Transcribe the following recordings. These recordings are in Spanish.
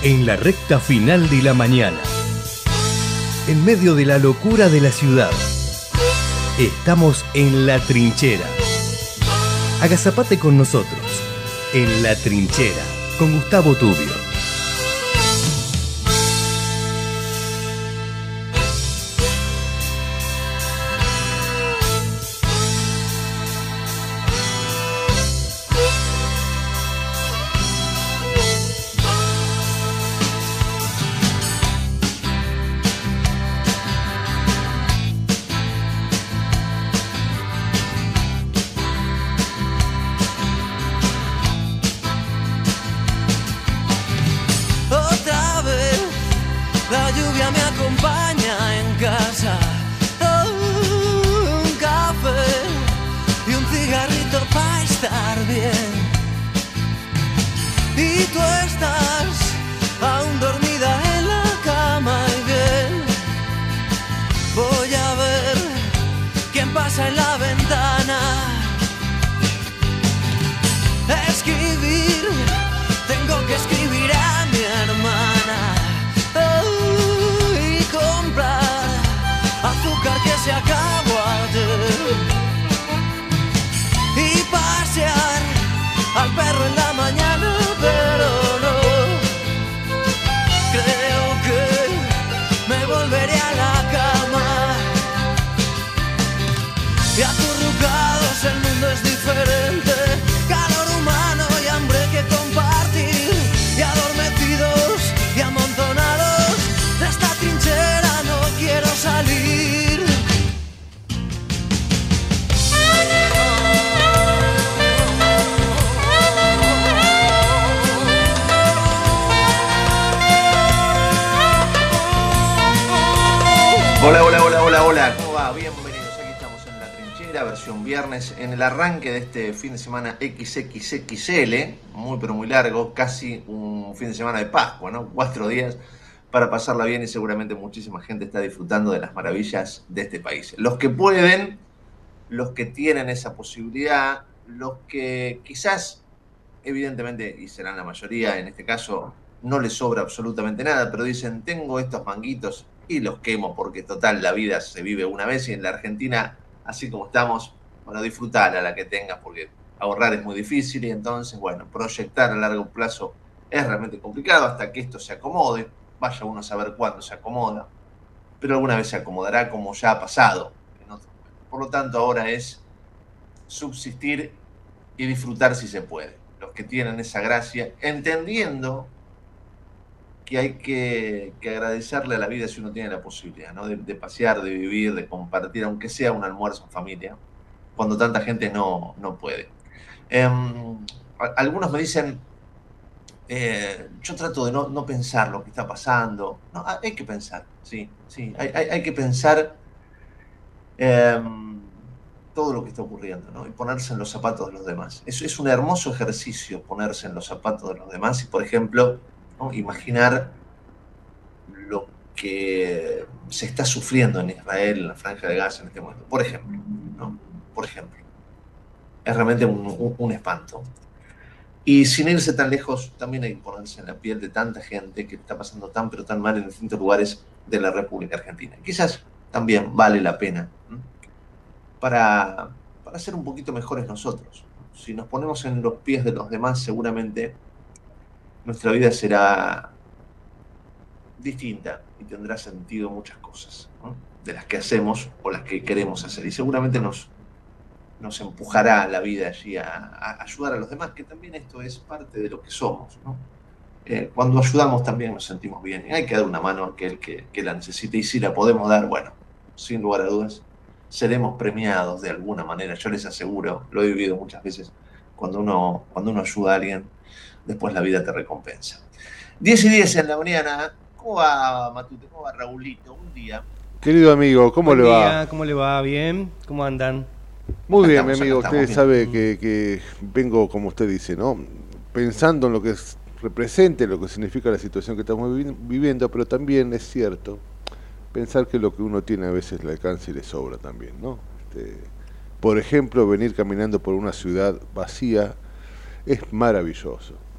En la recta final de la mañana, en medio de la locura de la ciudad, estamos en La Trinchera. Agazapate con nosotros, en La Trinchera, con Gustavo Tubio. Hola, ¿cómo va? Bienvenidos, aquí estamos en La Trinchera, versión viernes, en el arranque de este fin de semana XXXL, muy pero muy largo, casi un fin de semana de Pascua, ¿no? 4 días para pasarla bien y seguramente muchísima gente está disfrutando de las maravillas de este país. Los que pueden, los que tienen esa posibilidad, los que quizás, evidentemente, y serán la mayoría en este caso, no les sobra absolutamente nada, pero dicen, tengo estos manguitos y los quemo porque total la vida se vive una vez y en la Argentina, así como estamos, bueno, disfrutar a la que tengas porque ahorrar es muy difícil y entonces, bueno, proyectar a largo plazo es realmente complicado hasta que esto se acomode, vaya uno a saber cuándo se acomoda, pero alguna vez se acomodará como ya ha pasado en otros momentos. Por lo tanto, ahora es subsistir y disfrutar si se puede. Los que tienen esa gracia, entendiendo que hay que agradecerle a la vida si uno tiene la posibilidad, ¿no? De pasear, de vivir, de compartir, aunque sea un almuerzo en familia, cuando tanta gente no puede. Algunos me dicen, yo trato de no pensar lo que está pasando. No, hay que pensar, sí, hay que pensar todo lo que está ocurriendo, ¿no? Y ponerse en los zapatos de los demás. Es un hermoso ejercicio ponerse en los zapatos de los demás y, por ejemplo, ¿no? Imaginar lo que se está sufriendo en Israel, en la Franja de Gaza en este momento. Por ejemplo, ¿no? Por ejemplo. Es realmente un espanto. Y sin irse tan lejos, también hay que ponerse en la piel de tanta gente que está pasando tan pero tan mal en distintos lugares de la República Argentina. Quizás también vale la pena, ¿no? para ser un poquito mejores nosotros. Si nos ponemos en los pies de los demás, seguramente nuestra vida será distinta y tendrá sentido muchas cosas, ¿no? De las que hacemos o las que queremos hacer. Y seguramente nos empujará la vida allí a ayudar a los demás, que también esto es parte de lo que somos, ¿no? Cuando ayudamos también nos sentimos bien. Y hay que dar una mano a aquel que la necesite. Y si la podemos dar, bueno, sin lugar a dudas, seremos premiados de alguna manera. Yo les aseguro, lo he vivido muchas veces, cuando uno ayuda a alguien, después la vida te recompensa. 10:10 en la mañana. ¿Cómo va, Matute? ¿Cómo va, Raulito? Un día. Querido amigo, ¿cómo le va? ¿Cómo le va? ¿Bien? ¿Cómo andan? Muy bien, mi amigo. Usted sabe que vengo, como usted dice, ¿no? Pensando en lo que representa, lo que significa la situación que estamos viviendo, pero también es cierto pensar que lo que uno tiene a veces le alcanza y le sobra también, ¿no? Por ejemplo, venir caminando por una ciudad vacía es maravilloso.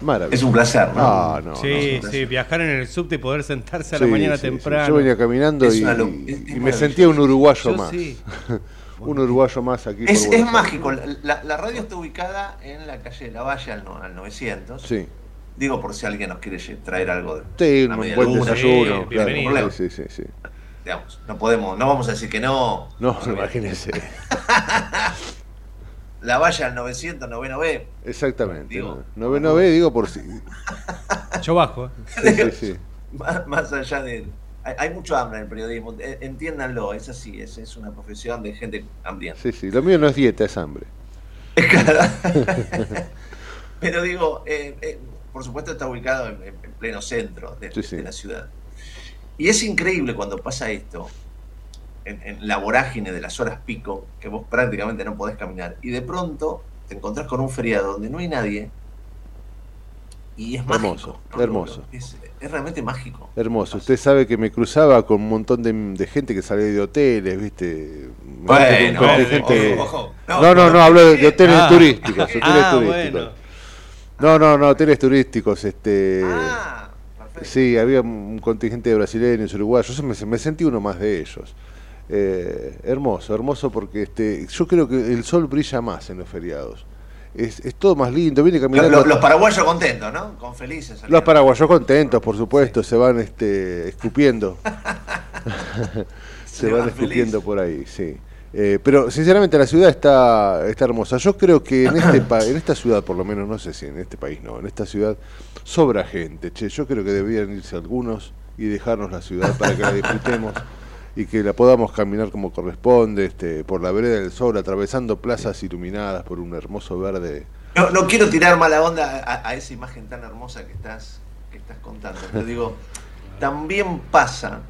Maravilloso. Es un placer, ¿no? Sí, viajar en el subte y poder sentarse a la mañana temprano. Yo venía caminando y me sentía un uruguayo más. Un uruguayo más aquí. Es mágico. La radio está ubicada en la calle de Lavalle al 900. Sí. Digo por si alguien nos quiere traer algo de un buen desayuno. Bienvenido. Sí. Digamos, no vamos a decir que no. No, imagínense. La valla al 900, noveno B. Exactamente. Noveno B, digo por si. Yo bajo. Sí. Más allá de. Hay mucho hambre en el periodismo. Entiéndanlo, es así. Es una profesión de gente hambrienta. Sí. Lo mío no es dieta, es hambre. Pero digo, por supuesto está ubicado en pleno centro de la ciudad. Y es increíble cuando pasa esto. En la vorágine de las horas pico, que vos prácticamente no podés caminar, y de pronto te encontrás con un feriado donde no hay nadie, y es mágico. Hermoso. Es realmente mágico. Hermoso. Usted sabe que me cruzaba con un montón de gente que salía de hoteles, ¿viste? Bueno, ojo. No, hablo de hoteles turísticos. Bueno. No, hoteles turísticos. Perfecto. Sí, había un contingente de brasileños, uruguayos. Yo me sentí uno más de ellos. Hermoso porque yo creo que el sol brilla más en los feriados. Es todo más lindo, viene caminando. Los paraguayos contentos, ¿no? Con felices. Salieron. Los paraguayos contentos, por supuesto, se van escupiendo. se van escupiendo por ahí, sí. Pero sinceramente la ciudad está hermosa. Yo creo que en esta ciudad, por lo menos, no sé si en este país no, en esta ciudad sobra gente. Yo creo que deberían irse algunos y dejarnos la ciudad para que la disfrutemos y que la podamos caminar como corresponde, por la vereda del sol, atravesando plazas iluminadas por un hermoso verde. No quiero tirar mala onda a esa imagen tan hermosa que estás contando. Pero digo, también pasa,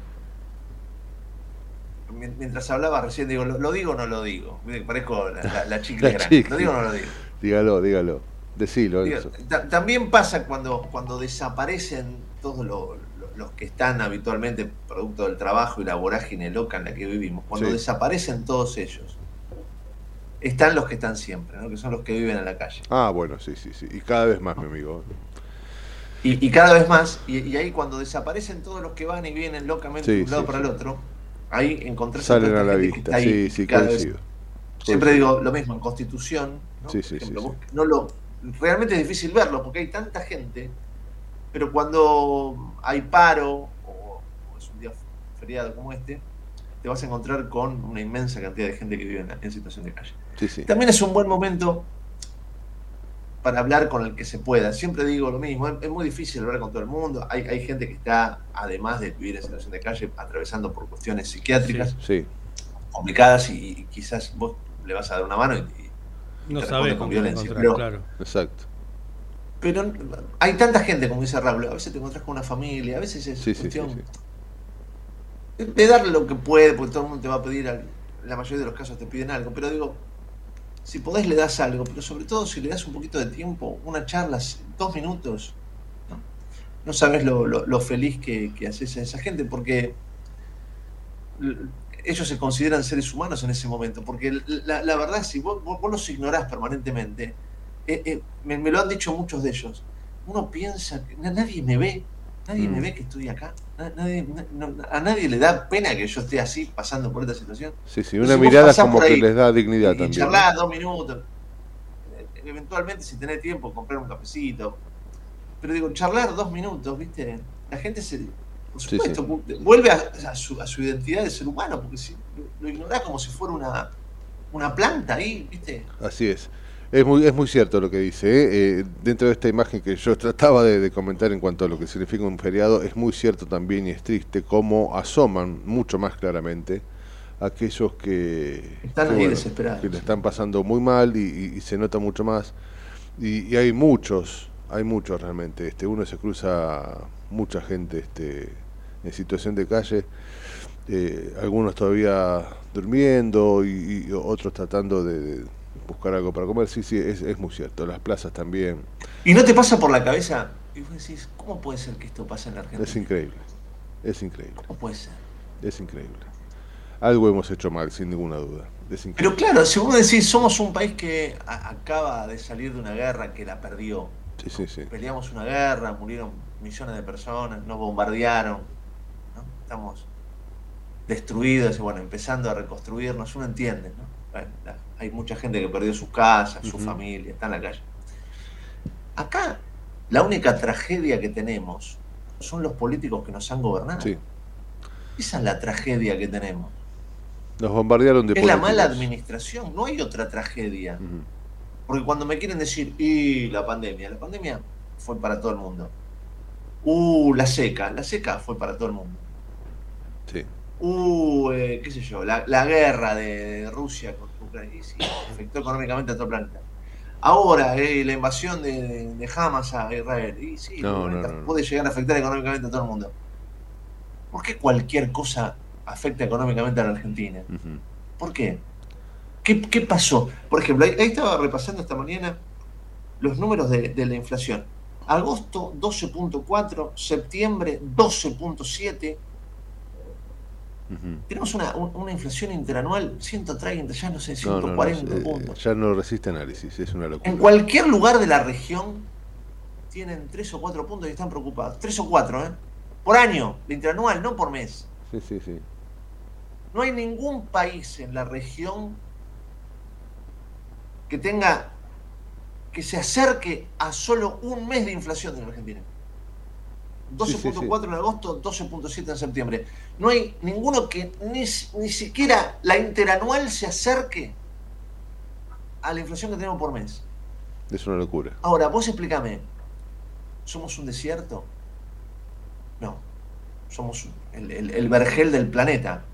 mientras hablaba recién, digo, ¿lo digo o no lo digo? Parezco la chicle grande. ¿Lo digo o no lo digo? Dígalo. Decilo. También pasa cuando desaparecen todos los que están habitualmente producto del trabajo y la vorágine loca en la que vivimos. Cuando desaparecen todos ellos, están los que están siempre, ¿no? Que son los que viven en la calle. Bueno, sí. Y cada vez más, mi amigo. Y cada vez más, y ahí cuando desaparecen todos los que van y vienen locamente de un lado para el otro, ahí encontrás salen a la vista. Sí, coincido. Siempre digo lo mismo, en Constitución, ¿no? Sí. Realmente es difícil verlo porque hay tanta gente, pero cuando hay paro o es un día feriado como este, te vas a encontrar con una inmensa cantidad de gente que vive en situación de calle. Sí. También es un buen momento para hablar con el que se pueda. Siempre digo lo mismo, es muy difícil hablar con todo el mundo. Hay gente que está, además de vivir en situación de calle, atravesando por cuestiones psiquiátricas complicadas y quizás vos le vas a dar una mano y no te sabes con violencia. Claro. Exacto. Pero hay tanta gente, como dice Raúl, a veces te encontrás con una familia, a veces es cuestión de darle lo que puede, porque todo el mundo te va a pedir, en la mayoría de los casos te piden algo, pero digo, si podés le das algo, pero sobre todo si le das un poquito de tiempo, una charla, 2 minutos, no sabes lo feliz que haces a esa gente, porque ellos se consideran seres humanos en ese momento, porque la verdad, si vos los ignorás permanentemente, me lo han dicho muchos de ellos, uno piensa que nadie me ve que estoy acá, a nadie le da pena que yo esté así pasando por esta situación. Sí, una mirada como que les da dignidad también. Charlar 2 minutos, eventualmente si tenés tiempo comprar un cafecito, pero digo, charlar 2 minutos, ¿viste? La gente por supuesto, vuelve a su identidad de ser humano, porque si lo ignorás como si fuera una planta ahí, ¿viste? Así es. Es muy cierto lo que dice. Dentro de esta imagen que yo trataba de comentar en cuanto a lo que significa un feriado, es muy cierto también y es triste cómo asoman mucho más claramente aquellos que están ahí desesperados, que le están pasando muy mal y se nota mucho más. Y hay muchos realmente. Uno se cruza mucha gente en situación de calle, algunos todavía durmiendo y otros tratando de buscar algo para comer. Sí, es muy cierto. Las plazas también. ¿Y no te pasa por la cabeza? Y vos decís, ¿cómo puede ser que esto pase en la Argentina? Es increíble. ¿Cómo puede ser? Es increíble. Algo hemos hecho mal, sin ninguna duda. Pero claro, si vos decís, somos un país que acaba de salir de una guerra que la perdió, Sí. Peleamos una guerra, murieron millones de personas, nos bombardearon, ¿no? Estamos destruidos y bueno, empezando a reconstruirnos, uno entiende, ¿no? Hay mucha gente que perdió sus casas, su familia, está en la calle. Acá, la única tragedia que tenemos son los políticos que nos han gobernado. Sí. Esa es la tragedia que tenemos. Nos bombardearon de políticos. Es la mala administración, no hay otra tragedia. Porque cuando me quieren decir, la pandemia fue para todo el mundo. La seca fue para todo el mundo. Sí. Qué sé yo, la guerra de Rusia contra Ucrania, sí, afectó económicamente a todo el planeta. Ahora, la invasión de Hamas a Israel, y sí, puede llegar a afectar económicamente a todo el mundo. ¿Por qué cualquier cosa afecta económicamente a la Argentina? ¿Por qué? ¿Qué pasó? Por ejemplo, ahí estaba repasando esta mañana los números de la inflación. Agosto 12.4, septiembre 12.7. Tenemos una inflación interanual 130, ya no sé, 140 puntos. Ya no resiste análisis, es una locura. En cualquier lugar de la región tienen 3 o 4 puntos y están preocupados. 3 o 4, por año, de interanual, no por mes. Sí. No hay ningún país en la región que se acerque a solo un mes de inflación en la Argentina. 12.4 en agosto, 12.7 en septiembre. No hay ninguno que ni siquiera la interanual se acerque a la inflación que tenemos por mes. Es una locura. Ahora, vos explícame, ¿somos un desierto? No, somos el vergel del planeta.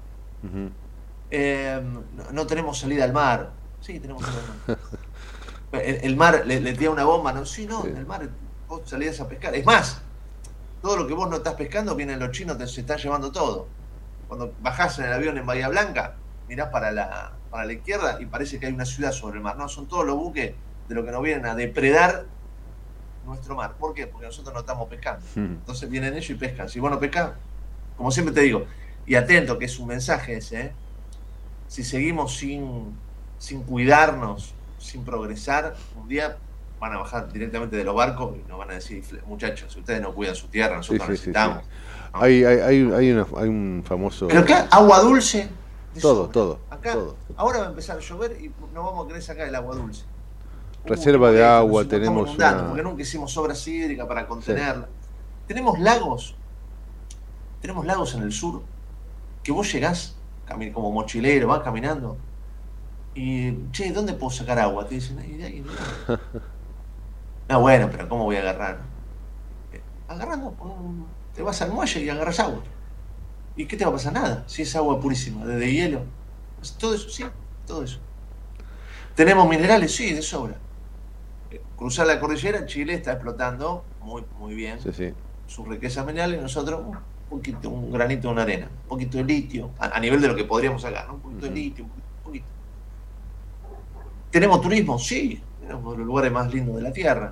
No tenemos salida al mar. Sí, tenemos salida al mar. El mar le tira una bomba, ¿no? Sí, no, en el mar vos salías a pescar. Es más, todo lo que vos no estás pescando, vienen los chinos, se están llevando todo. Cuando bajás en el avión en Bahía Blanca, mirás para la izquierda y parece que hay una ciudad sobre el mar. No, son todos los buques de lo que nos vienen a depredar nuestro mar. ¿Por qué? Porque nosotros no estamos pescando. Entonces vienen ellos y pescan. Si vos no pescás, como siempre te digo, y atento que es un mensaje ese, si seguimos sin cuidarnos, sin progresar, un día van a bajar directamente de los barcos y nos van a decir, muchachos, si ustedes no cuidan su tierra, nosotros necesitamos. Sí. ¿No? Hay un famoso... Pero acá, agua dulce. Todo. Acá, ahora va a empezar a llover y no vamos a querer sacar el agua dulce. Reserva de agua, tenemos porque nunca hicimos obras hídricas para contenerla. Tenemos lagos en el sur que vos llegás como mochilero, vas caminando y, che, ¿dónde puedo sacar agua? Te dicen, ahí. No, bueno, pero ¿cómo voy a agarrar? Agarrando, te vas al muelle y agarras agua. ¿Y qué te va a pasar? Nada, si es agua purísima, desde hielo. Todo eso, sí, todo eso. ¿Tenemos minerales? Sí, de sobra. Cruzar la cordillera, Chile está explotando muy bien sus riquezas minerales, nosotros un granito de una arena, un poquito de litio, a nivel de lo que podríamos sacar, ¿no? Un poquito de litio, un poquito. ¿Tenemos turismo? Sí, tenemos uno de los lugares más lindos de la Tierra.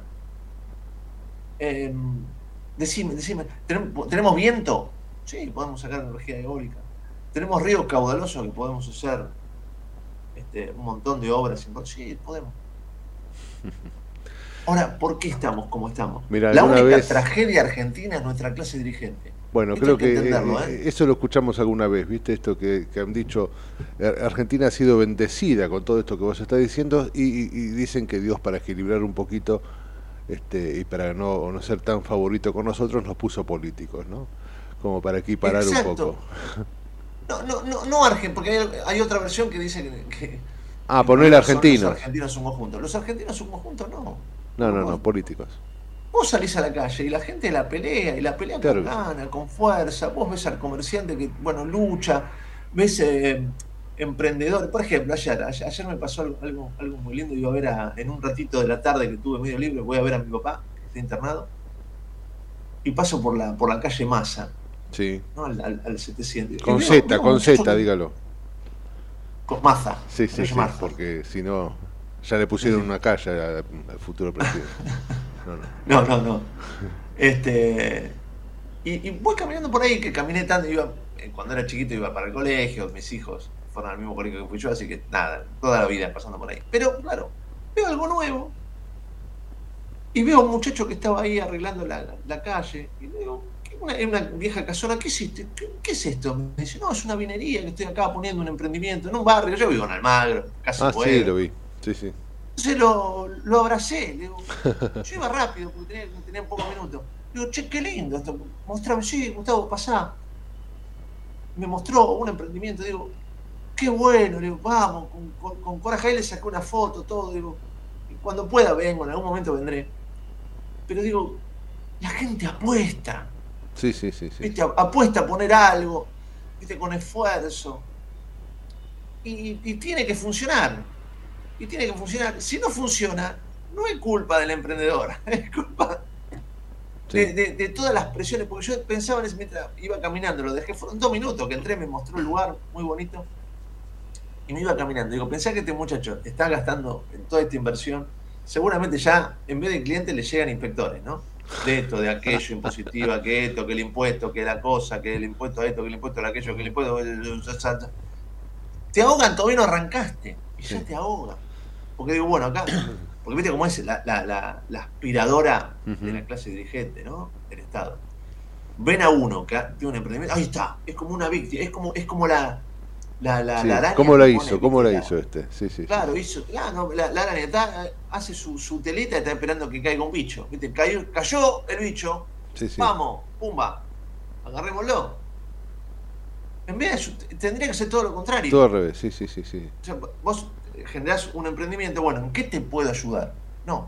Decime, ¿tenemos viento? Sí, podemos sacar energía eólica. ¿Tenemos ríos caudalosos que podemos hacer un montón de obras? Sí, podemos. Ahora, ¿por qué estamos como estamos? Mirá, la única tragedia argentina es nuestra clase dirigente. Bueno, creo que eso lo escuchamos alguna vez, ¿viste? Esto que han dicho, Argentina ha sido bendecida con todo esto que vos estás diciendo y dicen que Dios, para equilibrar un poquito y para no ser tan favorito con nosotros, nos puso políticos, ¿no? Como para equiparar un poco. No Argentina, porque hay otra versión que dice que poner argentinos. Los argentinos somos juntos. Los argentinos somos juntos, no. No, políticos. Vos salís a la calle y la gente la pelea, con ganas, con fuerza. Vos ves al comerciante que, lucha, ves emprendedores. Por ejemplo, ayer me pasó algo muy lindo. Iba a ver en un ratito de la tarde que tuve medio libre, voy a ver a mi papá, que está internado, y paso por la calle Massa. Sí. ¿No? Al 700. Con Z, dígalo. Con Maza. Sí, porque si no, ya le pusieron una calle al futuro presidente. No. Y voy caminando por ahí, que caminé tanto, cuando era chiquito iba para el colegio, mis hijos fueron al mismo colegio que fui yo, así que nada, toda la vida pasando por ahí. Pero claro, veo algo nuevo. Y veo a un muchacho que estaba ahí arreglando la calle. Y le digo, una vieja casona, ¿qué hiciste? ¿Qué es esto? Me dice, no, es una vinería que estoy acá poniendo un emprendimiento en un barrio. Yo vivo en Almagro, casi puedo. Sí, lo vi. Sí. Entonces lo abracé. Le digo, yo iba rápido porque tenía pocos minutos. Le digo, che, qué lindo esto. Mostrame, sí, Gustavo, pasá. Me mostró un emprendimiento. Digo, qué bueno. Le digo, vamos, con coraje. Ahí le saqué una foto, todo. Digo, cuando pueda vengo, en algún momento vendré. Pero digo, la gente apuesta. Sí. ¿Viste? Apuesta a poner algo, ¿viste? Con esfuerzo. Y tiene que funcionar. Si no funciona, no es culpa del emprendedor, es culpa de todas las presiones. Porque yo pensaba en eso mientras iba caminando, lo dejé, fueron 2 minutos que entré, me mostró el lugar muy bonito. Y me iba caminando. Digo, pensá que este muchacho está gastando en toda esta inversión. Seguramente ya, en vez de clientes, le llegan inspectores, ¿no? De esto, de aquello, impositiva, que esto, que el impuesto, que la cosa, que el impuesto a esto, que el impuesto a aquello, que el impuesto... Te ahogan, todavía no arrancaste. Y ya te ahogan. Porque digo, bueno, acá... Porque viste cómo es la aspiradora de la clase dirigente, ¿no? Del Estado. Ven a uno que tiene un emprendimiento... Ahí está. Es como una víctima. Es como la araña. ¿Cómo la hizo? ¿Cómo la hizo este? Sí. Claro, la araña hace su telita y está esperando que caiga un bicho. ¿Viste? Cayó el bicho. Sí. Vamos, pumba, agarrémoslo. En vez de tendría que ser todo lo contrario. Todo al revés, sí. O sea, vos generás un emprendimiento, bueno, ¿en qué te puedo ayudar? No.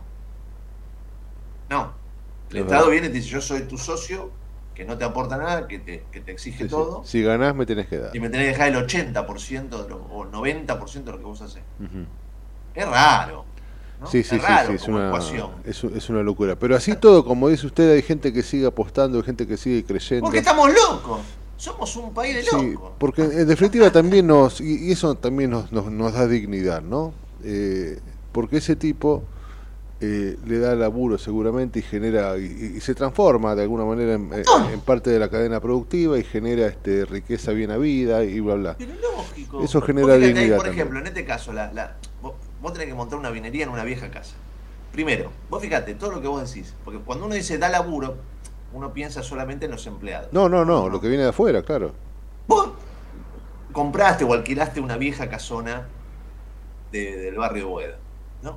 El Estado viene y te dice, yo soy tu socio, que no te aporta nada, que te exige todo. Si ganás, me tenés que dar. Y me tenés que dejar el 80% o 90% de lo que vos haces. Es raro. ¿no? Sí, raro es una locura. Pero así todo, como dice usted, hay gente que sigue apostando, hay gente que sigue creyendo. Porque estamos locos. Somos un país de locos. Sí, porque en definitiva también y eso también nos da dignidad, ¿no? Porque ese tipo le da laburo seguramente y genera y se transforma de alguna manera en parte de la cadena productiva y genera riqueza bien habida y bla bla. Pero lógico. Eso genera dignidad. Por ejemplo, en este caso, vos tenés que montar una vinería en una vieja casa. Primero, vos fíjate, todo lo que vos decís, porque cuando uno dice da laburo, uno piensa solamente en los empleados. No, lo que viene de afuera, claro. Vos compraste o alquilaste una vieja casona del barrio Boedo, ¿no?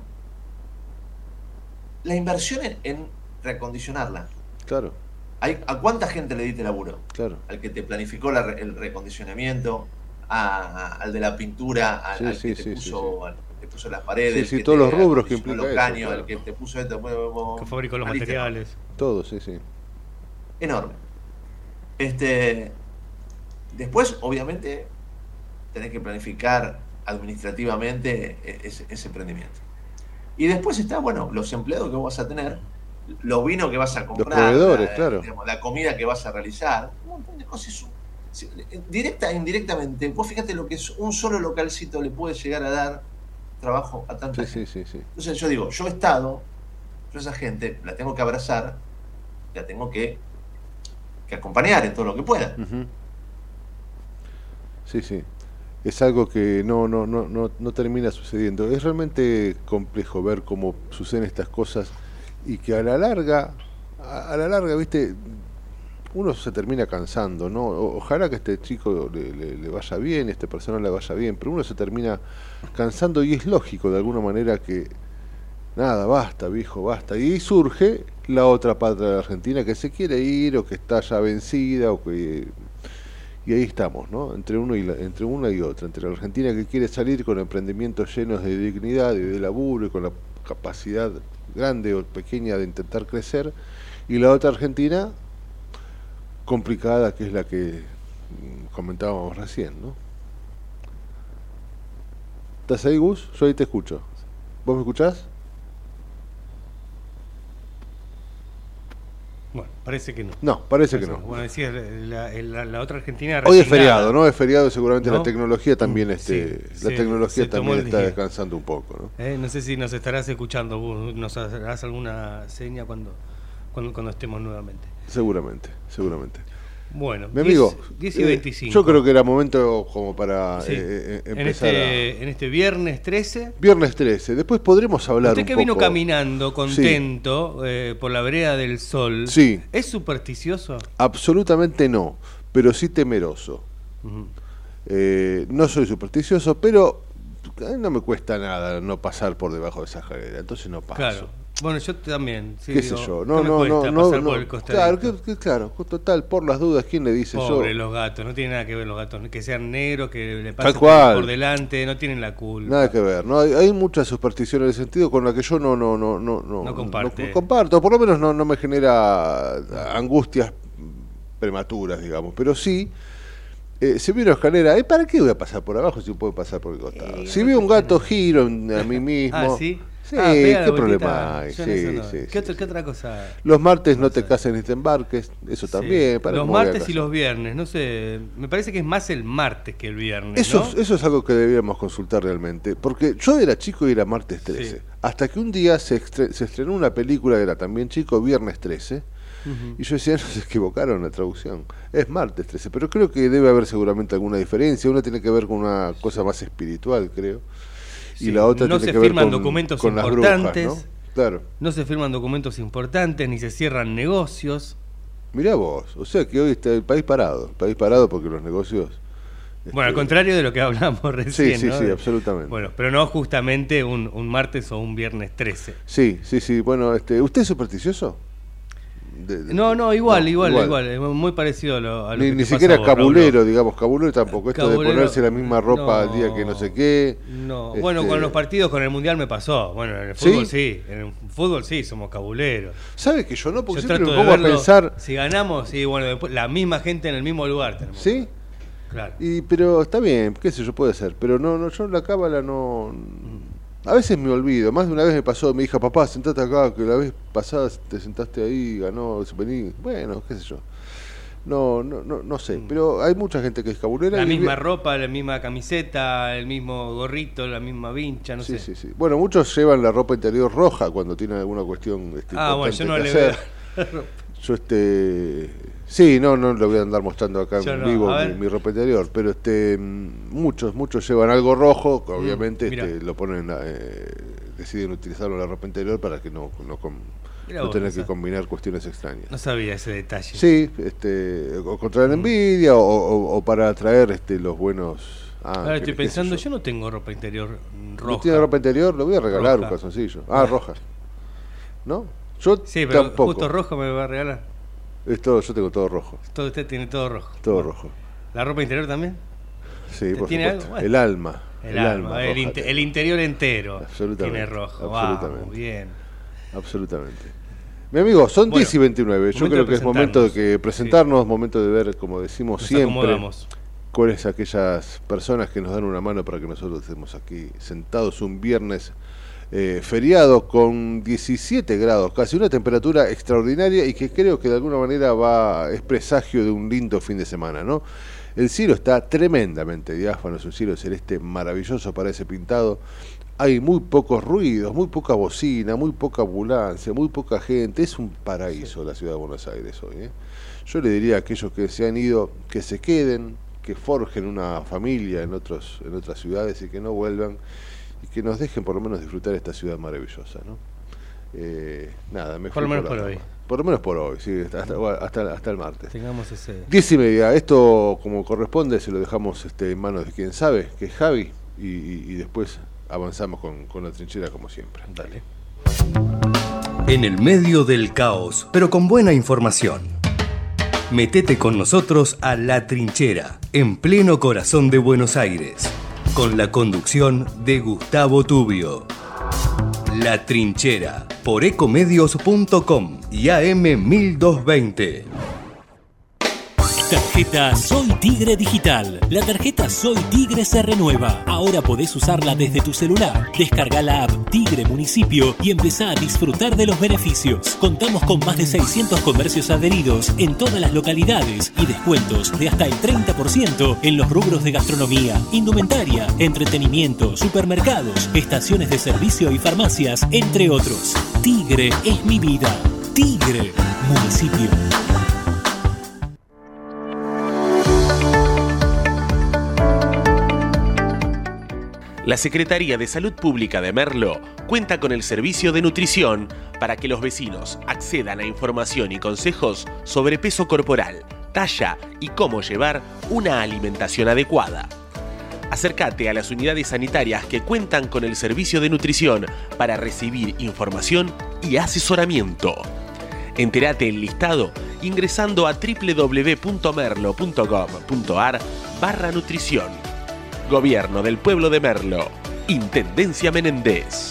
La inversión en reacondicionarla. Claro. ¿A cuánta gente le diste laburo? Claro. Al que te planificó el reacondicionamiento, al de la pintura, al que te puso las paredes, sí, todos los rubros que implica los caños, claro. El que te puso esto, que fabricó los materiales. Todo, sí. Enorme. Después, obviamente, tenés que planificar administrativamente ese emprendimiento. Y después está, los empleados que vos vas a tener, los vinos que vas a comprar, los proveedores, claro. Digamos, la comida que vas a realizar, un montón de cosas. Directa e indirectamente, vos fíjate lo que es un solo localcito le puede llegar a dar trabajo a tanta gente. Sí. Entonces yo digo, yo esa gente la tengo que abrazar, la tengo que acompañar en todo lo que pueda. Sí. Es algo que no termina sucediendo. Es realmente complejo ver cómo suceden estas cosas y que a la larga, viste, uno se termina cansando, ¿no? Ojalá que este chico le vaya bien, esta persona le vaya bien, pero uno se termina cansando y es lógico de alguna manera que nada, basta, viejo, basta. Y ahí surge la otra pata de la Argentina que se quiere ir o que está ya vencida y ahí estamos, ¿no? Entre una y otra, entre la Argentina que quiere salir con emprendimientos llenos de dignidad y de laburo y con la capacidad grande o pequeña de intentar crecer, y la otra Argentina complicada, que es la que comentábamos recién, ¿no? ¿Estás ahí, Gus? Yo ahí te escucho. ¿Vos me escuchás? Bueno, parece que no. No, parece que no. Bueno, decías, la otra Argentina... Hoy es feriado, ¿no? Es feriado, seguramente, ¿no? La tecnología también, la tecnología también está descansando un poco, ¿no? No sé si nos estarás escuchando, nos harás alguna seña cuando estemos nuevamente. Seguramente. Bueno, mi amigo, 10 y 25. Yo creo que era momento como para empezar en este viernes 13. Viernes 13. Después podremos hablar Usted un que poco. vino caminando contento por la vereda del Sol. Sí. ¿Es supersticioso? Absolutamente no, pero sí temeroso. No soy supersticioso, pero no me cuesta nada no pasar por debajo de esa escalera, entonces no paso. Claro. Bueno, yo también. Sí, ¿Qué sé yo? No, pasar por el costadito. Claro, total, por las dudas, ¿quién le dice yo? Pobre los gatos, no tiene nada que ver los gatos, que sean negros, que le pasen por delante, no tienen la culpa. Nada que ver, no hay muchas supersticiones en ese sentido con la que yo no comparto, por lo menos no me genera angustias prematuras, digamos, pero sí. Si veo una escalera, ¿para qué voy a pasar por abajo si puedo pasar por el costado? Si veo un gato, giro a mí mismo. ¿Ah, sí? Sí, ¿qué problema hay? ¿Qué otra cosa? Los martes no te cases ni te embarques, eso también. Los martes y los viernes, no sé, me parece que es más el martes que el viernes. Eso es algo que deberíamos consultar realmente, porque yo era chico y era martes 13, hasta que un día se estrenó una película que era también chico, viernes 13, y yo decía, no se equivocaron la traducción, es martes 13, pero creo que debe haber seguramente alguna diferencia, una tiene que ver con una cosa más espiritual, creo. Y la otra no tiene se que ver firman con documentos con importantes, las brujas, ¿no? Claro. No se firman documentos importantes, ni se cierran negocios. Mirá vos, o sea que hoy está el país parado porque los negocios... Bueno, al contrario de lo que hablamos recién, sí, ¿no? Sí, absolutamente. Bueno, pero no justamente un martes o un viernes 13. Sí, bueno, ¿usted es supersticioso? No, igual, es muy parecido a lo que ni siquiera vos, cabulero, digamos, cabulero tampoco, esto cabulero, de ponerse la misma ropa al día que no sé qué. No, bueno, con los partidos, con el Mundial me pasó, bueno, en el fútbol en el fútbol somos cabuleros. ¿Sabe que yo no? Porque yo siempre me trato pongo de verlo, a pensar... Si ganamos, bueno, después, la misma gente en el mismo lugar tenemos. ¿Sí? Claro. Pero está bien, qué sé yo, puede ser, pero no, yo la cábala no... A veces me olvido, más de una vez me pasó, me dijo, papá, sentate acá, que la vez pasada te sentaste ahí, ganó, vení, bueno, qué sé yo. No sé, pero hay mucha gente que es cabulera. La misma ropa, la misma camiseta, el mismo gorrito, la misma vincha, no sé. Sí. Bueno, muchos llevan la ropa interior roja cuando tienen alguna cuestión bueno, yo no le hacer. Veo. Yo sí, no lo voy a andar mostrando acá en vivo mi ropa interior, pero muchos llevan algo rojo, obviamente lo ponen, deciden utilizarlo en la ropa interior para que no tener que combinar cuestiones extrañas. No sabía ese detalle. Sí, o contra la envidia o para atraer los buenos. Ahora estoy pensando, yo no tengo ropa interior roja. ¿No tiene ropa interior? Le voy a regalar un calzoncillo. Roja. ¿No? Yo pero tampoco. Justo rojo me va a regalar. Yo tengo todo rojo. Usted tiene todo rojo. Todo rojo. ¿La ropa interior también? Sí, por ¿Tiene supuesto. Algo? Bueno. El alma. El interior entero. Absolutamente. Tiene rojo. Absolutamente. Muy bien. Absolutamente. Mi amigo, son 10 y 29. Yo creo que es momento de que presentarnos, momento de ver, como decimos siempre, cuáles aquellas personas que nos dan una mano para que nosotros estemos aquí sentados un viernes feriado con 17 grados, casi una temperatura extraordinaria y que creo que de alguna manera es presagio de un lindo fin de semana, ¿no? El cielo está tremendamente diáfano, es un cielo celeste maravilloso, parece pintado. Hay muy pocos ruidos, muy poca bocina, muy poca ambulancia, muy poca gente. Es un paraíso la ciudad de Buenos Aires hoy, ¿eh? Yo le diría a aquellos que se han ido que se queden, que forjen una familia en otras ciudades y que no vuelvan y que nos dejen por lo menos disfrutar esta ciudad maravillosa, ¿no? Nada, me fui por lo menos por hoy. Por lo menos por hoy, sí, hasta el martes. Tengamos ese... 10:30, esto como corresponde se lo dejamos en manos de quien sabe, que es Javi, y después avanzamos con la trinchera como siempre. Dale. En el medio del caos, pero con buena información. Metete con nosotros a La Trinchera, en pleno corazón de Buenos Aires, con la conducción de Gustavo Tubio. La Trinchera, por ecomedios.com y AM 1220. Tarjeta Soy Tigre Digital. La tarjeta Soy Tigre se renueva. Ahora podés usarla desde tu celular. Descarga la app Tigre Municipio y empezá a disfrutar de los beneficios. Contamos con más de 600 comercios adheridos en todas las localidades y descuentos de hasta el 30% en los rubros de gastronomía, indumentaria, entretenimiento, supermercados, estaciones de servicio y farmacias, entre otros. Tigre es mi vida. Tigre Municipio. La Secretaría de Salud Pública de Merlo cuenta con el servicio de nutrición para que los vecinos accedan a información y consejos sobre peso corporal, talla y cómo llevar una alimentación adecuada. Acércate a las unidades sanitarias que cuentan con el servicio de nutrición para recibir información y asesoramiento. Entérate el listado ingresando a www.merlo.gov.ar/nutrición. Gobierno del Pueblo de Merlo. Intendencia Menéndez.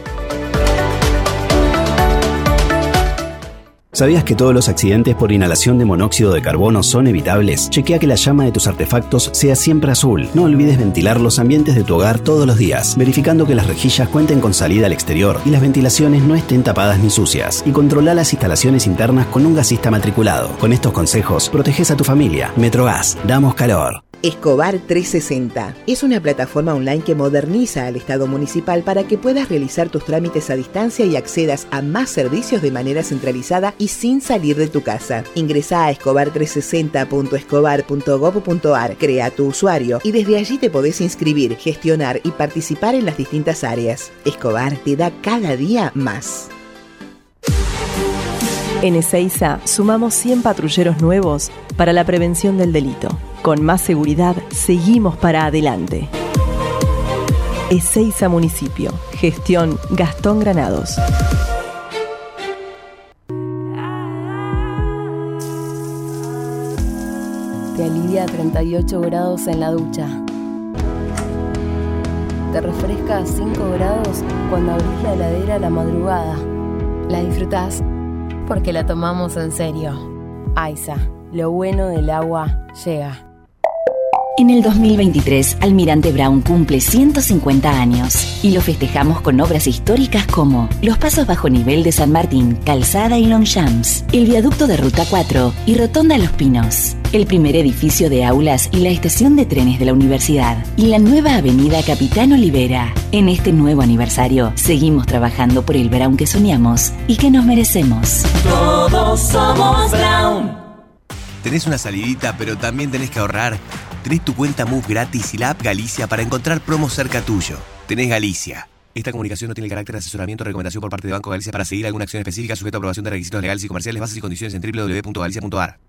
¿Sabías que todos los accidentes por inhalación de monóxido de carbono son evitables? Chequea que la llama de tus artefactos sea siempre azul. No olvides ventilar los ambientes de tu hogar todos los días, verificando que las rejillas cuenten con salida al exterior y las ventilaciones no estén tapadas ni sucias. Y controla las instalaciones internas con un gasista matriculado. Con estos consejos, proteges a tu familia. Metrogas, damos calor. Escobar 360 es una plataforma online que moderniza al Estado municipal para que puedas realizar tus trámites a distancia y accedas a más servicios de manera centralizada y sin salir de tu casa. Ingresa a escobar360.escobar.gov.ar, crea tu usuario y desde allí te podés inscribir, gestionar y participar en las distintas áreas. Escobar te da cada día más. En Ezeiza sumamos 100 patrulleros nuevos para la prevención del delito. Con más seguridad, seguimos para adelante. Ezeiza Municipio. Gestión Gastón Granados. Te alivia a 38 grados en la ducha. Te refresca a 5 grados cuando abrís la heladera a la madrugada. La disfrutás porque la tomamos en serio. AISA, lo bueno del agua llega. En el 2023, Almirante Brown cumple 150 años y lo festejamos con obras históricas como los pasos bajo nivel de San Martín, Calzada y Longchamps, el viaducto de Ruta 4 y Rotonda Los Pinos, el primer edificio de aulas y la estación de trenes de la universidad y la nueva avenida Capitán Olivera. En este nuevo aniversario, seguimos trabajando por el Brown que soñamos y que nos merecemos. Todos somos Brown. ¿Tenés una salidita pero también tenés que ahorrar? Tenés tu cuenta MUF gratis y la app Galicia para encontrar promos cerca tuyo. Tenés Galicia. Esta comunicación no tiene el carácter de asesoramiento o recomendación por parte de Banco Galicia para seguir alguna acción específica sujeta a aprobación de requisitos legales y comerciales, bases y condiciones en www.galicia.ar.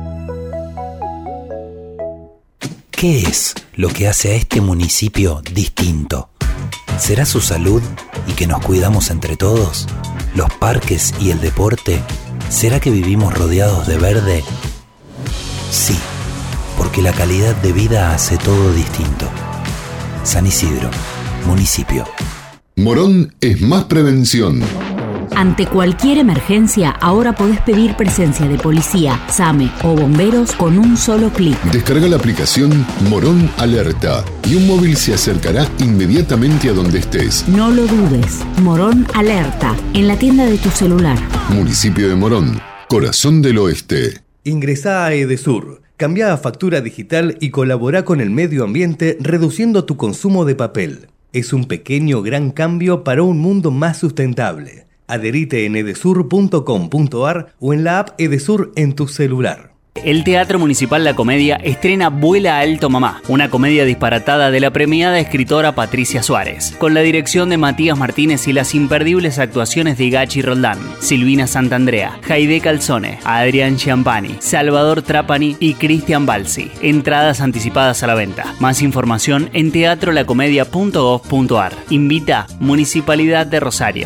¿Qué es lo que hace a este municipio distinto? ¿Será su salud y que nos cuidamos entre todos? ¿Los parques y el deporte? ¿Será que vivimos rodeados de verde? Sí, porque la calidad de vida hace todo distinto. San Isidro, municipio. Morón es más prevención. Ante cualquier emergencia, ahora podés pedir presencia de policía, SAME o bomberos con un solo clic. Descarga la aplicación Morón Alerta y un móvil se acercará inmediatamente a donde estés. No lo dudes. Morón Alerta, en la tienda de tu celular. Municipio de Morón, corazón del oeste. Ingresá a Edesur, cambia a factura digital y colabora con el medio ambiente reduciendo tu consumo de papel. Es un pequeño gran cambio para un mundo más sustentable. Adherite en edesur.com.ar o en la app Edesur en tu celular. El Teatro Municipal La Comedia estrena Vuela Alto Mamá, una comedia disparatada de la premiada escritora Patricia Suárez, con la dirección de Matías Martínez y las imperdibles actuaciones de Gachi Roldán, Silvina Santandrea, Jaide Calzone, Adrián Chiampani, Salvador Trapani y Cristian Balsi. Entradas anticipadas a la venta. Más información en teatrolacomedia.gov.ar. Invita Municipalidad de Rosario.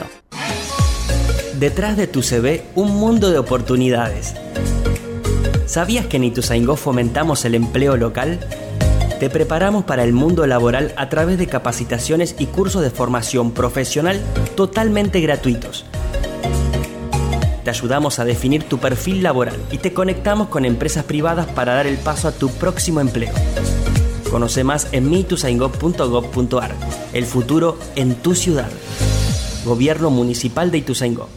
Detrás de tu CV, un mundo de oportunidades. ¿Sabías que en Ituzaingó fomentamos el empleo local? Te preparamos para el mundo laboral a través de capacitaciones y cursos de formación profesional totalmente gratuitos. Te ayudamos a definir tu perfil laboral y te conectamos con empresas privadas para dar el paso a tu próximo empleo. Conoce más en mituzaingó.gov.ar. El futuro en tu ciudad. Gobierno Municipal de Ituzaingó.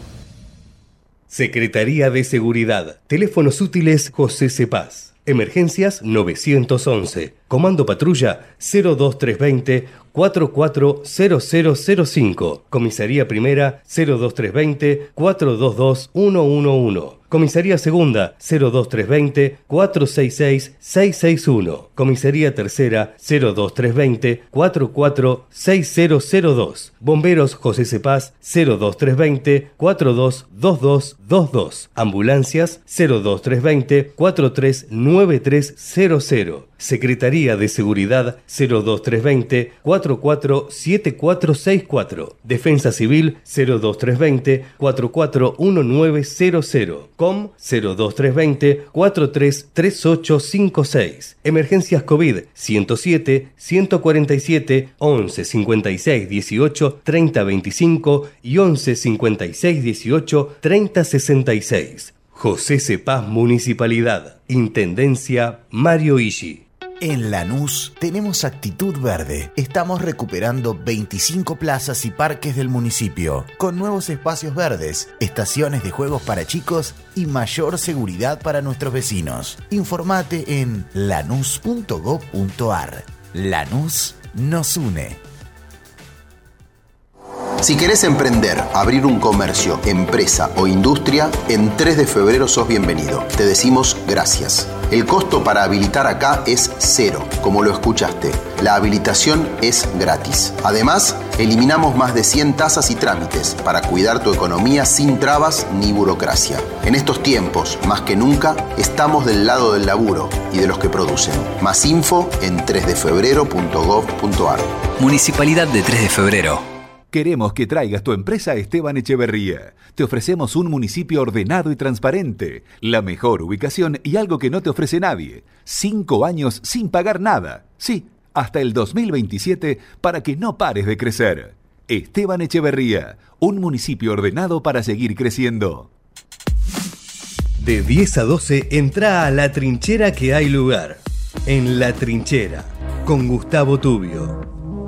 Secretaría de Seguridad. Teléfonos útiles José Cepaz. Emergencias 911. Comando Patrulla 02320 440005. Comisaría Primera 02320 422 111. Comisaría Segunda 02320 466 661. Comisaría Tercera 02320 446002. Bomberos José Cepaz 02320 422222. Ambulancias 02320 439300. Secretaría de Seguridad 02320 447464. Defensa Civil 02320 441900. COM 02320 433856. Emergencias COVID 107 147 11 56 18 30 25 y 11 56 18 30 66. José Cepaz Municipalidad. Intendencia Mario Ishi. En Lanús tenemos actitud verde. Estamos recuperando 25 plazas y parques del municipio, con nuevos espacios verdes, estaciones de juegos para chicos y mayor seguridad para nuestros vecinos. Informate en lanús.gov.ar. Lanús nos une. Si querés emprender, abrir un comercio, empresa o industria, en 3 de febrero sos bienvenido. Te decimos gracias. El costo para habilitar acá es 0, como lo escuchaste. La habilitación es gratis. Además, eliminamos más de 100 tasas y trámites para cuidar tu economía sin trabas ni burocracia. En estos tiempos, más que nunca, estamos del lado del laburo y de los que producen. Más info en 3defebrero.gov.ar. Municipalidad de 3 de Febrero. Queremos que traigas tu empresa a Esteban Echeverría. Te ofrecemos un municipio ordenado y transparente, la mejor ubicación y algo que no te ofrece nadie. 5 años sin pagar nada. Sí, hasta el 2027 para que no pares de crecer. Esteban Echeverría, un municipio ordenado para seguir creciendo. De 10 a 12 entra a La Trinchera que hay lugar. En La Trinchera, con Gustavo Tubio.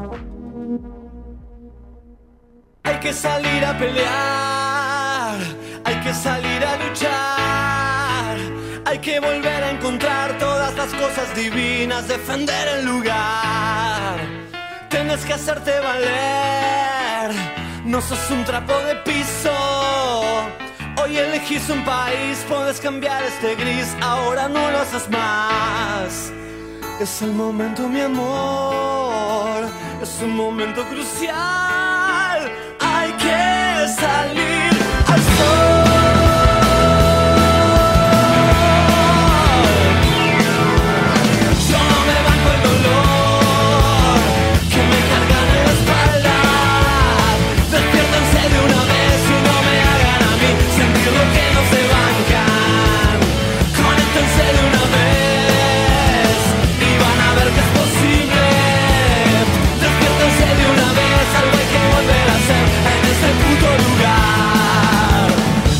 Hay que salir a pelear, hay que salir a luchar, hay que volver a encontrar todas las cosas divinas, defender el lugar. Tienes que hacerte valer, no sos un trapo de piso. Hoy elegís un país, puedes cambiar este gris, ahora no lo haces más. Es el momento, mi amor, es un momento crucial. Hay que salir al sol. Yo no me banco el dolor que me cargan en la espalda. Despiértense de una vez y no me hagan a mí sentir lo que no se bancan. Conéctense de una vez y van a ver que es posible. Despiértense de una vez, algo hay que volver a hacer en este puto lugar.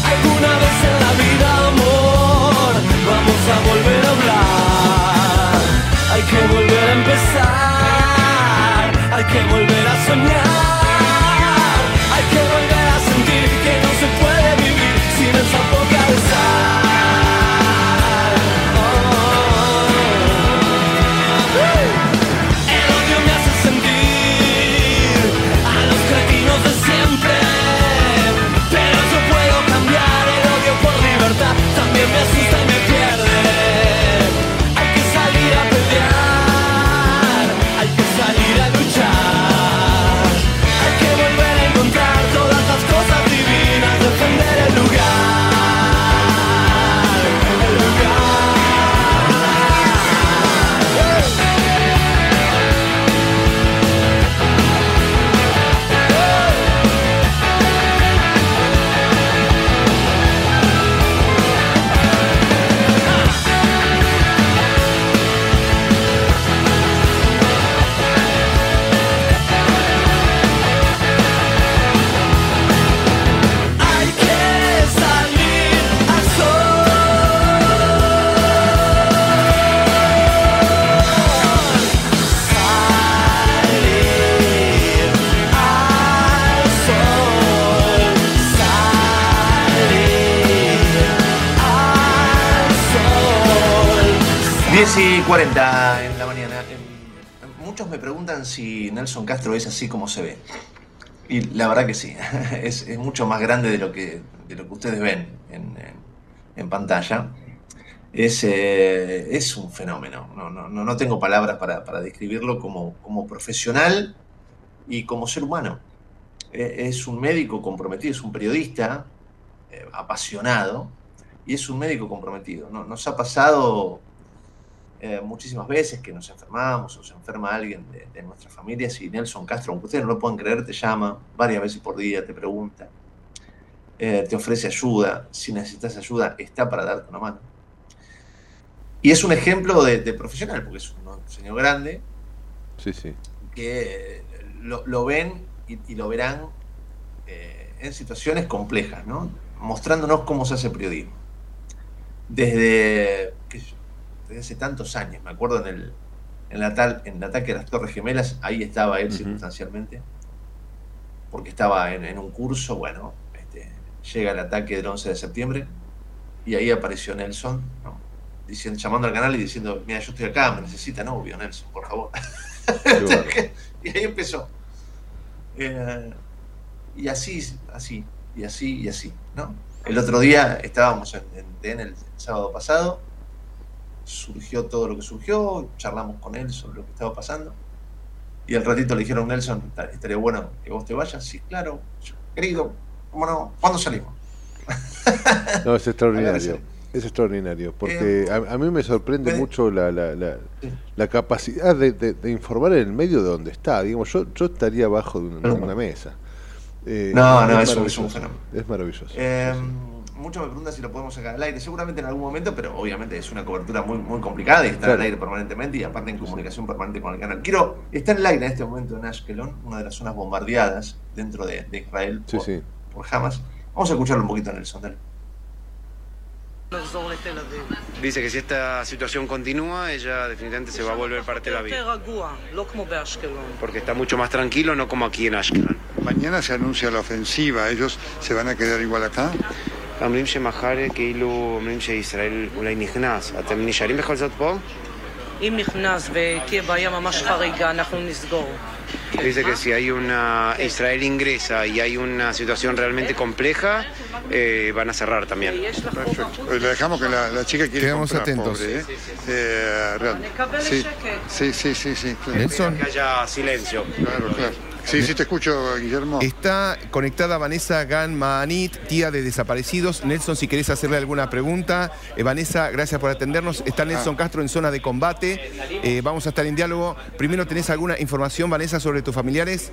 10:40 en la mañana. Muchos me preguntan si Nelson Castro es así como se ve. Y la verdad que sí. Es mucho más grande de lo que ustedes ven en pantalla. Es un fenómeno. No tengo palabras para describirlo como profesional y como ser humano. Es un médico comprometido, es un periodista apasionado y es un médico comprometido. Nos ha pasado muchísimas veces que nos enfermamos o se enferma alguien de nuestras familias y Nelson Castro, aunque ustedes no lo puedan creer, te llama varias veces por día, te pregunta, te ofrece ayuda. Si necesitas ayuda, está para darte una mano. Y es un ejemplo de profesional, porque es un señor grande, que lo ven y lo verán en situaciones complejas, ¿no? Mostrándonos cómo se hace periodismo. Desde hace tantos años, me acuerdo en el ataque a las Torres Gemelas, ahí estaba él circunstancialmente, porque estaba en un curso. Bueno, llega el ataque del 11 de septiembre y ahí apareció Nelson, ¿no? Llamando al canal y diciendo: mira, yo estoy acá, me necesita novio, Nelson, por favor. Y ahí empezó. Y así, ¿no? El otro día estábamos en TN el sábado pasado, surgió todo lo que surgió, charlamos con él sobre lo que estaba pasando, y al ratito le dijeron: Nelson, estaría bueno que vos te vayas. Sí, claro, querido, ¿cómo no? ¿Cuándo salimos? No, es extraordinario. Es extraordinario, porque a mí me sorprende mucho la capacidad de informar en el medio de donde está. Digamos, yo estaría abajo de una mesa. Es un fenómeno. Es maravilloso. Muchos me preguntan si lo podemos sacar al aire. Seguramente en algún momento, pero obviamente es una cobertura muy, muy complicada y estar al aire permanentemente y aparte en comunicación permanente con el canal. Está en el aire en este momento en Ashkelon, una de las zonas bombardeadas dentro de Israel por Hamas. Vamos a escucharlo un poquito en el sondel. Dice que si esta situación continúa, ella definitivamente se va a volver para Tel Aviv. Porque está mucho más tranquilo, no como aquí en Ashkelon. Mañana se anuncia la ofensiva, ¿ellos se van a quedar igual acá? אומרים שמחר כאילו אומרים שישראל אולי נכנס. אתם נשארים בכל זאת פה? אם נכנס ותהיה בעיה ממש חריגה, אנחנו נסגור. Dice que si hay Israel ingresa y hay una situación realmente compleja, van a cerrar también. Perfecto. Le dejamos que la chica quiere Quedamos comprar, atentos. pobre, Sí. Nelson. Que haya silencio. Claro. Sí, te escucho, Guillermo. Está conectada Vanessa Gan Maanit, tía de desaparecidos. Nelson, si querés hacerle alguna pregunta. Vanessa, gracias por atendernos. Está Nelson Castro en zona de combate. Vamos a estar en diálogo. Primero, ¿tenés alguna información, Vanessa, sobre tus familiares?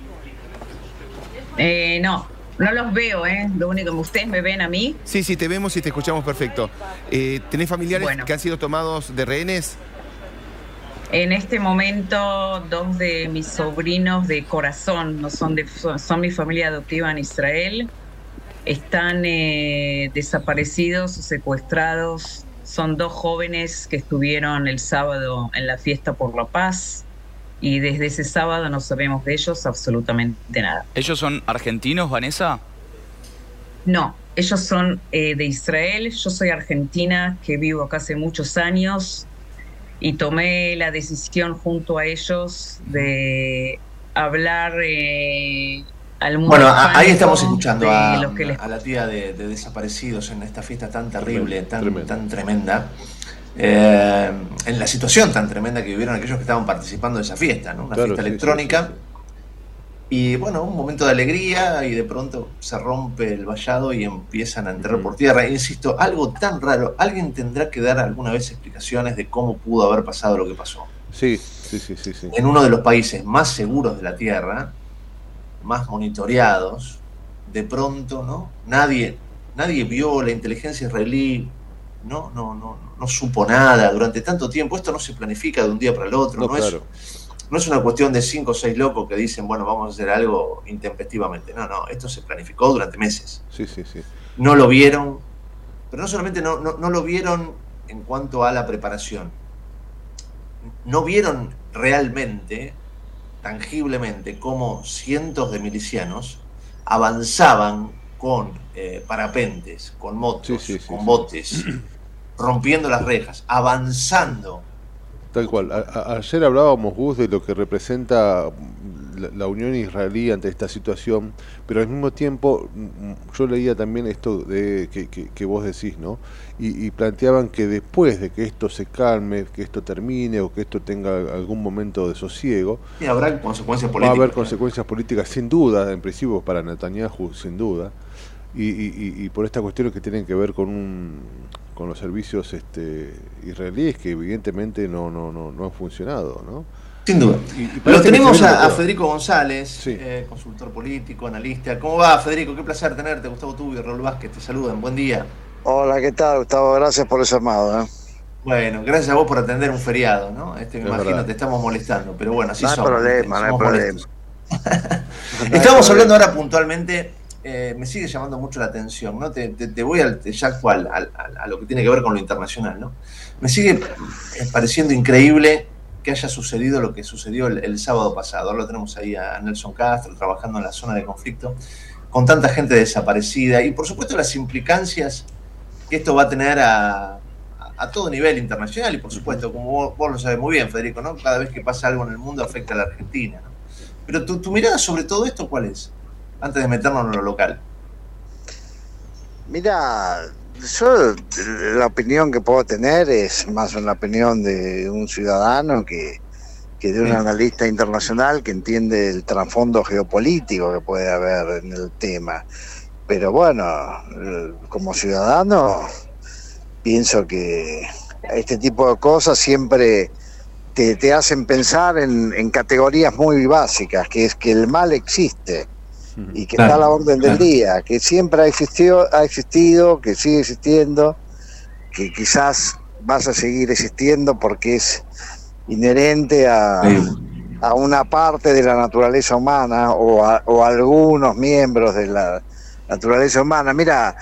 No los veo, Lo único que ustedes me ven a mí. Sí, te vemos y te escuchamos perfecto. ¿Tenés familiares que han sido tomados de rehenes? En este momento, 2 de mis sobrinos de corazón, son mi familia adoptiva en Israel, están desaparecidos o secuestrados. Son 2 jóvenes que estuvieron el sábado en la fiesta por la paz y desde ese sábado no sabemos de ellos absolutamente nada. ¿Ellos son argentinos, Vanessa? No, ellos son de Israel. Yo soy argentina, que vivo acá hace muchos años. Y tomé la decisión junto a ellos de hablar al mundo. Bueno, ahí estamos escuchando a la tía de desaparecidos en esta fiesta tan terrible, tan tremenda. En la situación tan tremenda que vivieron aquellos que estaban participando de esa fiesta, ¿no? Una fiesta electrónica. Sí. Y bueno, un momento de alegría y de pronto se rompe el vallado y empiezan a entrar por tierra. Insisto, algo tan raro. Alguien tendrá que dar alguna vez explicaciones de cómo pudo haber pasado lo que pasó. Sí. En uno de los países más seguros de la Tierra, más monitoreados, de pronto, ¿no? Nadie vio, la inteligencia israelí no supo nada durante tanto tiempo. Esto no se planifica de un día para el otro. No es una cuestión de 5 o 6 locos que dicen, bueno, vamos a hacer algo intempestivamente. No, esto se planificó durante meses. Sí. No lo vieron, pero no solamente no lo vieron en cuanto a la preparación. No vieron realmente, tangiblemente, cómo cientos de milicianos avanzaban con parapentes, con motos, con botes, rompiendo las rejas, avanzando. Tal cual. Ayer hablábamos, Gus, de lo que representa la Unión Israelí ante esta situación, pero al mismo tiempo yo leía también esto de que vos decís, ¿no? Y planteaban que después de que esto se calme, que esto termine o que esto tenga algún momento de sosiego, y habrá consecuencias políticas. Va a haber consecuencias políticas, sin duda, en principio para Netanyahu, sin duda, y por estas cuestiones que tienen que ver con los servicios israelíes, que evidentemente no han funcionado, ¿no? Sin duda. Lo tenemos a Federico González, sí. Consultor político, analista. ¿Cómo va, Federico? Qué placer tenerte. Gustavo Tubio y Raúl Vázquez te saludan. Buen día. Hola, ¿qué tal, Gustavo? Gracias por el llamado. Bueno, gracias a vos por atender un feriado, ¿no? Me imagino verdad. Te estamos molestando, pero bueno, así somos. No hay problema. Estamos hablando ahora puntualmente. Me sigue llamando mucho la atención, ¿no? Te voy ya actual, a lo que tiene que ver con lo internacional, ¿no? Me sigue pareciendo increíble que haya sucedido lo que sucedió el sábado pasado. Ahora lo tenemos ahí a Nelson Castro trabajando en la zona de conflicto, con tanta gente desaparecida y por supuesto las implicancias que esto va a tener a todo nivel internacional y por supuesto, como vos lo sabés muy bien, Federico, ¿no? Cada vez que pasa algo en el mundo afecta a la Argentina, ¿no? Pero tu mirada sobre todo esto, ¿cuál es? Antes de meternos en lo local. Mira, yo la opinión que puedo tener es más una opinión de un ciudadano que de un analista internacional que entiende el trasfondo geopolítico que puede haber en el tema. Pero bueno, como ciudadano pienso que este tipo de cosas siempre te hacen pensar en categorías muy básicas, que es que el mal existe y que está a la orden del día, que siempre ha existido, que sigue existiendo, que quizás vas a seguir existiendo porque es inherente a una parte de la naturaleza humana o a algunos miembros de la naturaleza humana. Mira,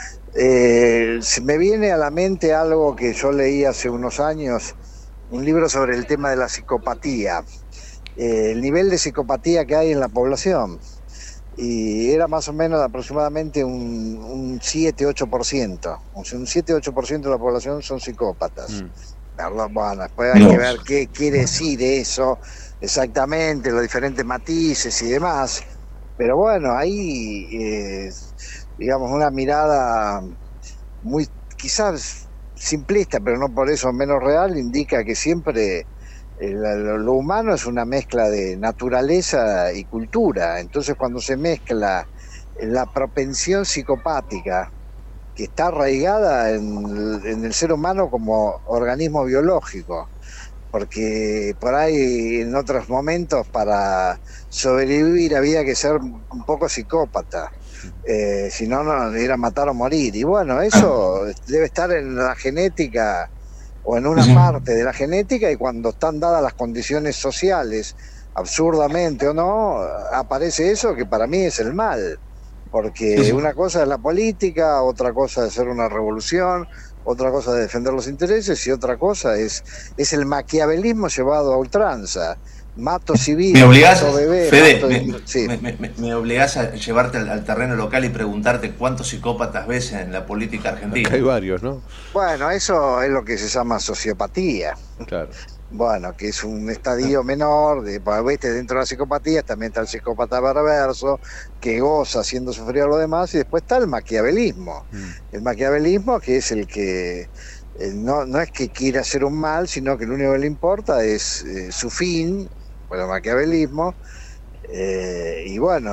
se me viene a la mente algo que yo leí hace unos años, un libro sobre el tema de la psicopatía, el nivel de psicopatía que hay en la población. Y era más o menos aproximadamente un 7-8%. O sea, un 7-8% de la población son psicópatas. Bueno, después hay que ver qué quiere decir eso exactamente, los diferentes matices y demás. Pero bueno, ahí, digamos, una mirada muy, quizás simplista, pero no por eso menos real, indica que siempre lo humano es una mezcla de naturaleza y cultura. Entonces cuando se mezcla la propensión psicopática que está arraigada en el ser humano como organismo biológico, porque por ahí en otros momentos para sobrevivir había que ser un poco psicópata, si no era matar o morir, y bueno, eso debe estar en la genética o en una parte de la genética, y cuando están dadas las condiciones sociales, absurdamente o no, aparece eso que para mí es el mal, porque una cosa es la política, otra cosa es hacer una revolución, otra cosa es defender los intereses, y otra cosa es el maquiavelismo llevado a ultranza. Mato civil, me obligás, mato bebé, Fede, me obligás a llevarte al terreno local y preguntarte cuántos psicópatas ves en la política argentina. Acá hay varios, ¿no? Bueno, eso es lo que se llama sociopatía. Claro. Bueno, que es un estadio menor, viste, dentro de la psicopatía también está el psicópata perverso, que goza haciendo sufrir a los demás, y después está el maquiavelismo. El maquiavelismo, que es el que no es que quiera hacer un mal, sino que lo único que le importa es su fin, por el maquiavelismo, y bueno,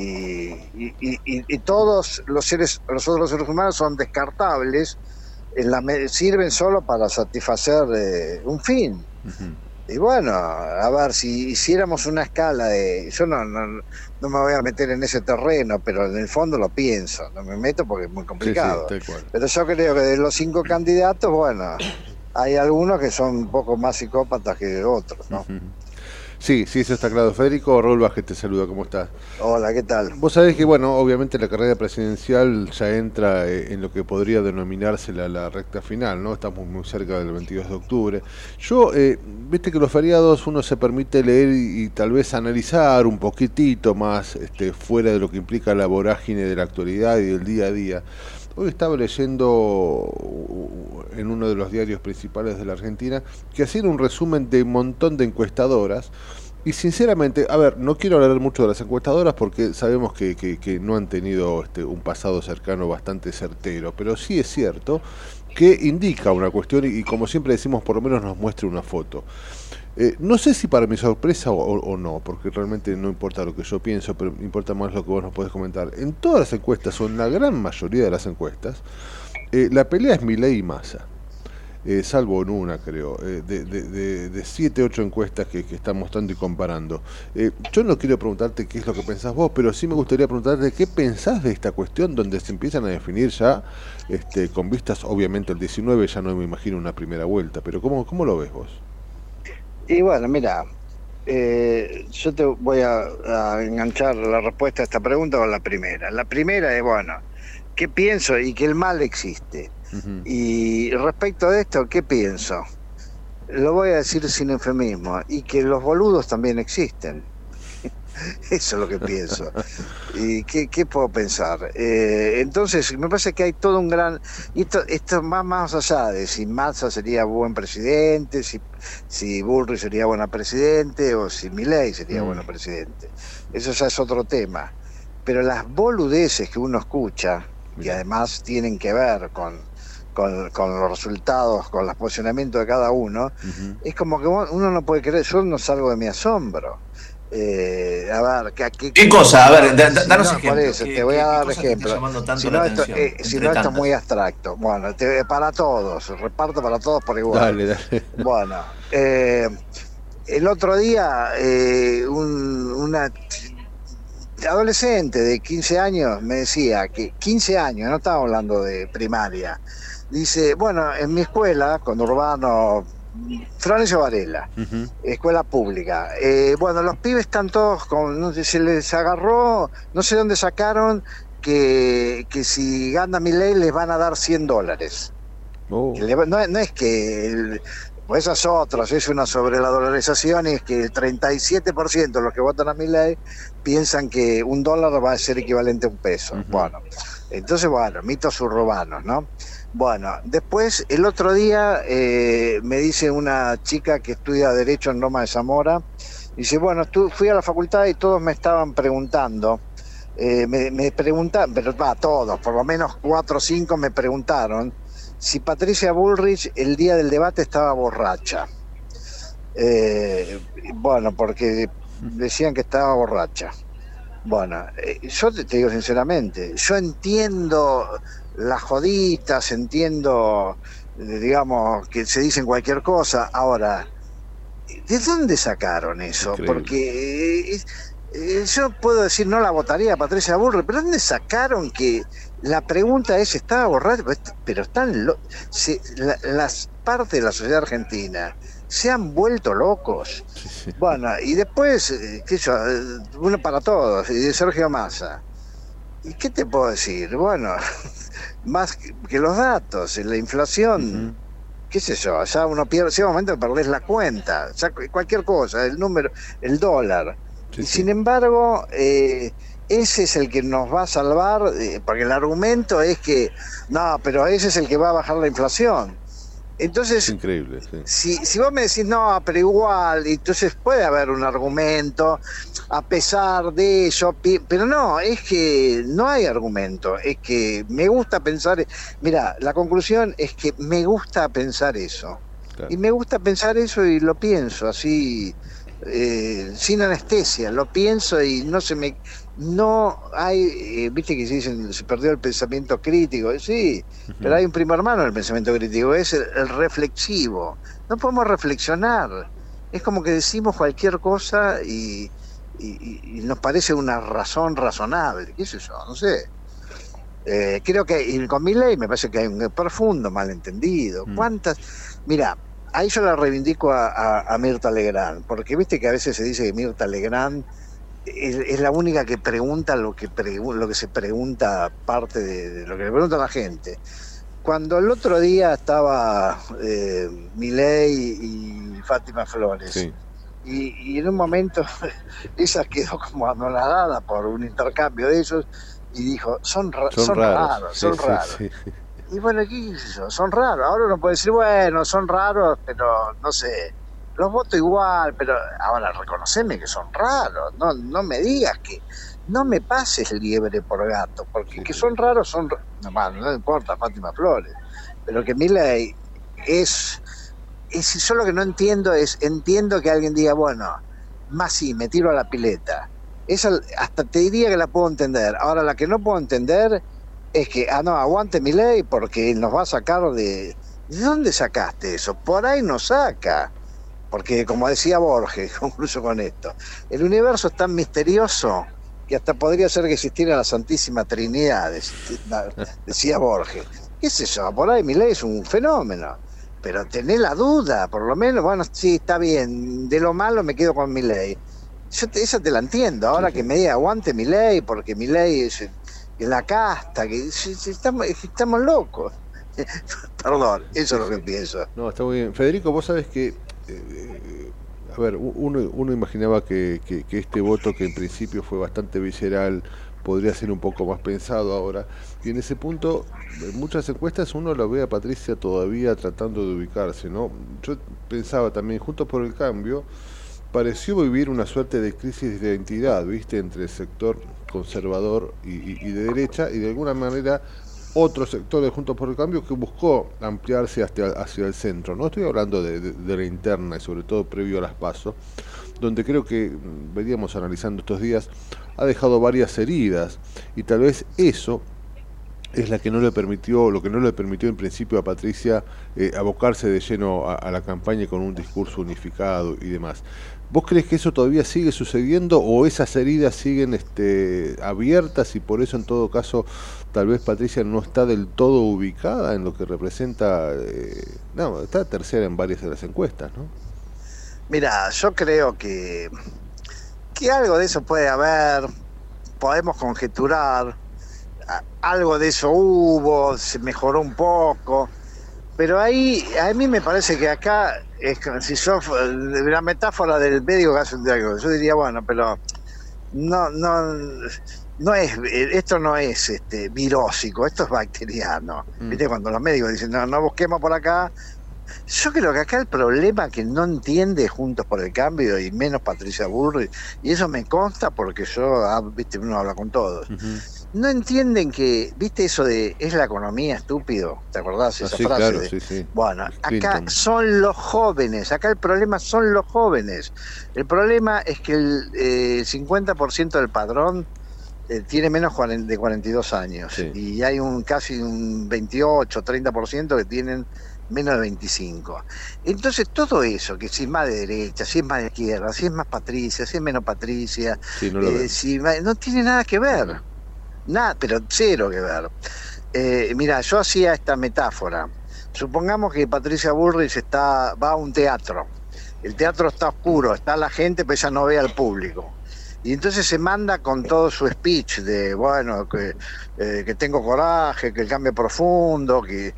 y todos los otros seres humanos son descartables, sirven solo para satisfacer un fin. Y bueno, a ver, si hiciéramos una escala yo no me voy a meter en ese terreno, pero en el fondo lo pienso, no me meto porque es muy complicado. Sí, pero yo creo que de los 5 candidatos, bueno, hay algunos que son un poco más psicópatas que otros, ¿no? Sí, eso está claro. Federico, Raúl Vázquez te saluda, ¿cómo estás? Hola, ¿qué tal? Vos sabés que, bueno, obviamente la carrera presidencial ya entra en lo que podría denominarse la recta final, ¿no? Estamos muy cerca del 22 de octubre. Yo, viste que los feriados uno se permite leer y tal vez analizar un poquitito más fuera de lo que implica la vorágine de la actualidad y del día a día. Hoy estaba leyendo en uno de los diarios principales de la Argentina que hacían un resumen de un montón de encuestadoras. Y sinceramente, a ver, no quiero hablar mucho de las encuestadoras porque sabemos que no han tenido un pasado cercano bastante certero, pero sí es cierto que indica una cuestión y como siempre decimos, por lo menos nos muestra una foto. No sé si para mi sorpresa o no, porque realmente no importa lo que yo pienso, pero importa más lo que vos nos podés comentar. En todas las encuestas, o en la gran mayoría de las encuestas, la pelea es Milei y Massa. Salvo en una, creo, de 7, 8 encuestas que están mostrando y comparando. Yo no quiero preguntarte qué es lo que pensás vos, pero sí me gustaría preguntarte qué pensás de esta cuestión donde se empiezan a definir ya, con vistas, obviamente el 19, ya no me imagino una primera vuelta, pero ¿cómo lo ves vos? Y bueno, mira, yo te voy a enganchar la respuesta a esta pregunta con la primera. La primera es, bueno, ¿qué pienso? Y que el mal existe. Y respecto de esto, ¿qué pienso? Lo voy a decir sin eufemismo, y que los boludos también existen. Eso es lo que pienso. ¿Y qué puedo pensar? Entonces, me parece que hay todo un gran... Esto más allá de si Massa sería buen presidente, si Bullrich sería buena presidente, o si Milei sería bueno presidente. Eso ya es otro tema. Pero las boludeces que uno escucha, y además tienen que ver con los resultados, con los posicionamientos de cada uno, es como que uno no puede creer. Yo no salgo de mi asombro. A ver, ¿qué cosa? A ver, danos ejemplos. Por eso, te voy a dar ejemplos. Si no, esto es muy abstracto. Bueno, para todos, reparto para todos por igual. Dale. Bueno, el otro día, una adolescente de 15 años me decía que 15 años, no estaba hablando de primaria, dice, bueno, en mi escuela, con Urbano, Florencio Varela, escuela pública, bueno, los pibes están todos se les agarró, no sé dónde sacaron que si gana Milei les van a dar $100. No es que pues esas otras, es una sobre la dolarización, y es que el 37% de los que votan a Milei piensan que $1 va a ser equivalente a $1. Bueno, entonces, mitos urbanos, ¿no? Bueno, después, el otro día me dice una chica que estudia Derecho en Loma de Zamora, dice, bueno, fui a la facultad y todos me estaban preguntando, me preguntan, pero todos, por lo menos 4 o 5 me preguntaron si Patricia Bullrich el día del debate estaba borracha. Bueno, porque decían que estaba borracha. Bueno, yo te digo sinceramente, yo entiendo las joditas, entiendo, digamos, que se dicen cualquier cosa. Ahora, ¿de dónde sacaron eso? Increíble. Porque yo puedo decir, no la votaría a Patricia Bullrich, pero ¿dónde sacaron que la pregunta es, ¿estaba borracha? Pero las partes de la sociedad argentina se han vuelto locos. Bueno, y después, uno para todos, y de Sergio Massa. ¿Y qué te puedo decir? Bueno, más que los datos, la inflación, qué sé yo, ya uno pierde, llega un momento que perdés la cuenta, ya cualquier cosa, el número, el dólar. Sin embargo, ese es el que nos va a salvar, porque el argumento es que, no, pero ese es el que va a bajar la inflación. Entonces, es increíble, sí. Si vos me decís, no, pero igual, entonces puede haber un argumento a pesar de eso, pero no, es que no hay argumento, es que me gusta pensar, mira, la conclusión es que me gusta pensar eso, claro. Y me gusta pensar eso y lo pienso así, sin anestesia, lo pienso y no hay, viste que se dicen, se perdió el pensamiento crítico, sí, pero hay un primo hermano del pensamiento crítico, es el reflexivo. No podemos reflexionar, es como que decimos cualquier cosa y nos parece una razón razonable, qué sé yo, no sé. Creo que con Milei me parece que hay un profundo malentendido. Mira, ahí yo la reivindico a Mirta Legrand, porque viste que a veces se dice que Mirta Legrand es la única que pregunta lo que se pregunta, parte de lo que le pregunta la gente. Cuando el otro día estaba Milei y Fátima Flores, sí. Y en un momento ella quedó como anonadada por un intercambio de ellos, y dijo, son raros. Sí. Y bueno, ¿qué es eso? Son raros. Ahora uno puede decir, bueno, son raros, pero no sé, los voto igual, pero ahora reconoceme que son raros. No me digas que, no me pases liebre por gato, porque que son raros, son no importa, Fátima Flores, pero que Milei es yo lo que no entiendo entiendo que alguien diga, bueno, más sí, me tiro a la pileta. Esa hasta te diría que la puedo entender. Ahora la que no puedo entender es que, no, aguante Milei porque nos va a sacar ¿de dónde sacaste eso? Por ahí nos saca. Porque como decía Borges, concluyo con esto, el universo es tan misterioso que hasta podría ser que existiera la Santísima Trinidad, decía Borges. ¿Qué es eso? Por ahí Milei es un fenómeno. Pero tené la duda, por lo menos, bueno, sí, está bien, de lo malo me quedo con Milei. Esa te la entiendo, ahora que me diga aguante Milei, porque Milei es la casta, que estamos locos. Perdón, eso es lo que pienso. No, está muy bien. Federico, vos sabés que, a ver, uno imaginaba que este voto, que en principio fue bastante visceral, podría ser un poco más pensado ahora, y en ese punto, en muchas encuestas uno lo ve a Patricia todavía tratando de ubicarse, ¿no? Yo pensaba también, Juntos por el Cambio pareció vivir una suerte de crisis de identidad, ¿viste?, entre el sector conservador y de derecha, y de alguna manera otro sector de Juntos por el Cambio que buscó ampliarse hacia el centro. No estoy hablando de la interna y sobre todo previo a las PASO, donde creo que veníamos analizando estos días, ha dejado varias heridas, y tal vez eso es lo que no le permitió en principio a Patricia abocarse de lleno a la campaña con un discurso unificado y demás. ¿Vos crees que eso todavía sigue sucediendo o esas heridas siguen abiertas y por eso en todo caso tal vez Patricia no está del todo ubicada en lo que representa? Está tercera en varias de las encuestas, ¿no? Mira, yo creo que algo de eso puede haber, podemos conjeturar, algo de eso hubo, se mejoró un poco, pero ahí a mí me parece que acá si sos la metáfora del médico que hace un diálogo, yo diría, bueno, pero no es, esto no es virósico, esto es bacteriano. ¿Viste? Cuando los médicos dicen, no busquemos por acá. Yo creo que acá el problema que no entiende Juntos por el Cambio y menos Patricia Bullrich, y eso me consta porque yo, viste, uno habla con todos. No entienden que, viste eso de es la economía, estúpido, ¿te acordás esa frase? Claro, de, sí. Bueno, acá Clinton. son los jóvenes, acá el problema son los jóvenes. El problema es que el 50% del padrón tiene menos de 42 años, y hay casi un 28, 30% que tienen menos de 25. Entonces todo eso, que si es más de derecha, si es más de izquierda, si es más Patricia, si es menos Patricia, no tiene nada que ver. Nada, pero cero que ver. Mira, yo hacía esta metáfora. Supongamos que Patricia Bullrich va a un teatro. El teatro está oscuro, está la gente, pero ella no ve al público. Y entonces se manda con todo su speech de, bueno, que tengo coraje, que el cambio es profundo, que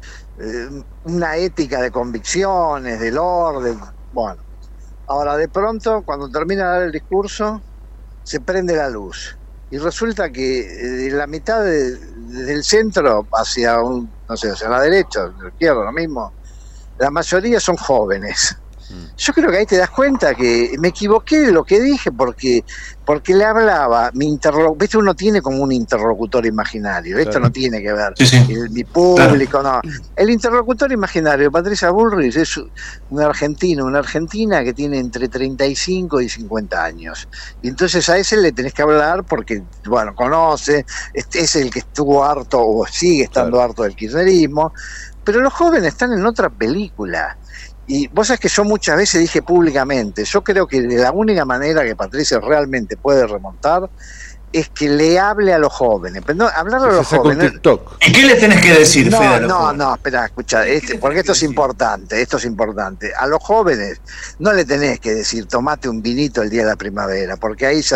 una ética de convicciones, del orden. Bueno, ahora de pronto, cuando termina de dar el discurso, se prende la luz. Y resulta que de la mitad del centro hacia hacia la derecha, hacia la izquierda, lo mismo, la mayoría son jóvenes. Yo creo que ahí te das cuenta que me equivoqué de lo que dije porque le hablaba viste, uno tiene como un interlocutor imaginario, esto no tiene que ver mi público, no. El interlocutor imaginario de Patricia Bullrich es una argentina que tiene entre 35 y 50 años, y entonces a ese le tenés que hablar porque, bueno, conoce, es el que estuvo harto o sigue estando harto del kirchnerismo, pero los jóvenes están en otra película. Y vos sabés que yo muchas veces dije públicamente, yo creo que la única manera que Patricia realmente puede remontar es que le hable a los jóvenes. Pero no, hablarle a los jóvenes. ¿Y qué le tenés que decir, Fede? No, espera, escucha, porque esto es importante, A los jóvenes no le tenés que decir, tomate un vinito el día de la primavera, porque ahí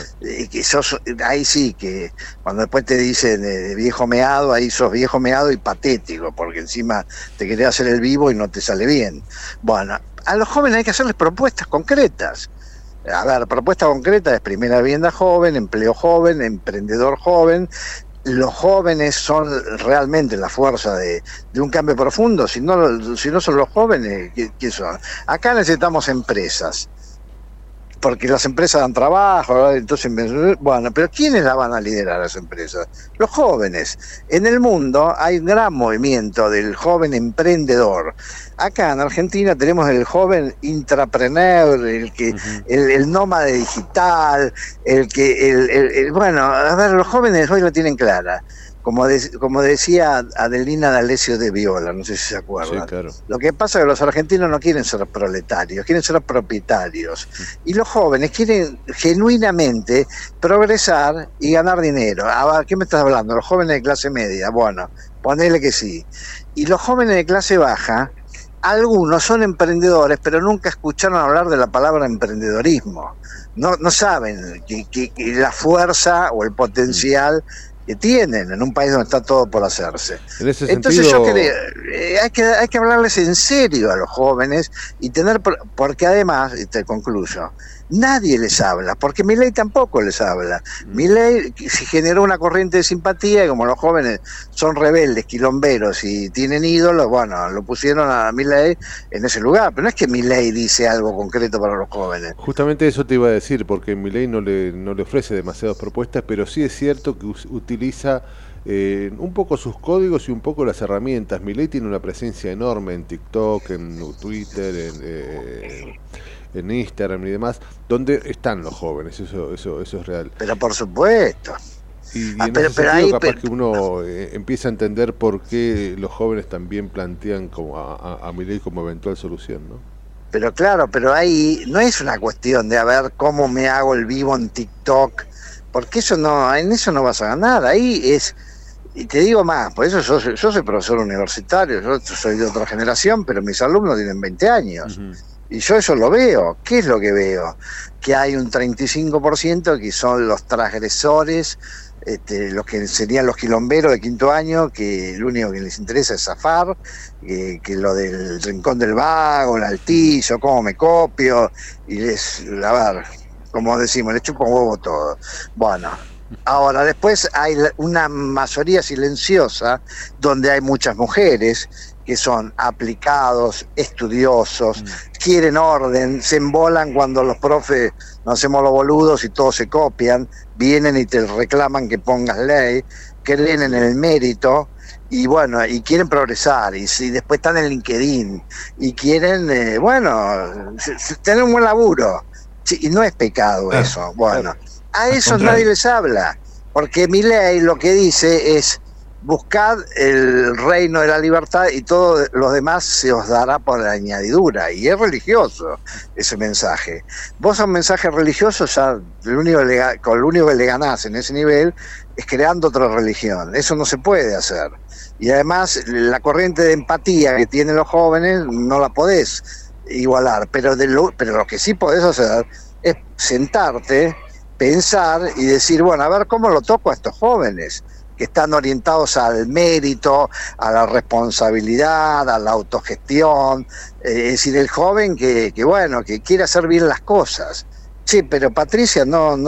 ahí sí que cuando después te dicen viejo meado, ahí sos viejo meado y patético, porque encima te querés hacer el vivo y no te sale bien. Bueno, a los jóvenes hay que hacerles propuestas concretas. A ver, propuesta concreta es primera vivienda joven, empleo joven, emprendedor joven, los jóvenes son realmente la fuerza de un cambio profundo. Si no son los jóvenes, ¿qué son? Acá necesitamos empresas, porque las empresas dan trabajo, ¿verdad? Entonces, bueno, pero ¿quiénes la van a liderar las empresas? Los jóvenes. En el mundo hay un gran movimiento del joven emprendedor. Acá en Argentina tenemos el joven intrapreneur, el nómade digital, bueno, a ver, los jóvenes hoy lo tienen clara. Como decía Adelina D'Alessio de Viola, no sé si se acuerdan. Sí, claro. Lo que pasa es que los argentinos no quieren ser proletarios, quieren ser propietarios. Y los jóvenes quieren genuinamente progresar y ganar dinero. ¿Qué me estás hablando? Los jóvenes de clase media. Bueno, ponele que sí. Y los jóvenes de clase baja, algunos son emprendedores, pero nunca escucharon hablar de la palabra emprendedorismo. No saben que la fuerza o el potencial que tienen en un país donde está todo por hacerse. Entonces yo creo hay que hablarles en serio a los jóvenes y porque además, y te concluyo, nadie les habla, porque Milei tampoco les habla. Milei generó una corriente de simpatía y como los jóvenes son rebeldes, quilomberos y tienen ídolos, bueno, lo pusieron a Milei en ese lugar, pero no es que Milei dice algo concreto para los jóvenes. Justamente eso te iba a decir, porque Milei no le ofrece demasiadas propuestas, pero sí es cierto que utiliza un poco sus códigos y un poco las herramientas. Milei tiene una presencia enorme en TikTok, en Twitter, en Instagram y demás, donde están los jóvenes, eso es real. Pero por supuesto. Y en ese sentido, capaz que uno empieza a entender por qué los jóvenes también plantean como a Milei como eventual solución, ¿no? Pero claro, pero ahí no es una cuestión de a ver cómo me hago el vivo en TikTok, porque en eso no vas a ganar. Ahí es, y te digo más, por eso yo soy profesor universitario, yo soy de otra generación, pero mis alumnos tienen 20 años. Y yo eso lo veo. ¿Qué es lo que veo? Que hay un 35% que son los transgresores, los que serían los quilomberos de quinto año, que lo único que les interesa es zafar, que lo del rincón del vago, el altillo, cómo me copio, y a ver, como decimos, le chupo un huevo todo. Bueno, ahora después hay una mayoría silenciosa donde hay muchas mujeres que son aplicados, estudiosos, quieren orden, se embolan cuando los profes nos hacemos los boludos y todos se copian, vienen y te reclaman que pongas ley, creen en el mérito y bueno, y quieren progresar, y después están en LinkedIn y quieren, tener un buen laburo. Sí, y no es pecado eso. Bueno, a esos nadie les habla, porque Milei lo que dice es: buscad el reino de la libertad y todo lo demás se os dará por añadidura. Y es religioso ese mensaje. Vos a un mensaje religioso ya lo único que le ganás en ese nivel es creando otra religión. Eso no se puede hacer. Y además la corriente de empatía que tienen los jóvenes no la podés igualar. Pero lo que sí podés hacer es sentarte, pensar y decir, bueno, a ver cómo lo toco a estos jóvenes que están orientados al mérito, a la responsabilidad, a la autogestión, es decir, el joven que quiere hacer bien las cosas. Sí, pero Patricia,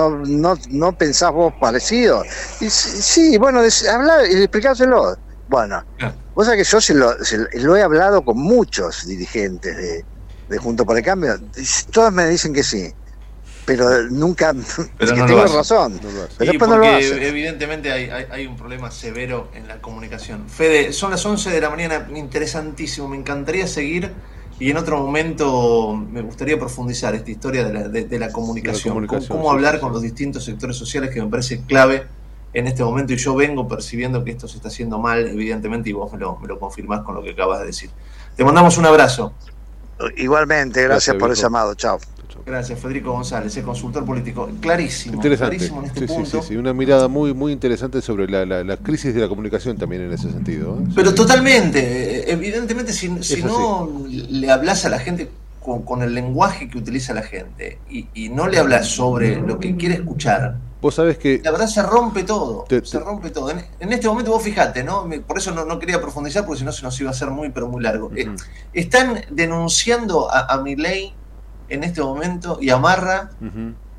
no pensás vos parecido. Y, sí, bueno, hablar y explicárselo. Bueno, vos sabés que yo lo he hablado con muchos dirigentes de Juntos por el Cambio, todos me dicen que sí. Pero nunca, pero es que tengo razón. Pero después no lo hacen. Evidentemente hay un problema severo en la comunicación. Fede, son las 11 de la mañana, interesantísimo, me encantaría seguir y en otro momento me gustaría profundizar esta historia de la comunicación. Cómo hablar con los distintos sectores sociales, que me parece clave en este momento, y yo vengo percibiendo que esto se está haciendo mal, evidentemente, y vos me lo confirmás con lo que acabas de decir. Te mandamos un abrazo. Igualmente, gracias por el llamado, chao. Gracias, Federico González, el consultor político. Clarísimo en este punto. Sí, una mirada muy, muy interesante sobre la crisis de la comunicación también en ese sentido, ¿eh? Pero totalmente, evidentemente si no le hablas a la gente con el lenguaje que utiliza la gente y no le hablas sobre lo que quiere escuchar, vos sabés que la verdad se rompe todo, se rompe todo. En este momento vos fijate, ¿no? Por eso no quería profundizar, porque si no se nos iba a hacer muy largo. Están denunciando a Milei en este momento y amarra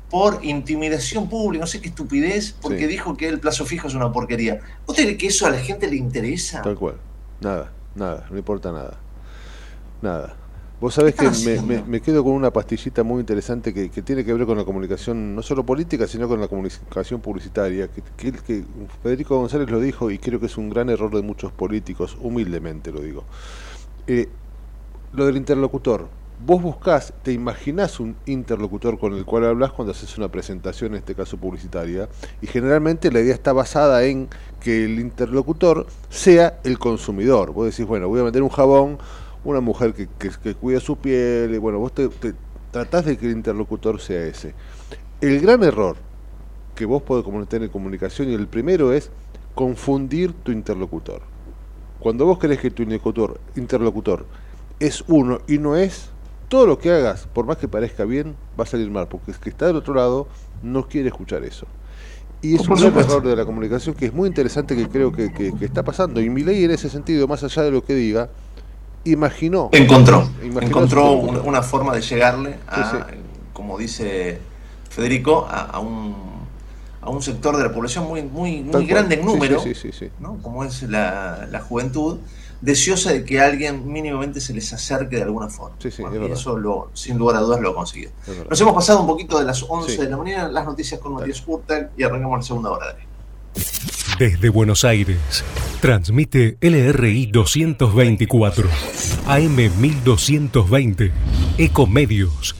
por intimidación pública, no sé qué estupidez, porque dijo que el plazo fijo es una porquería. ¿Vos crees que eso a la gente le interesa? Tal cual. Nada, no importa nada. Vos sabés que me quedo con una pastillita muy interesante que tiene que ver con la comunicación, no solo política, sino con la comunicación publicitaria, que Federico González lo dijo y creo que es un gran error de muchos políticos, humildemente lo digo. Lo del interlocutor. Vos buscás, te imaginás un interlocutor con el cual hablas cuando haces una presentación, en este caso publicitaria, y generalmente la idea está basada en que el interlocutor sea el consumidor. Vos decís, bueno, voy a vender un jabón, una mujer que cuida su piel, y bueno, vos te tratás de que el interlocutor sea ese. El gran error que vos podés tener en comunicación, y el primero es confundir tu interlocutor. Cuando vos querés que tu interlocutor es uno y no es, todo lo que hagas, por más que parezca bien, va a salir mal, porque el que está del otro lado no quiere escuchar eso. Y es un gran error de la comunicación que es muy interesante, que creo que está pasando. Y Milei, en ese sentido, más allá de lo que diga, encontró una forma de llegarle a, como dice Federico, a un sector de la población muy grande en número, ¿no? Como es la juventud, deseosa de que alguien mínimamente se les acerque de alguna forma. Y eso sin lugar a dudas lo ha conseguido. Nos hemos pasado un poquito de las 11 de la mañana, las noticias con Matías Urtag, y arrancamos la segunda hora. Desde Buenos Aires, transmite LRI 224, AM 1220, Ecomedios.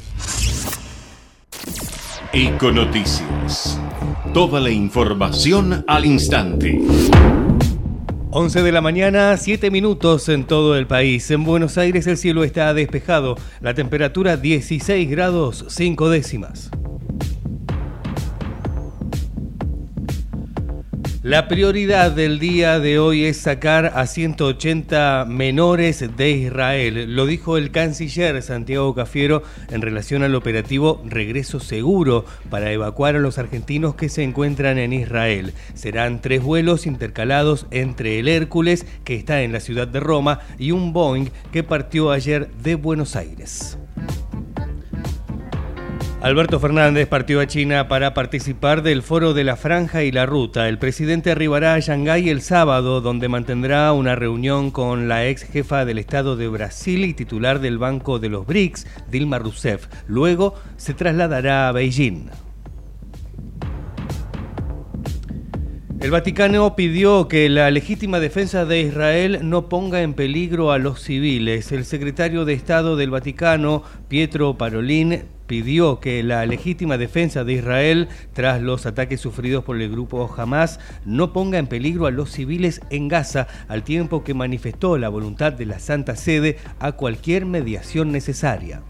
Econoticias. Toda la información al instante. 11 de la mañana, 7 minutos en todo el país. En Buenos Aires el cielo está despejado. La temperatura 16 grados 5 décimas. La prioridad del día de hoy es sacar a 180 menores de Israel. Lo dijo el canciller Santiago Cafiero en relación al operativo Regreso Seguro para evacuar a los argentinos que se encuentran en Israel. Serán 3 vuelos intercalados entre el Hércules, que está en la ciudad de Roma, y un Boeing que partió ayer de Buenos Aires. Alberto Fernández partió a China para participar del Foro de la Franja y la Ruta. El presidente arribará a Shanghái el sábado, donde mantendrá una reunión con la ex jefa del Estado de Brasil y titular del Banco de los BRICS, Dilma Rousseff. Luego se trasladará a Beijing. El Vaticano pidió que la legítima defensa de Israel no ponga en peligro a los civiles. El secretario de Estado del Vaticano, Pietro Parolin, pidió que la legítima defensa de Israel, tras los ataques sufridos por el grupo Hamas, no ponga en peligro a los civiles en Gaza, al tiempo que manifestó la voluntad de la Santa Sede a cualquier mediación necesaria.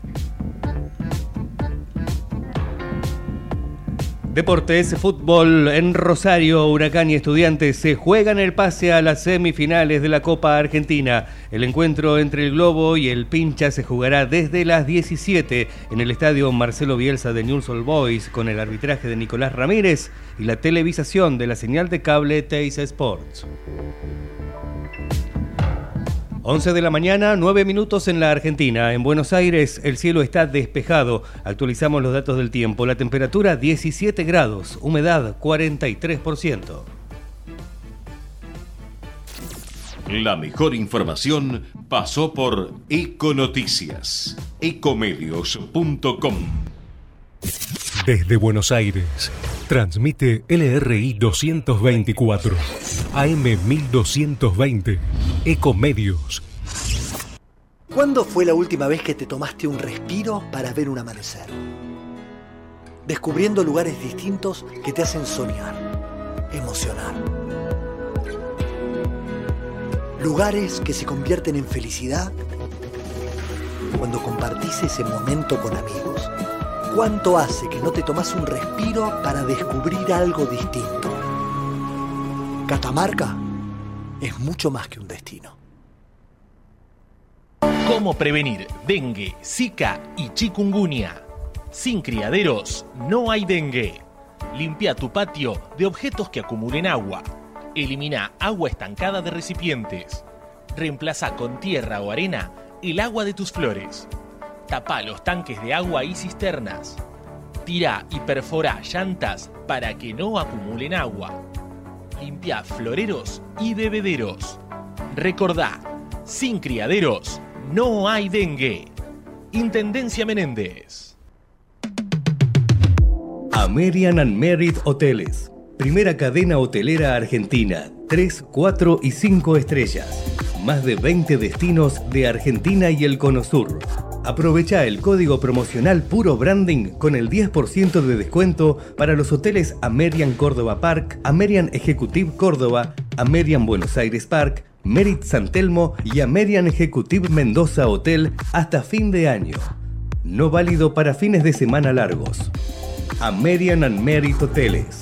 Deportes, fútbol en Rosario, Huracán y Estudiantes se juegan el pase a las semifinales de la Copa Argentina. El encuentro entre el Globo y el Pincha se jugará desde las 17 en el estadio Marcelo Bielsa de Newell's Old Boys, con el arbitraje de Nicolás Ramírez y la televisación de la señal de cable Teis Sports. 11 de la mañana, 9 minutos en la Argentina. En Buenos Aires el cielo está despejado. Actualizamos los datos del tiempo. La temperatura 17 grados, humedad 43%. La mejor información pasó por Econoticias. Ecomedios.com. Desde Buenos Aires, transmite LRI 224, AM 1220, Ecomedios. ¿Cuándo fue la última vez que te tomaste un respiro para ver un amanecer? Descubriendo lugares distintos que te hacen soñar, emocionar. Lugares que se convierten en felicidad cuando compartís ese momento con amigos. ¿Cuánto hace que no te tomás un respiro para descubrir algo distinto? Catamarca es mucho más que un destino. ¿Cómo prevenir dengue, zika y chikungunya? Sin criaderos no hay dengue. Limpia tu patio de objetos que acumulen agua. Elimina agua estancada de recipientes. Reemplaza con tierra o arena el agua de tus flores. Tapa los tanques de agua y cisternas. Tirá y perforá llantas para que no acumulen agua. Limpiá floreros y bebederos. Recordá, sin criaderos no hay dengue. Intendencia Menéndez. American and Merit Hoteles. Primera cadena hotelera argentina. 3, 4 y 5 estrellas. Más de 20 destinos de Argentina y el Cono Sur. Aprovecha el código promocional Puro Branding con el 10% de descuento para los hoteles American Córdoba Park, American Executive Córdoba, American Buenos Aires Park, Merit San Telmo y American Executive Mendoza Hotel hasta fin de año. No válido para fines de semana largos. American and Merit Hoteles.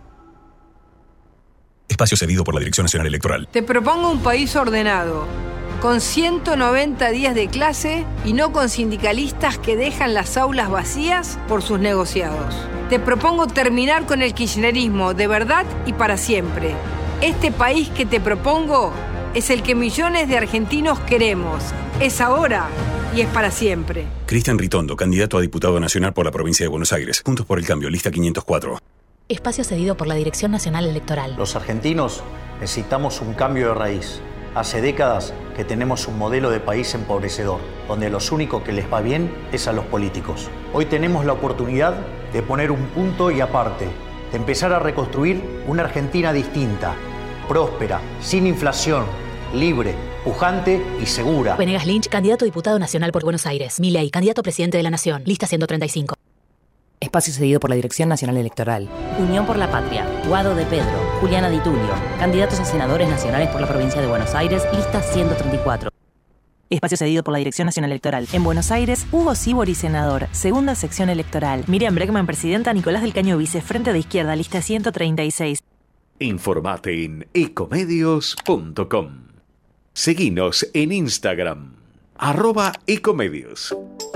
Espacio cedido por la Dirección Nacional Electoral. Te propongo un país ordenado, con 190 días de clase y no con sindicalistas que dejan las aulas vacías por sus negociados. Te propongo terminar con el kirchnerismo de verdad y para siempre. Este país que te propongo es el que millones de argentinos queremos. Es ahora y es para siempre. Cristian Ritondo, candidato a diputado nacional por la provincia de Buenos Aires. Juntos por el Cambio, lista 504. Espacio cedido por la Dirección Nacional Electoral. Los argentinos necesitamos un cambio de raíz. Hace décadas que tenemos un modelo de país empobrecedor, donde lo único que les va bien es a los políticos. Hoy tenemos la oportunidad de poner un punto y aparte, de empezar a reconstruir una Argentina distinta, próspera, sin inflación, libre, pujante y segura. Venegas Lynch, candidato a diputado nacional por Buenos Aires. Milei, candidato a presidente de la Nación. Lista 135. Espacio cedido por la Dirección Nacional Electoral. Unión por la Patria, Guado de Pedro, Juliana Di Tulio, candidatos a senadores nacionales por la provincia de Buenos Aires, lista 134. Espacio cedido por la Dirección Nacional Electoral. En Buenos Aires, Hugo Sibori, senador, segunda sección electoral. Miriam Bregman, presidenta. Nicolás del Caño, vice, frente de izquierda, lista 136. Informate en ecomedios.com. Seguinos en Instagram, @ecomedios.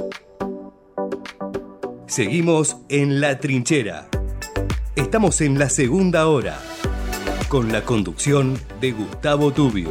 Seguimos en La Trinchera. Estamos en la segunda hora, con la conducción de Gustavo Tubio.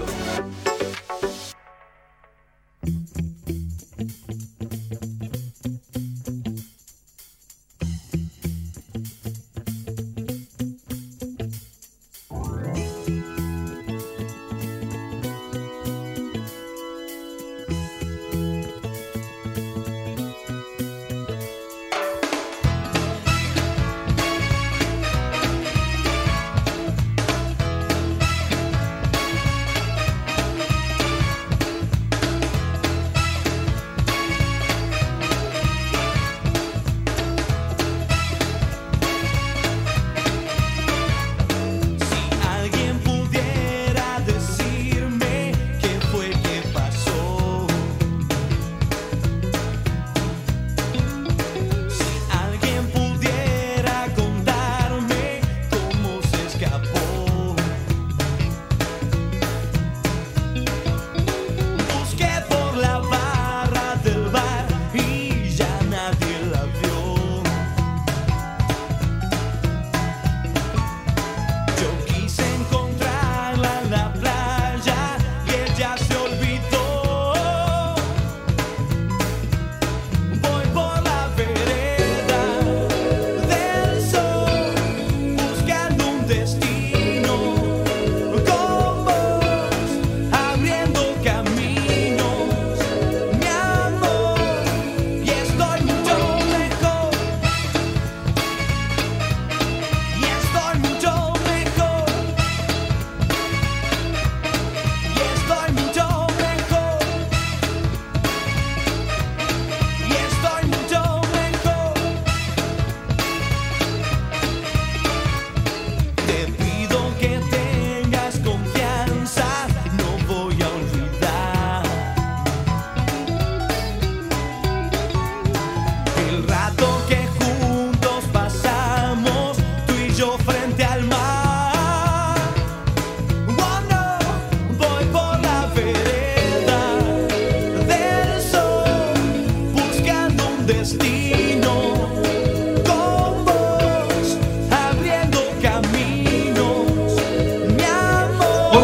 destino, con vos, abriendo caminos, mi amor.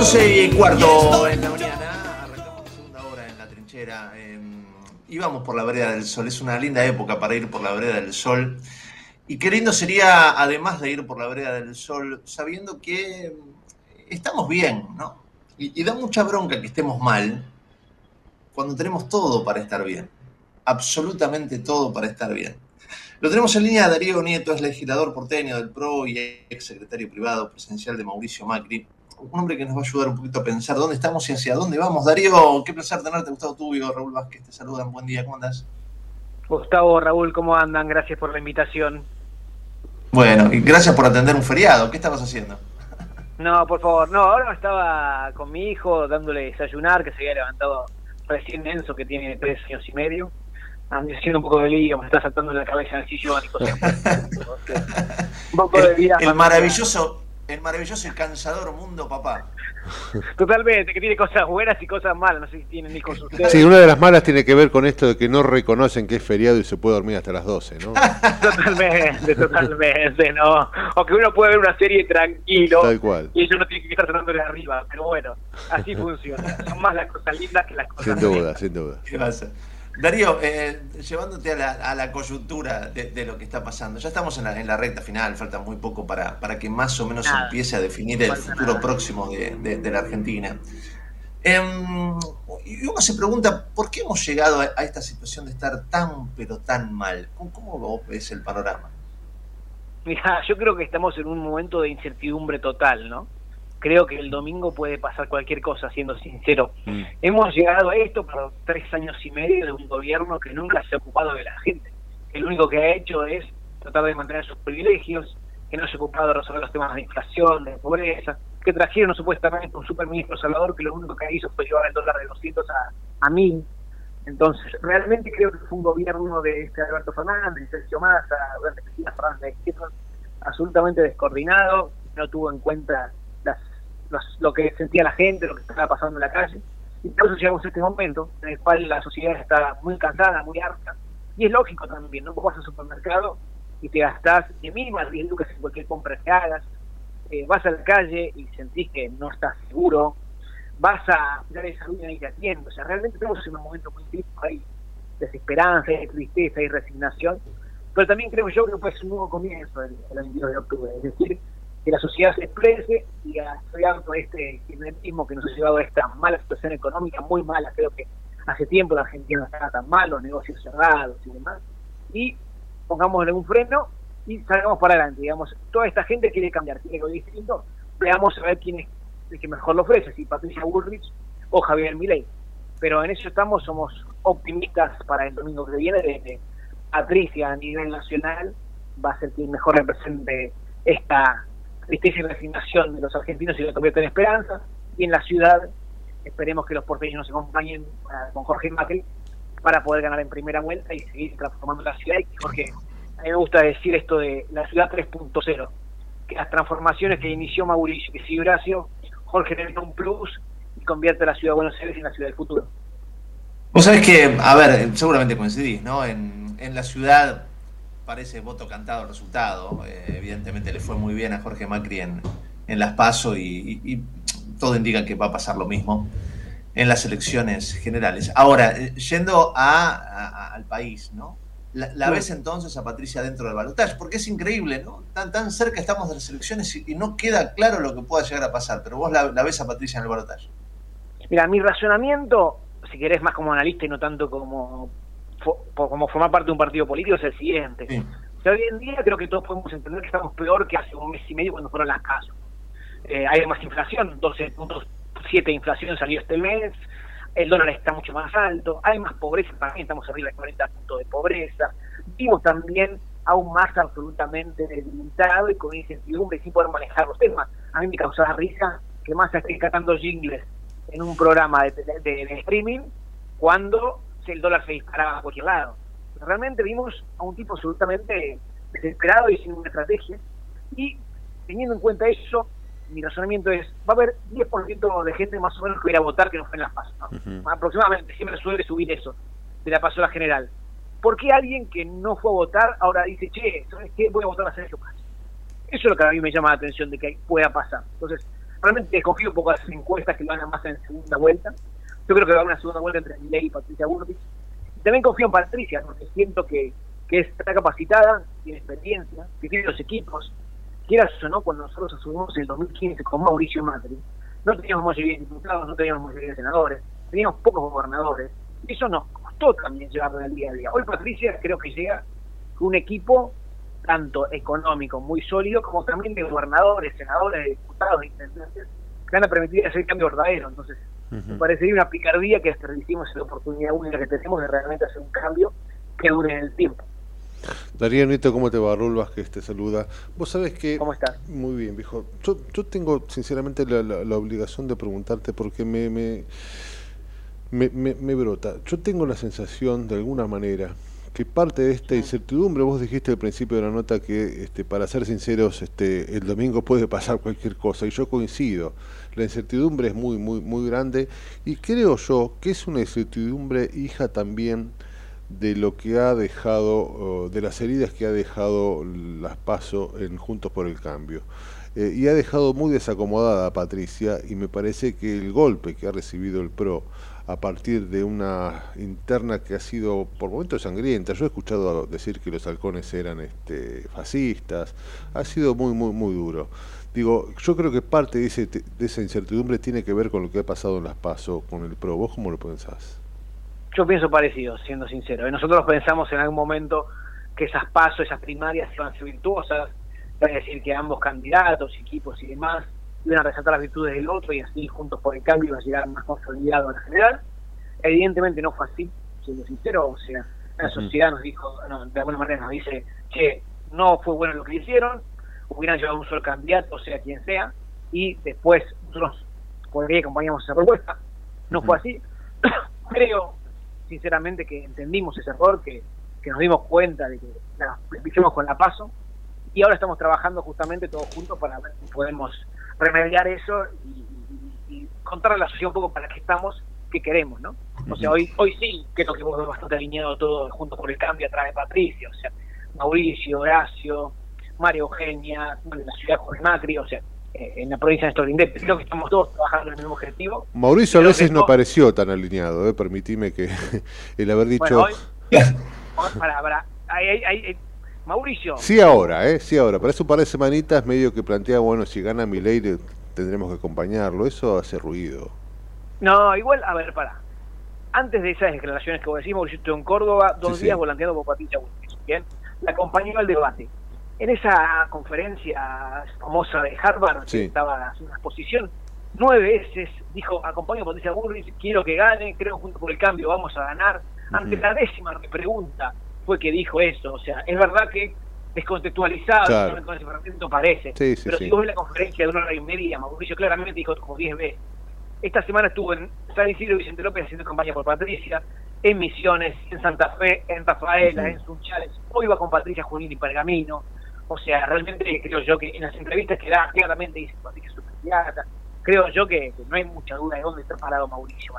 11:15 en la mañana, arrancamos la segunda hora en La Trinchera. Íbamos por la vereda del Sol, es una linda época para ir por la vereda del Sol Y qué lindo sería, además de ir por la vereda del sol, sabiendo que estamos bien, ¿no? Y da mucha bronca que estemos mal cuando tenemos todo para estar bien. Absolutamente todo para estar bien. Lo tenemos en línea a Darío Nieto, es legislador porteño del PRO y ex secretario privado presidencial de Mauricio Macri. Un hombre que nos va a ayudar un poquito a pensar dónde estamos y hacia dónde vamos. Darío, qué placer tenerte. Gustavo Tubio, Raúl Vázquez, te saludan. Buen día, ¿cómo andás? Gustavo, Raúl, ¿cómo andan? Gracias por la invitación. Bueno, y gracias por atender un feriado. ¿Qué estabas haciendo? No, por favor, no, ahora estaba con mi hijo dándole desayunar, que se había levantado recién Enzo, que tiene 3 años y medio. Ando haciendo un poco de lío, me está saltando en la cabeza en el sillón y cosas. Un poco de vida. El maravilloso y cansador mundo papá. Totalmente, que tiene cosas buenas y cosas malas, no sé si tienen hijos ustedes. Sí, una de las malas tiene que ver con esto de que no reconocen que es feriado y se puede dormir hasta las 12, ¿no? Totalmente, ¿no? O que uno puede ver una serie tranquilo. Tal cual. Y ellos no tienen que estar tratando de arriba, pero bueno, así funciona. Son más las cosas lindas que las cosas Sin duda. ¿Qué pasa? Darío, llevándote a la coyuntura de lo que está pasando, ya estamos en la recta final, falta muy poco para que más o menos se empiece a definir el futuro próximo de la Argentina. Y uno se pregunta, ¿por qué hemos llegado a esta situación de estar tan, pero tan mal? ¿Cómo vos ves el panorama? Mira, yo creo que estamos en un momento de incertidumbre total, ¿no? Creo que el domingo puede pasar cualquier cosa, siendo sincero. Hemos llegado a esto por 3 años y medio de un gobierno que nunca se ha ocupado de la gente. Que lo único que ha hecho es tratar de mantener sus privilegios, que no se ha ocupado de resolver los temas de inflación, de pobreza, que trajeron supuestamente un superministro Salvador que lo único que hizo fue llevar el dólar de 200 a 1000. Entonces, realmente creo que fue un gobierno de Alberto Fernández, Sergio Massa, de Cristina Fernández, absolutamente descoordinado, no tuvo en cuenta lo que sentía la gente, lo que estaba pasando en la calle, y por eso llegamos a este momento en el cual la sociedad está muy cansada, muy harta, y es lógico también, ¿no? Vos vas al supermercado y te gastás de mínimo 10 lucas en cualquier compra que hagas, vas a la calle y sentís que no estás seguro, vas a dar esa línea y te atiendo, o sea, realmente estamos en un momento muy triste, hay desesperanza, hay tristeza, hay resignación, pero también creo yo que puede ser un nuevo comienzo el 22 de octubre, es decir, que la sociedad se exprese y estoy harto de este kirchnerismo que nos ha llevado a esta mala situación económica, muy mala. Creo que hace tiempo la Argentina no estaba tan mal, los negocios cerrados y demás, y pongámosle un freno y salgamos para adelante. Digamos, toda esta gente quiere cambiar, quiere algo distinto, veamos a ver quién es el que mejor lo ofrece, si Patricia Bullrich o Javier Milei. Pero en eso estamos, somos optimistas para el domingo que viene, de Patricia a nivel nacional va a ser quien mejor represente esta tristeza y resignación de los argentinos y lo convierte en esperanza, y en la ciudad esperemos que los porteños nos acompañen con Jorge Macri para poder ganar en primera vuelta y seguir transformando la ciudad. Y Jorge, a mí me gusta decir esto de la ciudad 3.0, que las transformaciones que inició Mauricio, que siguió Horacio, Jorge le da un plus y convierte a la ciudad de Buenos Aires en la ciudad del futuro. Vos sabés que, a ver, seguramente coincidís, ¿no? En la ciudad parece voto cantado el resultado. Evidentemente le fue muy bien a Jorge Macri en las PASO y todo indica que va a pasar lo mismo en las elecciones generales. Ahora, yendo al país, ¿no? ¿La ves entonces a Patricia dentro del balotaje? Porque es increíble, ¿no? Tan cerca estamos de las elecciones y no queda claro lo que pueda llegar a pasar, pero vos la ves a Patricia en el balotaje. Mira, mi razonamiento, si querés más como analista y no tanto como formar parte de un partido político, es el siguiente. Sí. O sea, hoy en día creo que todos podemos entender que estamos peor que hace un mes y medio cuando fueron las PASO. Hay más inflación, 12.7 de inflación salió este mes, el dólar está mucho más alto, hay más pobreza, también estamos arriba de 40 puntos de pobreza, vimos también aún más absolutamente debilitado y con incertidumbre sin poder manejar los temas. A mí me causaba risa que Massa esté cantando jingles en un programa de streaming cuando el dólar se disparaba a cualquier lado. Realmente vimos a un tipo absolutamente desesperado y sin una estrategia, y teniendo en cuenta eso, mi razonamiento es, va a haber 10% de gente más o menos que va a ir a votar que no fue en las PASO, ¿no? Aproximadamente, siempre suele subir eso, de la PASO a la general. ¿Por qué alguien que no fue a votar ahora dice, che, ¿sabes qué? Voy a votar a Sergio Massa? Eso es lo que a mí me llama la atención de que pueda pasar. Entonces, realmente desconfío un poco de las encuestas que lo van a Massa en segunda vuelta. Yo creo que va a haber una segunda vuelta entre Milei y Patricia Bullrich. Y también confío en Patricia, porque siento que que está capacitada, tiene experiencia, que tiene los equipos. Quieras o no, cuando nosotros asumimos en el 2015 con Mauricio Macri, no teníamos mayoría de diputados, no teníamos mayoría de senadores, teníamos pocos gobernadores, y eso nos costó también llevarlo al día a día. Hoy Patricia creo que llega con un equipo tanto económico muy sólido, como también de gobernadores, senadores, diputados, intendentes, que van a permitir hacer el cambio verdadero. Entonces, me parecería una picardía que desperdiciemos la oportunidad única que tenemos de realmente hacer un cambio que dure en el tiempo. Darío Nito, ¿cómo te va? Raúl Vázquez te saluda. Vos sabés que... ¿Cómo estás? Muy bien, viejo. Yo tengo sinceramente la obligación de preguntarte porque me brota. Yo tengo la sensación, de alguna manera, que parte de esta incertidumbre, vos dijiste al principio de la nota que, para ser sinceros, el domingo puede pasar cualquier cosa, y yo coincido. La incertidumbre es muy, muy, muy grande, y creo yo que es una incertidumbre hija también de lo que ha dejado, de las heridas que ha dejado las PASO en Juntos por el Cambio. Y ha dejado muy desacomodada a Patricia, y me parece que el golpe que ha recibido el PRO a partir de una interna que ha sido por momentos sangrienta, yo he escuchado decir que los halcones eran fascistas, ha sido muy, muy, muy duro. Digo, yo creo que parte de esa incertidumbre tiene que ver con lo que ha pasado en las PASO con el PRO. ¿Vos cómo lo pensás? Yo pienso parecido, siendo sincero. Nosotros pensamos en algún momento que esas PASO, esas primarias iban a ser virtuosas, es decir, que ambos candidatos, equipos y demás iban a resaltar las virtudes del otro y así Juntos por el Cambio iba a llegar más consolidado a la general. Evidentemente no fue así, siendo sincero. O sea, la sociedad nos dijo, de alguna manera nos dice, che, no fue bueno lo que hicieron, hubieran llevado un solo candidato, sea quien sea, y después nosotros por ahí acompañamos esa propuesta. No fue así. Creo sinceramente que entendimos ese error, que nos dimos cuenta de que la hicimos con la PASO, y ahora estamos trabajando justamente todos juntos para ver si podemos remediar eso y contarle a la sociedad un poco para qué estamos, qué queremos, ¿no? O sea, hoy sí creo que hemos bastante alineado todo Juntos por el Cambio a través de Patricia, o sea, Mauricio, Horacio, María Eugenia, en la ciudad Jorge Macri, o sea, en la provincia de Néstor Lindet. Creo que estamos todos trabajando en el mismo objetivo. Mauricio a veces no pareció tan alineado, permitime que el haber dicho... Bueno, Mauricio... Sí ahora, para eso un par de semanitas medio que plantea, bueno, si gana Milei tendremos que acompañarlo, eso hace ruido. No, igual, a ver, antes de esas declaraciones que vos decís, Mauricio estuvo en Córdoba 2 días volanteando por Patricia Bullrich, ¿bien? La acompañó al debate. En esa conferencia famosa de Harvard, que estaba haciendo una exposición, 9 veces dijo, acompaño a Patricia Bullrich, quiero que gane, creo Juntos por el Cambio vamos a ganar. Ante la 10ª pregunta fue que dijo eso. O sea, es verdad que descontextualizado, claro, con ese fragmento parece, pero si vos ves la conferencia de 1 hora y media, Mauricio claramente dijo como 10 veces. Esta semana estuvo en San Isidro y Vicente López haciendo campaña por Patricia, en Misiones, en Santa Fe, en Rafaela, en Sunchales. Hoy va con Patricia Junín y Pergamino. O sea, realmente creo yo que en las entrevistas que da, claramente dice que Patricia es su candidata. Creo yo que no hay mucha duda de dónde está parado Mauricio.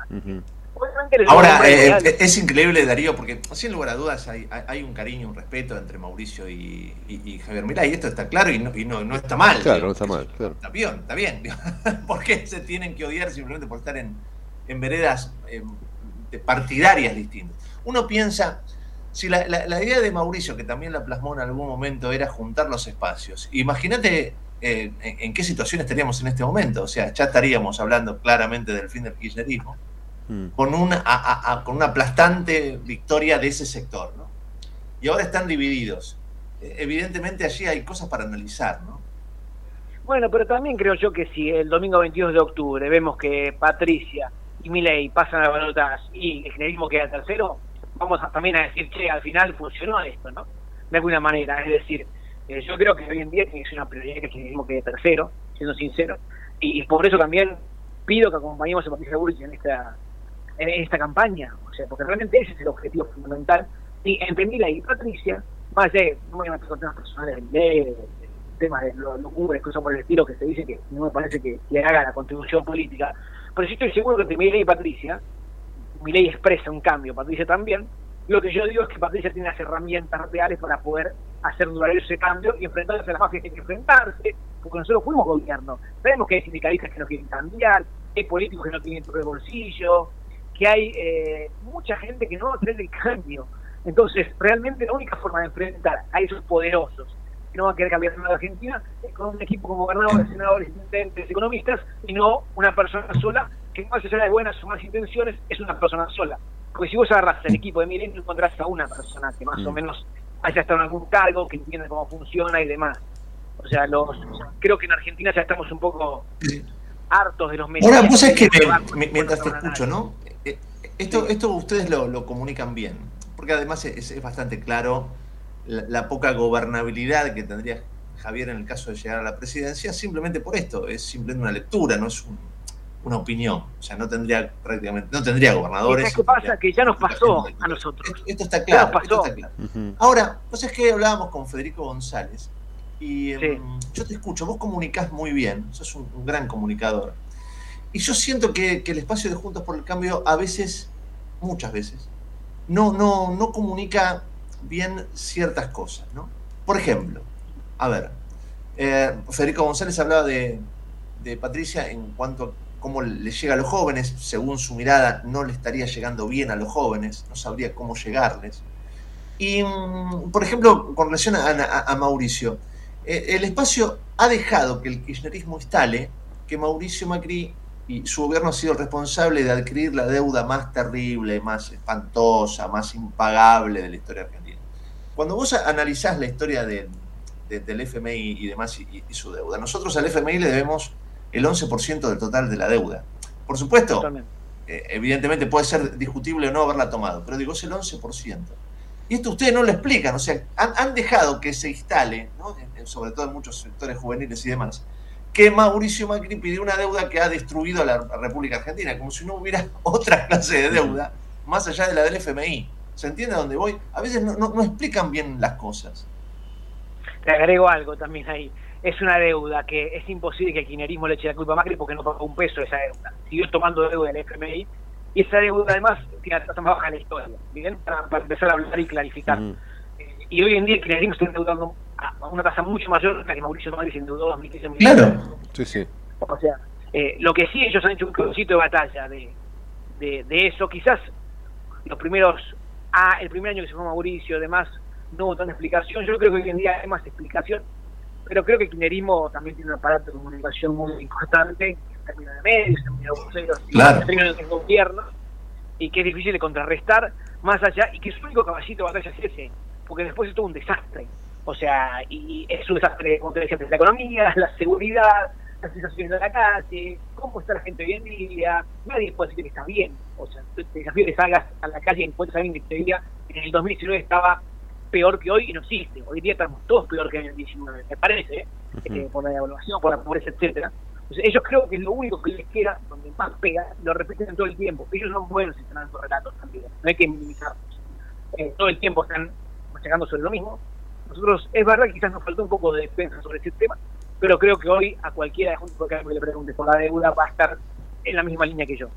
Ahora, es increíble, Darío, porque sin lugar a dudas hay un cariño, un respeto entre Mauricio y Javier Milei, y esto está claro y no está mal. Claro, no está mal. Claro. Está bien. ¿Por qué se tienen que odiar simplemente por estar en veredas partidarias distintas? Uno piensa, si la idea de Mauricio, que también la plasmó en algún momento, era juntar los espacios, imagínate en qué situación estaríamos en este momento. O sea, ya estaríamos hablando claramente del fin del kirchnerismo, con una aplastante victoria de ese sector, ¿no? Y ahora están divididos. Evidentemente allí hay cosas para analizar, ¿no? Bueno, pero también creo yo que si el domingo 22 de octubre vemos que Patricia y Milei pasan a balotas y el kirchnerismo queda tercero, vamos también a decir, che, al final funcionó esto, ¿no? De alguna manera, es decir, yo creo que hoy en día tiene que ser una prioridad que el kirchnerismo quede tercero, siendo sincero, y por eso también pido que acompañemos a Patricia Bullrich en esta campaña, o sea, porque realmente ese es el objetivo fundamental, y entre Milei y Patricia, más allá de, no voy a meter con temas personales de Milei, de temas de locuras, cosas por el estilo que se dice que no me parece que haga la contribución política, pero sí estoy seguro que entre Milei y Patricia, Milei expresa un cambio, Patricia también. Lo que yo digo es que Patricia tiene las herramientas reales para poder hacer duradero ese cambio y enfrentarse a las mafias que hay que enfrentarse, porque nosotros fuimos gobierno. Sabemos que hay sindicalistas que no quieren cambiar, que hay políticos que no tienen toque de bolsillo, que hay mucha gente que no cree el cambio. Entonces, realmente la única forma de enfrentar a esos poderosos que no van a querer cambiar nada de Argentina es con un equipo como gobernadores, senadores, intendentes, economistas, y no una persona sola que, más allá de buenas o malas intenciones, es una persona sola. Porque si vos agarrás el equipo de Milenio, encontrás a una persona que más o menos haya estado en algún cargo, que entiende cómo funciona y demás. O sea, creo que en Argentina ya estamos un poco hartos de los medios. Ahora, vos sabés que mientras te escucho, ¿no? Esto ustedes lo comunican bien, porque además es bastante claro la poca gobernabilidad que tendría Javier en el caso de llegar a la presidencia, simplemente por esto, es simplemente una lectura, no es una opinión, o sea, no tendría gobernadores. ¿Sabes qué pasa? Que ya nos pasó a nosotros. Esto está claro. Ahora, vos es que hablábamos con Federico González, y yo te escucho, vos comunicás muy bien, sos un gran comunicador, y yo siento que el espacio de Juntos por el Cambio a veces, muchas veces, no comunica bien ciertas cosas, ¿no? Por ejemplo, a ver, Federico González hablaba de Patricia en cuanto a cómo le llega a los jóvenes. Según su mirada, no le estaría llegando bien a los jóvenes, no sabría cómo llegarles. Y, por ejemplo, con relación a Mauricio, el espacio ha dejado que el kirchnerismo instale que Mauricio Macri y su gobierno ha sido el responsable de adquirir la deuda más terrible, más espantosa, más impagable de la historia argentina. Cuando vos analizás la historia del FMI y demás y su deuda, nosotros al FMI le debemos el 11% del total de la deuda. Por supuesto, evidentemente puede ser discutible o no haberla tomado, pero digo, es el 11%. Y esto ustedes no lo explican, o sea, han dejado que se instale, ¿no? Sobre todo en muchos sectores juveniles y demás, que Mauricio Macri pidió una deuda que ha destruido a la República Argentina, como si no hubiera otra clase de deuda más allá de la del FMI. ¿Se entiende a dónde voy? A veces no explican bien las cosas. Te agrego algo también ahí. Es una deuda que es imposible que el kirchnerismo le eche la culpa a Macri porque no pagó un peso de esa deuda. Siguió tomando deuda del FMI y esa deuda además tiene la tasa más baja de la historia. ¿Bien? Para empezar a hablar y clarificar. Y hoy en día el kirchnerismo está endeudando a una tasa mucho mayor que la que Mauricio Macri se endeudó 2015 en Claro. Sí. O sea, lo que sí ellos han hecho un crucito de batalla de eso. Quizás los primeros... el primer año que se fue Mauricio, además, no hubo tanta explicación. Yo creo que hoy en día hay más explicación, pero creo que el kirchnerismo también tiene un aparato de comunicación muy importante, en términos de medios, en términos de voceros, en términos de gobierno, y que es difícil de contrarrestar, más allá, y que su único caballito de batalla es ese, porque después es todo un desastre. O sea, y es un desastre, como te decía antes, la economía, la seguridad, la sensación de la calle, cómo está la gente hoy en día. Nadie puede decir que está bien. O sea, te desafío que salgas a la calle y encuentres a alguien que te diga que en el 2019 estaba peor que hoy y no existe. Hoy día estamos todos peor que en el 2019, me parece, por la devaluación, por la pobreza, etcétera. Entonces, ellos creo que es lo único que les queda, donde más pega, lo repiten todo el tiempo. Ellos son buenos instalando relatos también, no hay que minimizarlos. Todo el tiempo están machacando sobre lo mismo. Nosotros, es verdad que quizás nos faltó un poco de defensa sobre ese tema, pero creo que hoy a cualquiera de Juntos por el Cambio que le pregunte por la deuda va a estar en la misma línea que yo.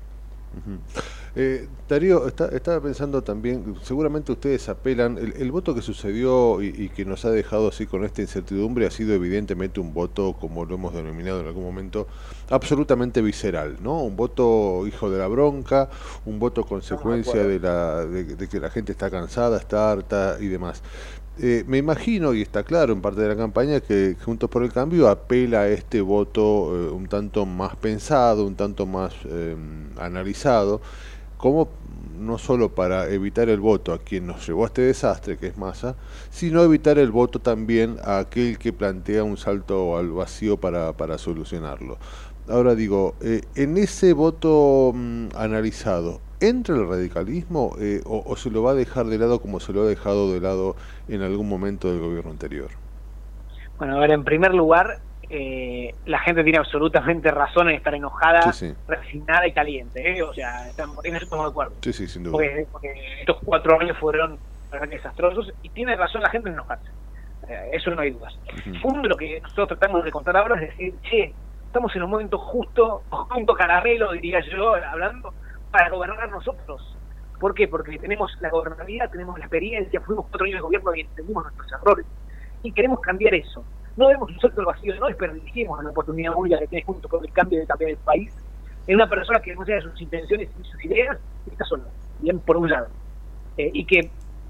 Darío, estaba pensando también, seguramente ustedes apelan, el voto que sucedió y que nos ha dejado así con esta incertidumbre ha sido evidentemente un voto, como lo hemos denominado en algún momento, absolutamente visceral, ¿no? Un voto hijo de la bronca, un voto consecuencia de que la gente está cansada, está harta y demás. Me imagino, y está claro en parte de la campaña, que Juntos por el Cambio apela a este voto un tanto más pensado, un tanto más analizado, como no solo para evitar el voto a quien nos llevó a este desastre, que es Massa, sino evitar el voto también a aquel que plantea un salto al vacío para solucionarlo. Ahora digo, en ese voto analizado, ¿entra el radicalismo o se lo va a dejar de lado como se lo ha dejado de lado en algún momento del gobierno anterior? Bueno, a ver, en primer lugar, la gente tiene absolutamente razón en estar enojada, resignada y caliente, O sea, en eso estamos de acuerdo. Sí, sin duda. Porque estos 4 años fueron realmente desastrosos y tiene razón la gente en enojarse. Eso no hay dudas. Segundo, lo que nosotros tratamos de contar ahora es decir, estamos en un momento justo, punto caramelo, diría yo, hablando, para gobernar nosotros. ¿Por qué? Porque tenemos la gobernabilidad, tenemos la experiencia, fuimos 4 años de gobierno y entendimos nuestros errores. Y queremos cambiar eso. No debemos un salto al vacío, no desperdiciemos la oportunidad única que tiene Juntos por el Cambio de cambiar el país en una persona que no sea sus intenciones y sus ideas, está sola, bien, por un lado. Y que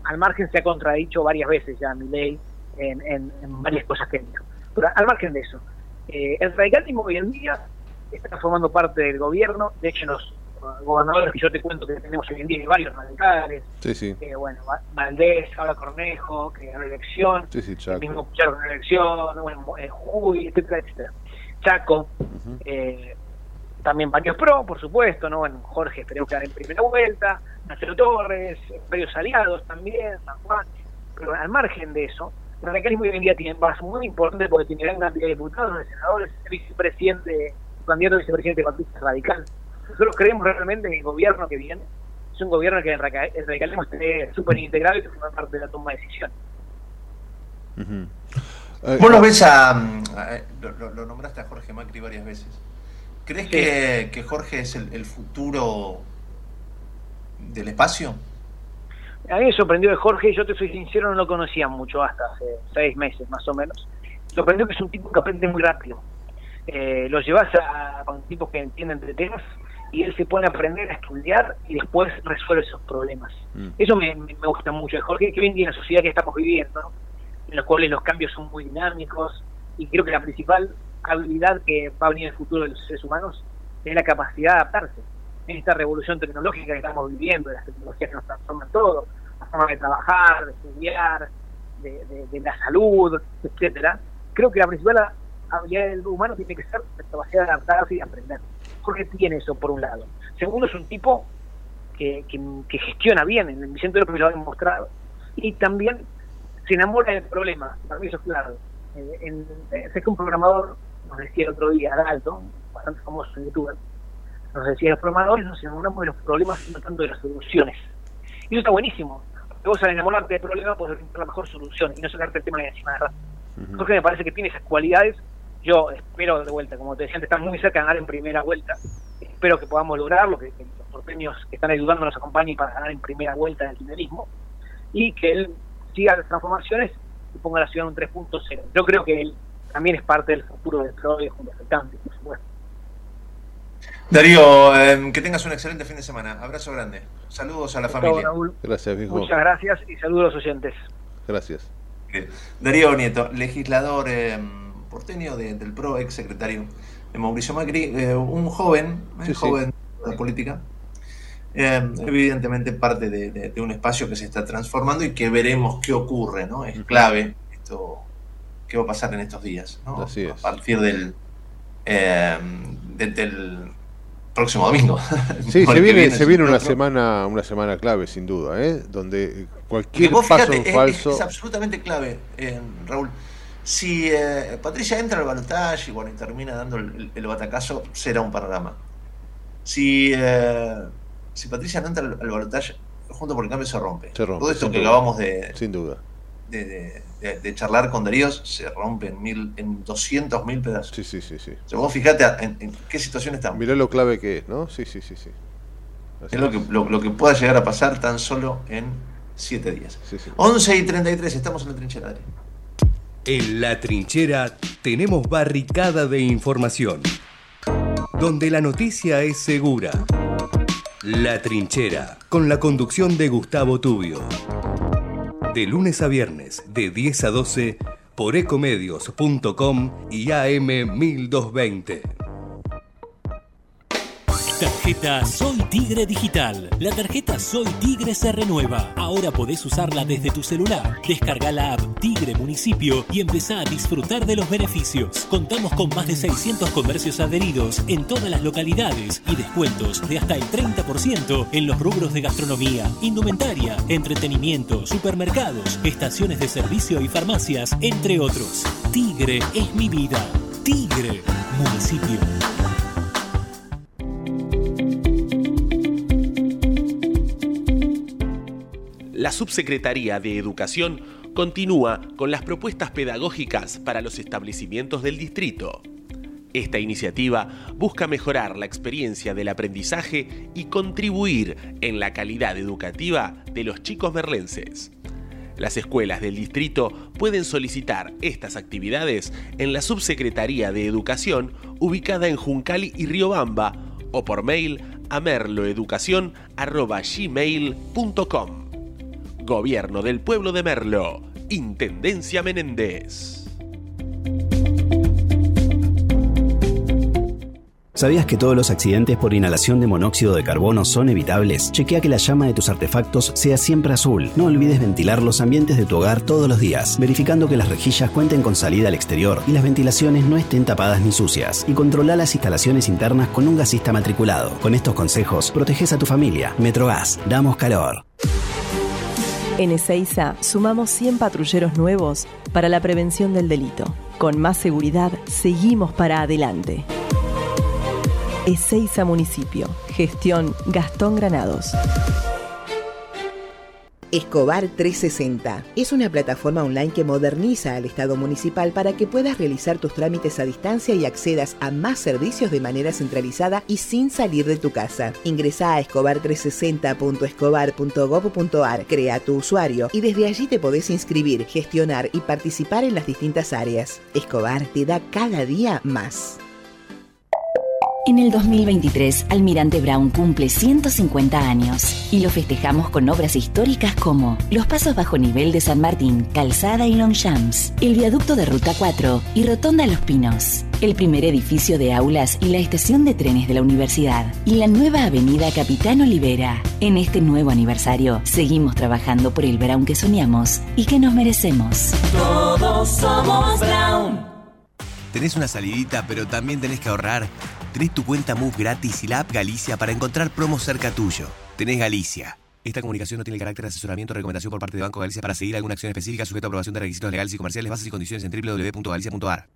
al margen se ha contradicho varias veces ya Milei en varias cosas que dijo. Pero al margen de eso, el radicalismo hoy en día está formando parte del gobierno. De hecho, los gobernadores que yo te cuento que tenemos hoy en día, hay varios radicales. Bueno, Valdés, ahora Cornejo, que ganó la elección, el mismo Pucharo ganó la elección, bueno, Jujuy, etcétera, etcétera. Chaco, también varios pro, por supuesto, ¿no? Bueno, Jorge esperemos que gane en primera vuelta, Marcelo Torres, varios aliados también, San Juan. Pero al margen de eso, el radicalismo hoy en día tiene bases muy importantes porque tiene gran cantidad de diputados, de senadores, vicepresidente, candidato a vicepresidente de Patricia Radical. Nosotros creemos realmente que el gobierno que viene es un gobierno que el radicalismo esté súper integrado y que forma parte de la toma de decisiones. Vos lo ves lo nombraste a Jorge Macri varias veces. ¿Crees que Jorge es el futuro del espacio? A mí me sorprendió de Jorge, yo te soy sincero, no lo conocía mucho hasta hace 6 meses más o menos. Me sorprendió que es un tipo que aprende muy rápido. Lo llevas con tipos que entienden de temas y él se pone a aprender, a estudiar y después resuelve esos problemas. Eso me gusta mucho de Jorge, que hoy en día en la sociedad que estamos viviendo, ¿no? En los cuales los cambios son muy dinámicos, y creo que la principal habilidad que va a venir en el futuro de los seres humanos es la capacidad de adaptarse en esta revolución tecnológica que estamos viviendo, de las tecnologías que nos transforman todo, la forma de trabajar, de estudiar, de la salud, etcétera. Creo que la principal habilidad del humano tiene que ser la capacidad de adaptarse y aprender. Jorge tiene eso por un lado. Segundo, es un tipo que gestiona bien, en el Vicente López lo ha demostrado, y también se enamora del problema. Para mí eso es claro. Sé que un programador nos decía el otro día, Adalto, bastante famoso en YouTube, nos decía: los programadores nos enamoramos de los problemas y no tanto de las soluciones. Y eso está buenísimo, porque vos al enamorarte del problema podés encontrar la mejor solución y no sacarte el tema de encima de rato. Porque me parece que tiene esas cualidades. Yo espero, de vuelta, como te decía antes, estamos muy cerca de ganar en primera vuelta. Espero que podamos lograrlo, que los porteños que están ayudando nos acompañen para ganar en primera vuelta del kirchnerismo, y que él siga las transformaciones y ponga la ciudad en un 3.0. Yo creo que él también es parte del futuro del PRO y junto al cambio, por supuesto. Darío, que tengas un excelente fin de semana. Abrazo grande. Saludos a la familia. Raúl. Gracias, viejo. Muchas gracias y saludos a los oyentes. Gracias. Darío Nieto, legislador porteño del PRO, ex secretario de Mauricio Macri, un joven, joven de la política, evidentemente parte de un espacio que se está transformando y que veremos qué ocurre, ¿no? Es clave esto, qué va a pasar en estos días, ¿no? Así es. A partir del próximo domingo. Sí, se viene una semana clave, sin duda, donde cualquier paso falso es absolutamente clave, Raúl. Si Patricia entra al balotaje y termina dando el batacazo, será un panorama. Si Patricia no entra al balotaje, Juntos por el Cambio se rompe. Todo esto que acabamos sin duda de charlar con Darío se rompe en 200.000 pedazos. Sí. O sea, vos fijate en qué situación estamos. Mirá lo clave que es, ¿no? Sí. Es lo que pueda llegar a pasar tan solo en 7 días. 11:33, estamos en la trinchera, Darío. En La Trinchera tenemos barricada de información, donde la noticia es segura. La Trinchera, con la conducción de Gustavo Tubio. De lunes a viernes, de 10 a 12, por ecomedios.com y AM 1220. Tarjeta Soy Tigre Digital. La tarjeta Soy Tigre se renueva. Ahora podés usarla desde tu celular. Descarga la app Tigre Municipio y empezá a disfrutar de los beneficios. Contamos con más de 600 comercios adheridos en todas las localidades y descuentos de hasta el 30% en los rubros de gastronomía, indumentaria, entretenimiento, supermercados, estaciones de servicio y farmacias, entre otros. Tigre es mi vida. Tigre Municipio. La Subsecretaría de Educación continúa con las propuestas pedagógicas para los establecimientos del distrito. Esta iniciativa busca mejorar la experiencia del aprendizaje y contribuir en la calidad educativa de los chicos merlenses. Las escuelas del distrito pueden solicitar estas actividades en la Subsecretaría de Educación ubicada en Juncali y Riobamba o por mail a merloeducacion@gmail.com. Gobierno del Pueblo de Merlo. Intendencia Menéndez. ¿Sabías que todos los accidentes por inhalación de monóxido de carbono son evitables? Chequea que la llama de tus artefactos sea siempre azul. No olvides ventilar los ambientes de tu hogar todos los días, verificando que las rejillas cuenten con salida al exterior y las ventilaciones no estén tapadas ni sucias. Y controla las instalaciones internas con un gasista matriculado. Con estos consejos, proteges a tu familia. Metrogas, damos calor. En Ezeiza sumamos 100 patrulleros nuevos para la prevención del delito. Con más seguridad, seguimos para adelante. Ezeiza Municipio. Gestión Gastón Granados. Escobar 360 es una plataforma online que moderniza al Estado municipal para que puedas realizar tus trámites a distancia y accedas a más servicios de manera centralizada y sin salir de tu casa. Ingresá a escobar360.escobar.gov.ar, crea tu usuario y desde allí te podés inscribir, gestionar y participar en las distintas áreas. Escobar te da cada día más. En el 2023, Almirante Brown cumple 150 años y lo festejamos con obras históricas como los pasos bajo nivel de San Martín, Calzada y Longchamps, el viaducto de Ruta 4 y Rotonda Los Pinos, el primer edificio de aulas y la estación de trenes de la universidad y la nueva avenida Capitán Olivera. En este nuevo aniversario, seguimos trabajando por el Brown que soñamos y que nos merecemos. Todos somos Brown. ¿Tenés una salidita pero también tenés que ahorrar? Tenés tu cuenta Move gratis y la app Galicia para encontrar promos cerca tuyo. Tenés Galicia. Esta comunicación no tiene el carácter de asesoramiento o recomendación por parte de Banco Galicia para seguir alguna acción específica sujeta a aprobación de requisitos legales y comerciales, bases y condiciones en www.galicia.ar.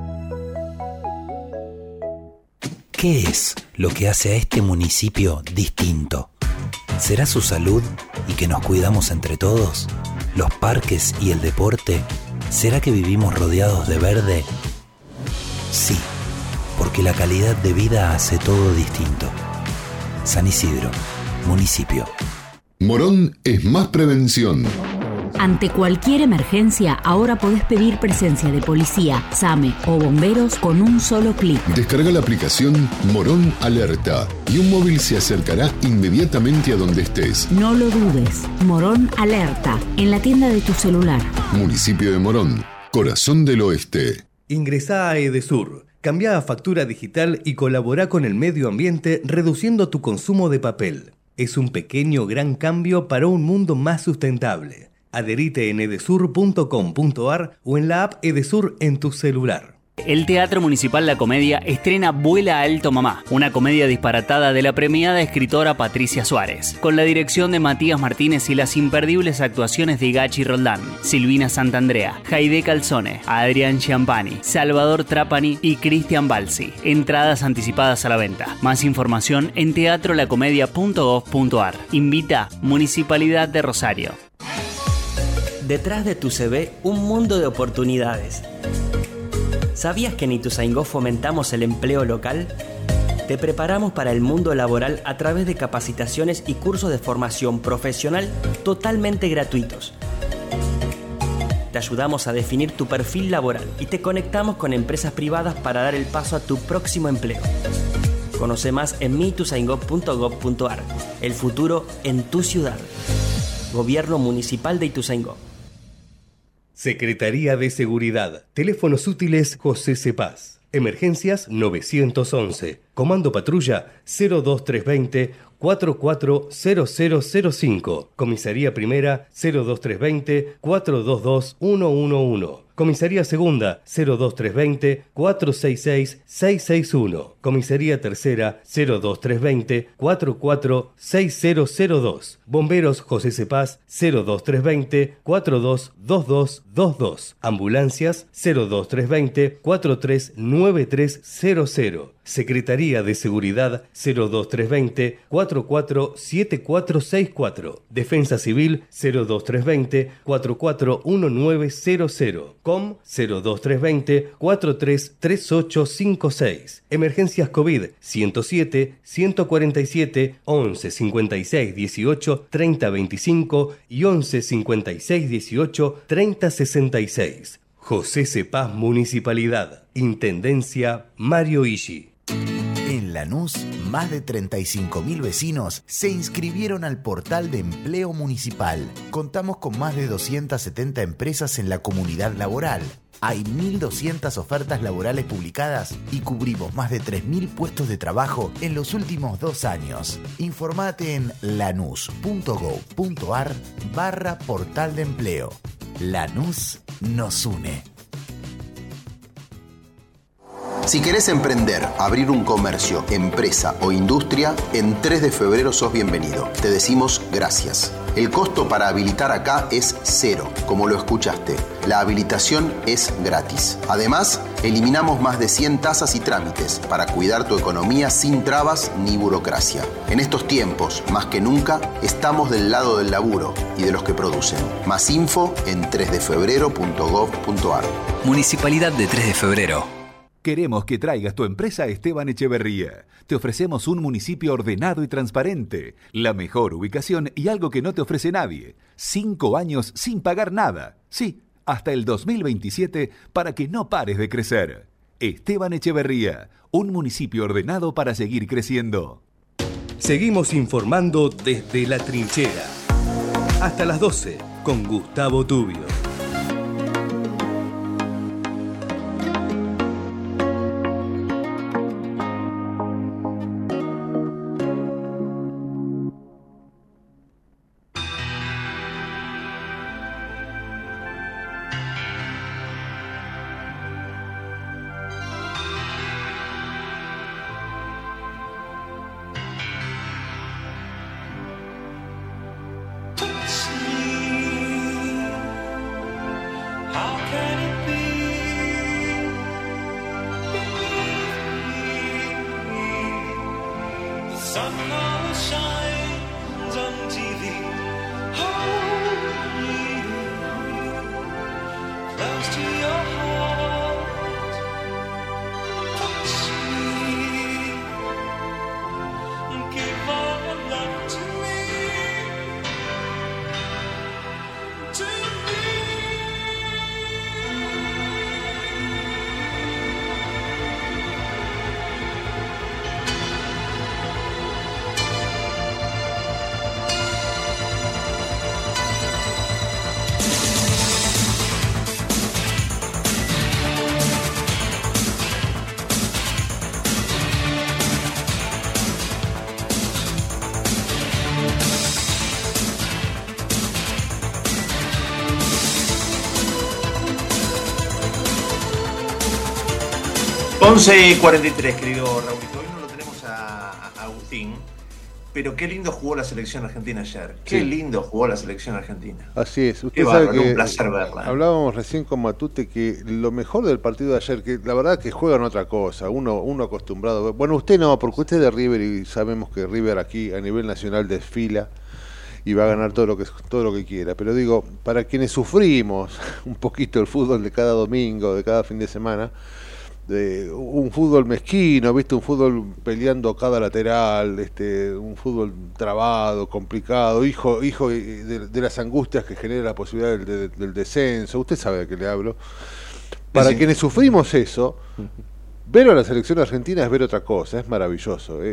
¿Qué es lo que hace a este municipio distinto? ¿Será su salud y que nos cuidamos entre todos? ¿Los parques y el deporte? ¿Será que vivimos rodeados de verde? Sí, porque la calidad de vida hace todo distinto. San Isidro, municipio. Morón es más prevención. Ante cualquier emergencia, ahora podés pedir presencia de policía, SAME o bomberos con un solo clic. Descarga la aplicación Morón Alerta y un móvil se acercará inmediatamente a donde estés. No lo dudes. Morón Alerta, en la tienda de tu celular. Municipio de Morón, corazón del oeste. Ingresá a Edesur. Cambia a factura digital y colabora con el medio ambiente reduciendo tu consumo de papel. Es un pequeño gran cambio para un mundo más sustentable. Adherite en edesur.com.ar o en la app Edesur en tu celular. El Teatro Municipal La Comedia estrena Vuela Alto Mamá, una comedia disparatada de la premiada escritora Patricia Suárez, con la dirección de Matías Martínez y las imperdibles actuaciones de Gachi Roldán, Silvina Santandrea, Jaide Calzone, Adrián Chiampani, Salvador Trapani y Cristian Balsi. Entradas anticipadas a la venta. Más información en teatrolacomedia.gov.ar. Invita Municipalidad de Rosario. Detrás de tu CV, un mundo de oportunidades. ¿Sabías que en Ituzaingó fomentamos el empleo local? Te preparamos para el mundo laboral a través de capacitaciones y cursos de formación profesional totalmente gratuitos. Te ayudamos a definir tu perfil laboral y te conectamos con empresas privadas para dar el paso a tu próximo empleo. Conoce más en miituzaingó.gov.ar. El futuro en tu ciudad. Gobierno Municipal de Ituzaingó. Secretaría de Seguridad. Teléfonos útiles José Cepaz. Emergencias 911. Comando Patrulla 02320 440005. Comisaría Primera 02320 422 111. Comisaría Segunda 02320 466 661. Comisaría Tercera 02320 446002. Bomberos José Cepaz 02320 422222. Ambulancias 02320 439300. Secretaría de Seguridad 02320 447464. Defensa Civil 02320 441900. COM 02320 433856. Emergencias COVID 107 147 11 56 18 30 25 y 11 56 18 30 66. José Cepaz Municipalidad. Intendencia Mario Ishi. En En Lanús, más de 35.000 vecinos se inscribieron al portal de empleo municipal. Contamos con más de 270 empresas en la comunidad laboral. Hay 1.200 ofertas laborales publicadas y cubrimos más de 3.000 puestos de trabajo en los últimos 2 años. Informate en lanús.gov.ar/portal de empleo. Lanús nos une. Si querés emprender, abrir un comercio, empresa o industria, en 3 de febrero sos bienvenido. Te decimos gracias. El costo para habilitar acá es 0, como lo escuchaste. La habilitación es gratis. Además, eliminamos más de 100 tasas y trámites para cuidar tu economía sin trabas ni burocracia. En estos tiempos, más que nunca, estamos del lado del laburo y de los que producen. Más info en 3defebrero.gov.ar. Municipalidad de 3 de Febrero. Queremos que traigas tu empresa a Esteban Echeverría. Te ofrecemos un municipio ordenado y transparente, la mejor ubicación y algo que no te ofrece nadie. 5 años sin pagar nada. Sí, hasta el 2027 para que no pares de crecer. Esteban Echeverría, un municipio ordenado para seguir creciendo. Seguimos informando desde La Trinchera. Hasta las 12 con Gustavo Tubio. ...11:43, querido Raulito. Hoy no lo tenemos a Agustín, pero qué lindo jugó la selección argentina ayer. Qué lindo jugó la selección argentina. Así es. Usted sabe que un placer verla. Hablábamos recién con Matute que lo mejor del partido de ayer, que la verdad que juegan otra cosa, uno acostumbrado. Bueno, usted no, porque usted es de River y sabemos que River aquí a nivel nacional desfila y va a ganar todo lo que quiera. Pero digo, para quienes sufrimos un poquito el fútbol de cada domingo, de cada fin de semana, de un fútbol mezquino, ¿viste? Un fútbol peleando cada lateral, un fútbol trabado, complicado, hijo de las angustias que genera la posibilidad del descenso. Usted sabe de qué le hablo. Para quienes sufrimos eso, ver a la selección argentina es ver otra cosa, es maravilloso.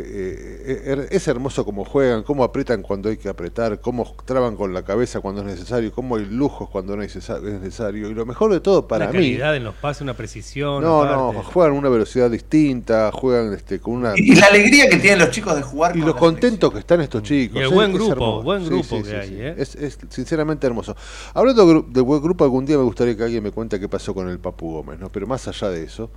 Es hermoso cómo juegan, cómo aprietan cuando hay que apretar, cómo traban con la cabeza cuando es necesario, cómo hay lujos cuando no es necesario. Y lo mejor de todo para mí... Una calidad en los pases, una precisión. No, juegan a una velocidad distinta, jujuegan con una... Y la alegría que tienen los chicos de jugar. Y los contentos que están estos chicos. Y el buen grupo que hay. Es sinceramente hermoso. Hablando de buen grupo, algún día me gustaría que alguien me cuente qué pasó con el Papu Gómez, ¿no? Pero más allá de eso...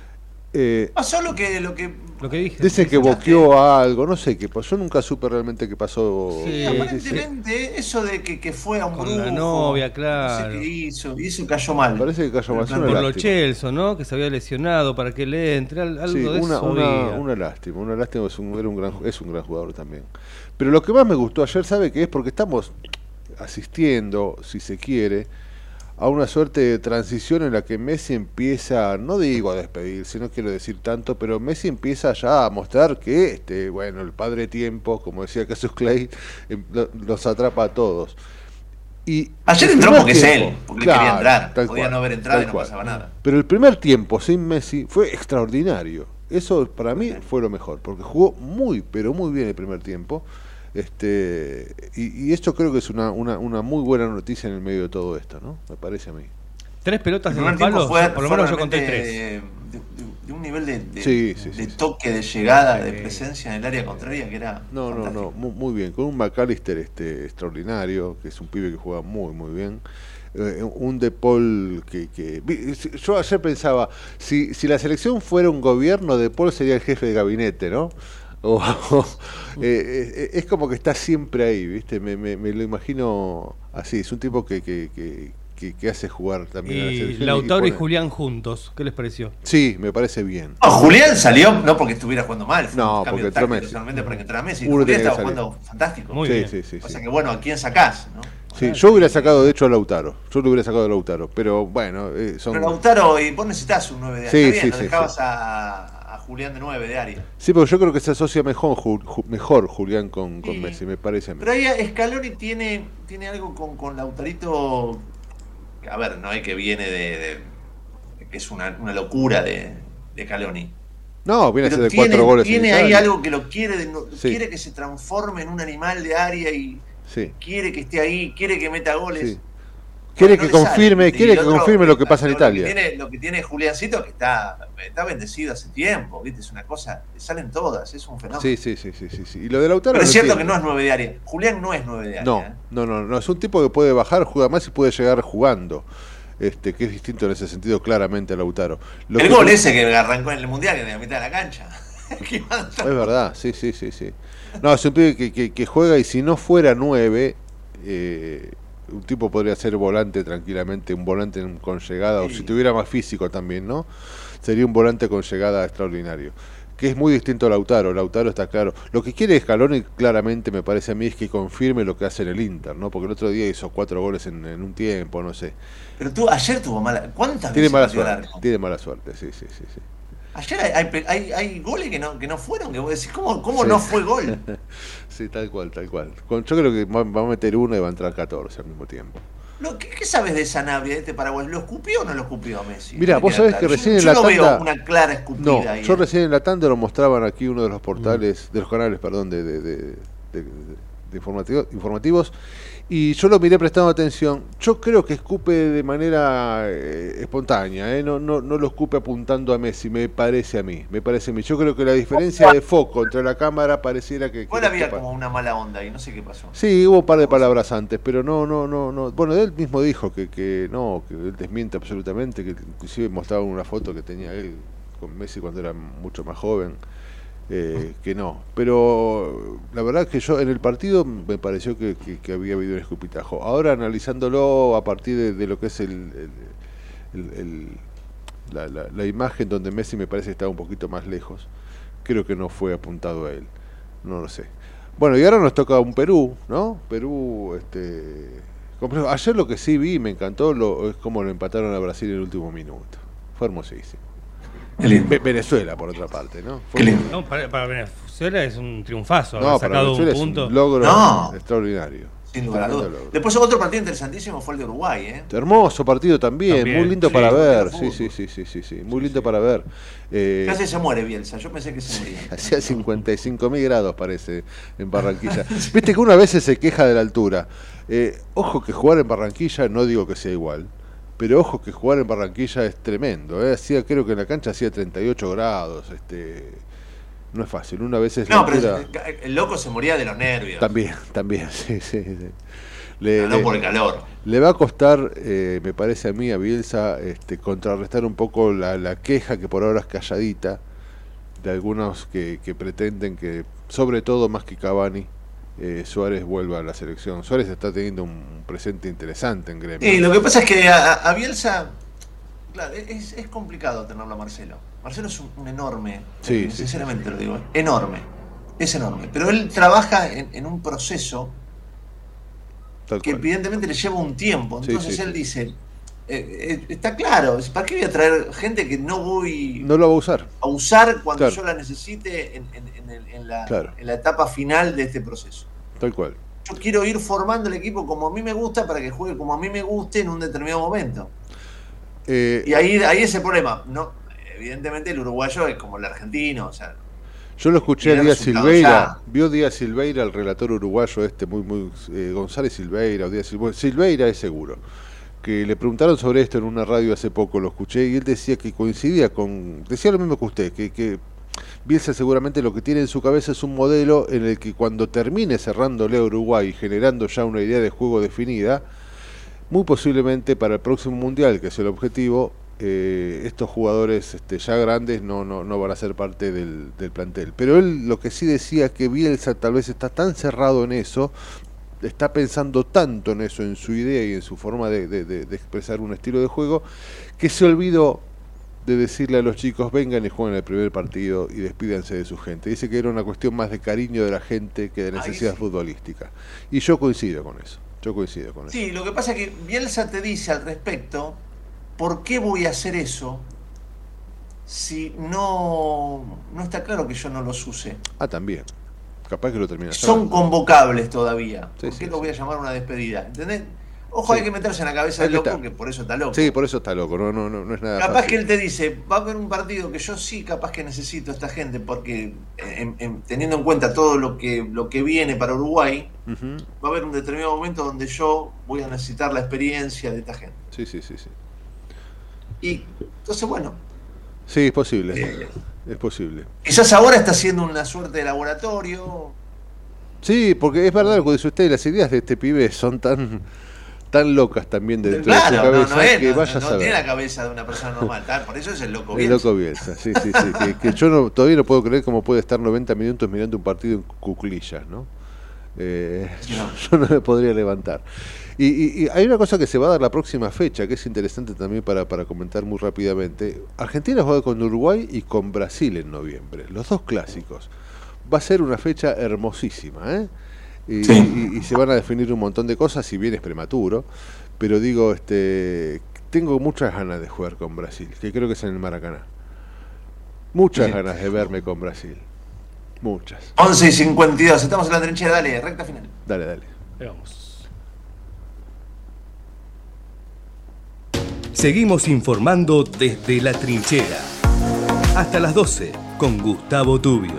pasó lo que dije. Dice que boqueó algo, no sé qué pasó. Yo nunca supe realmente qué pasó. Sí, aparentemente eso de que fue a un con brujo, la novia, claro. No sé qué hizo, y eso cayó mal. Parece que cayó mal. Por lo Chelsea, ¿no? Que se había lesionado para que le entre algo sí, de eso. Una lástima. Es un gran jugador también. Pero lo que más me gustó ayer, ¿sabe qué es? Porque estamos asistiendo, si se quiere, a una suerte de transición en la que Messi empieza, no digo a despedirse, no quiero decir tanto, pero Messi empieza ya a mostrar que el padre tiempo, como decía Cassius Clay, los atrapa a todos. Y ayer entró porque es él, porque quería entrar, podía no haber entrado y no pasaba nada. Pero el primer tiempo sin Messi fue extraordinario. Eso para mí fue lo mejor, porque jugó muy, pero muy bien el primer tiempo. Y esto creo que es una muy buena noticia en el medio de todo esto, ¿no? Me parece a mí. 3 pelotas en el palo, por lo menos yo conté 3. De un nivel de toque, de llegada, de presencia en el área contraria que era fantástico. Muy bien, con un McAllister extraordinario, que es un pibe que juega muy muy bien. Un De Paul que yo ayer pensaba, si la selección fuera un gobierno, De Paul sería el jefe de gabinete, ¿no? Es como que está siempre ahí, ¿viste? Me lo imagino así. Es un tipo que hace jugar también a la selección. Y Lautaro y Julián juntos, ¿qué les pareció? Sí, me parece bien. Julián salió no porque estuviera jugando mal, fue no, un cambio táctico solamente para que entrara Messi. Uno Julián estaba jugando fantástico. Muy bien. O sea que bueno, ¿a quién sacás? ¿No? Sí, yo hubiera sacado de hecho a Lautaro. Yo lo hubiera sacado a Lautaro, pero bueno, Pero Lautaro, y vos necesitas un 9 de área. Sí, Está bien, sí, lo dejabas a Julián de 9 de área. Sí, porque yo creo que se asocia mejor Julián con Messi, me parece a mí. Pero ahí Scaloni tiene algo con Lautarito. A ver, no es que viene de que es una locura de Scaloni. No, viene a ser de 4 goles. Tiene ahí algo que lo quiere, quiere que se transforme en un animal de área y quiere que esté ahí, quiere que meta goles. Sí. Quiere que confirme lo que pasa en Italia. Lo que tiene Juliancito, que está bendecido hace tiempo, ¿viste? Es una cosa, le salen todas, es un fenómeno. Sí. Y lo de Lautaro. Pero es cierto que no es 9 de área. Julián no es 9 de área. No, es un tipo que puede bajar, juega más y puede llegar jugando. Que es distinto en ese sentido claramente a Lautaro. El gol ese que arrancó en el Mundial, en la mitad de la cancha. Es verdad, sí. No, es un pibe que juega, y si no fuera 9, un tipo podría ser volante tranquilamente, un volante con llegada, o si tuviera más físico también, ¿no? Sería un volante con llegada extraordinario, que es muy distinto a Lautaro. Lautaro está claro. Lo que quiere Scaloni claramente, me parece a mí, es que confirme lo que hace en el Inter, ¿no? Porque el otro día hizo 4 goles en un tiempo, no sé. Pero ayer tuvo mala... ¿Cuántas tiene veces mala suerte? Tiene mala suerte, sí. Ayer hay goles que no fueron, que vos decís, ¿cómo no fue gol? Sí, tal cual. Yo creo que va a meter 1 y va a entrar 14 al mismo tiempo. ¿Qué sabes de Sanabria, de este Paraguay? ¿Lo escupió o no lo escupió a Messi? Mira, vos sabés que recién en la tanda... Yo no veo una clara escupida ahí. Yo recién en la tanda lo mostraban aquí uno de los portales, de los canales, perdón, de informativos, y yo lo miré prestando atención. Yo creo que escupe de manera espontánea, no lo escupe apuntando a Messi, me parece a mí. Yo creo que la diferencia de foco entre la cámara pareciera que... Igual había como una mala onda y no sé qué pasó. Sí, hubo un par de palabras antes, pero no. Bueno, él mismo dijo que él desmiente absolutamente, que inclusive mostraba una foto que tenía él con Messi cuando era mucho más joven. Que no, pero la verdad es que yo en el partido me pareció que había habido un escupitajo. Ahora analizándolo a partir de lo que es la imagen donde Messi me parece que estaba un poquito más lejos, creo que no fue apuntado a él, no lo sé. Bueno, y ahora nos toca un Perú, ¿no? Perú, complejo. Ayer lo que sí vi, me encantó, es como lo empataron a Brasil en el último minuto, fue hermosísimo. Venezuela, por otra parte, ¿no? No, para Venezuela es un triunfazo. No, para Venezuela es un logro extraordinario. Sin lugar a dudas. Después otro partido interesantísimo fue el de Uruguay, ¿eh? Hermoso partido también, muy lindo para ver. Sí, muy lindo para ver. Casi se muere Bielsa, yo pensé que se moría. Hacía 55.000 grados parece en Barranquilla. Viste que una vez se queja de la altura. Ojo que jugar en Barranquilla, no digo que sea igual, pero ojo que jugar en Barranquilla es tremendo, creo que en la cancha hacía 38 grados, no es fácil, una vez es no, pero el loco se moría de los nervios. También, sí. No por el calor. Le va a costar, me parece a mí, a Bielsa, contrarrestar un poco la queja que por ahora es calladita, de algunos que pretenden que, sobre todo más que Cavani, Suárez vuelva a la selección. Suárez está teniendo un presente interesante en Gremio. Lo que pasa es que a Bielsa, claro, es complicado tenerlo a Marcelo. Marcelo es un enorme, sinceramente lo digo, enorme, es enorme. Pero él trabaja en un proceso que evidentemente le lleva un tiempo. Entonces él dice, está claro, ¿para qué voy a traer gente que no lo va a usar cuando yo la necesite en la etapa final de este proceso? Tal cual. Yo quiero ir formando el equipo como a mí me gusta para que juegue como a mí me guste en un determinado momento. Y ahí es el problema. evidentemente el uruguayo es como el argentino, o sea. Yo lo escuché a Díaz Silveira, vio Díaz Silveira, el relator uruguayo González Silveira, o Díaz Silveira es seguro, que le preguntaron sobre esto en una radio hace poco, lo escuché, y él decía que coincidía decía lo mismo que usted, que Bielsa seguramente lo que tiene en su cabeza es un modelo en el que cuando termine cerrándole a Uruguay y generando ya una idea de juego definida, muy posiblemente para el próximo Mundial, que es el objetivo, estos jugadores ya grandes no van a ser parte del plantel. Pero él lo que sí decía que Bielsa tal vez está tan cerrado en eso, está pensando tanto en eso, en su idea y en su forma de expresar un estilo de juego, que se olvidó de decirle a los chicos vengan y jueguen el primer partido y despídanse de su gente. Dice que era una cuestión más de cariño de la gente que de necesidad futbolística. Y yo coincido con eso. Sí, lo que pasa es que Bielsa te dice al respecto, ¿por qué voy a hacer eso si no está claro que yo no los use? También. Capaz que lo termina. Son convocables todavía. ¿Por qué lo voy a llamar una despedida? ¿Entendés? Ojo, hay que meterse en la cabeza del loco, que por eso está loco. Sí, por eso está loco, no es nada capaz fácil. Que él te dice, va a haber un partido que yo sí capaz que necesito a esta gente, porque teniendo en cuenta todo lo que viene para Uruguay, va a haber un determinado momento donde yo voy a necesitar la experiencia de esta gente. Sí. Y entonces, bueno. Sí, es posible. Es posible. Quizás ahora está haciendo una suerte de laboratorio. Sí, porque es verdad lo que dice usted, las ideas de este pibe son tan locas también dentro de su cabeza, que vaya a saber. No tiene la cabeza de una persona normal, por eso es el loco Bielsa. El loco Bielsa, sí. que yo todavía no puedo creer cómo puede estar 90 minutos mirando un partido en cuclillas, ¿no? Yo no me podría levantar. Y hay una cosa que se va a dar la próxima fecha, que es interesante también para comentar muy rápidamente. Argentina juega con Uruguay y con Brasil en noviembre, los dos clásicos. Va a ser una fecha hermosísima, ¿eh? Y se van a definir un montón de cosas, si bien es prematuro, pero digo, tengo muchas ganas de jugar con Brasil, que creo que es en el Maracaná. Muchas ganas de verme con Brasil. Muchas. 11:52, estamos en la trinchera, dale, recta final. Dale. Vamos. Seguimos informando desde la trinchera. Hasta las 12 con Gustavo Tubio.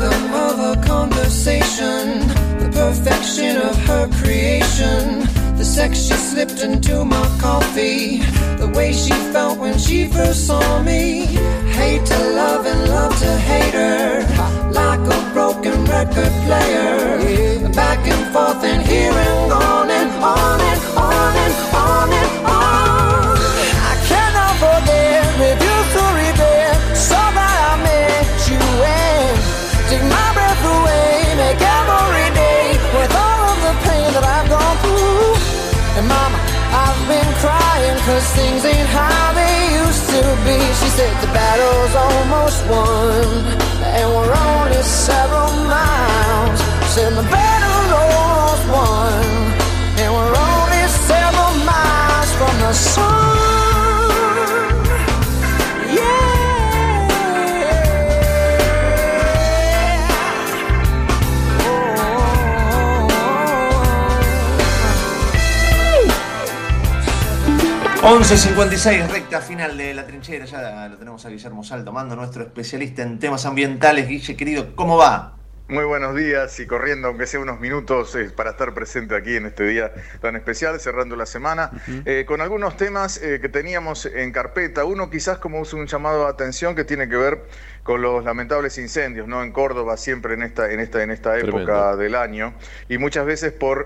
The perfection of her creation, the sex, she slipped into my coffee. The way she felt when she first saw me. Hate to love and love to hate her. Like a broken record player. Back and forth and here and on and on and on and on and on. I cannot forget, refuse to regret. So that I met you and take my breath away. Make every day with all of the pain that I've gone through. And mama, I've been crying cause things ain't how they used to be. She said the battle's almost won and we're only several miles. Said the battle's almost won and we're only several miles from the sun. Yeah. 11:56, recta final de La Trinchera. Ya lo tenemos a Guillermo Sal tomando, nuestro especialista en temas ambientales. Guille, querido, ¿cómo va? Muy buenos días y corriendo, aunque sea unos minutos, para estar presente aquí en este día tan especial, cerrando la semana, con algunos temas que teníamos en carpeta. Uno quizás como un llamado de atención que tiene que ver con los lamentables incendios, ¿no? En Córdoba siempre en esta época del año, y muchas veces por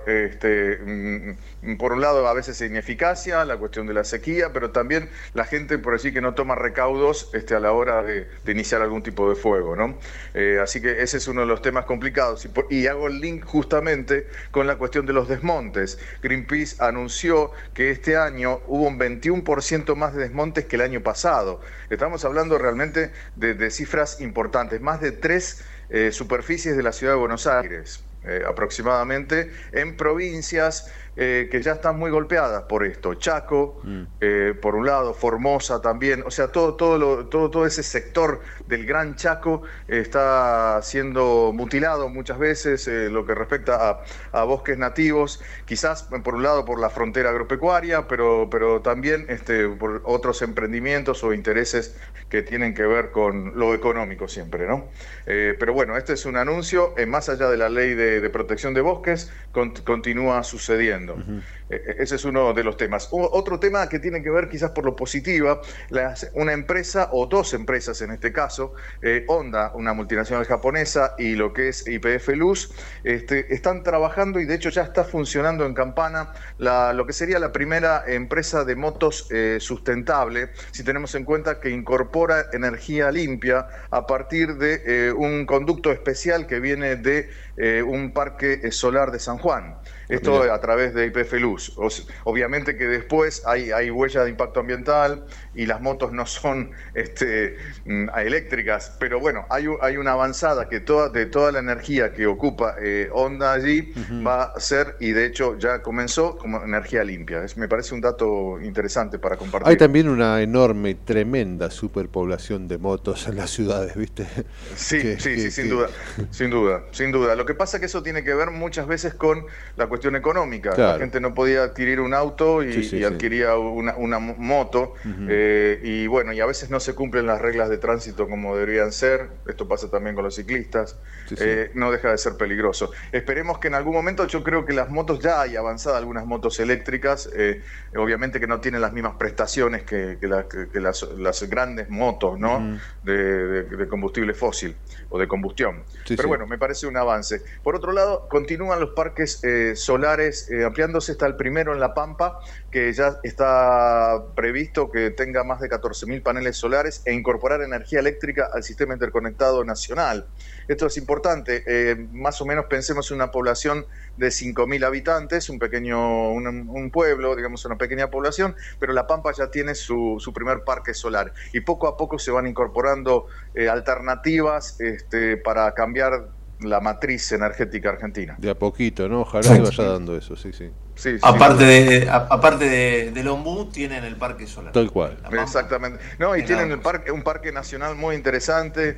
un lado a veces ineficacia, la cuestión de la sequía, pero también la gente por allí que no toma recaudos a la hora de iniciar algún tipo de fuego, ¿no? Así que ese es uno de los temas complicados, y hago el link justamente con la cuestión de los desmontes. Greenpeace anunció que este año hubo un 21% más de desmontes que el año pasado. Estamos hablando realmente de cifras importantes, más de 3 superficies de la ciudad de Buenos Aires, aproximadamente, en provincias que ya están muy golpeadas por esto. Chaco, por un lado, Formosa también, o sea, todo ese sector del Gran Chaco está siendo mutilado muchas veces, lo que respecta a bosques nativos, quizás por un lado por la frontera agropecuaria, pero también por otros emprendimientos o intereses que tienen que ver con lo económico siempre, ¿no? Pero bueno, este es un anuncio, más allá de la ley de protección de bosques, continúa sucediendo. Ese es uno de los temas. Otro tema que tiene que ver quizás por lo positiva, una empresa o dos empresas en este caso, Honda, una multinacional japonesa, y lo que es YPF Luz, están trabajando y de hecho ya está funcionando en Campana lo que sería la primera empresa de motos sustentable, si tenemos en cuenta que incorpora energía limpia a partir de un conducto especial que viene de un parque solar de San Juan. Esto a través de YPF Luz. Obviamente que después hay huella de impacto ambiental y las motos no son eléctricas, pero bueno, hay una avanzada que de toda la energía que ocupa Honda allí va a ser, y de hecho ya comenzó, como energía limpia. Me parece un dato interesante para compartir. Hay también una enorme, tremenda superpoblación de motos en las ciudades, ¿viste? Sí, sin duda. Lo que pasa es que eso tiene que ver muchas veces con la cuestión económica. Claro. La gente no podía adquirir un auto y adquiría una moto, y bueno, y a veces no se cumplen las reglas de tránsito como deberían ser. Esto pasa también con los ciclistas. No deja de ser peligroso. Esperemos que en algún momento, yo creo que las motos, ya hay avanzado algunas motos eléctricas, obviamente que no tienen las mismas prestaciones que las grandes motos, ¿no? De combustible fósil o de combustión. Pero bueno, me parece un avance. Por otro lado, continúan los parques solares ampliándose. Está el primero en La Pampa, que ya está previsto que tenga más de 14.000 paneles solares e incorporar energía eléctrica al sistema interconectado nacional. Esto es importante. Más o menos pensemos en una población de 5.000 habitantes, un pueblo, digamos, una pequeña población, pero La Pampa ya tiene su primer parque solar, y poco a poco se van incorporando alternativas para cambiar la matriz energética argentina. De a poquito, ¿no? Ojalá se vaya dando eso, sí. Aparte del Ombú, tienen el parque solar. Tal cual. Exactamente. No, y tienen un parque nacional muy interesante,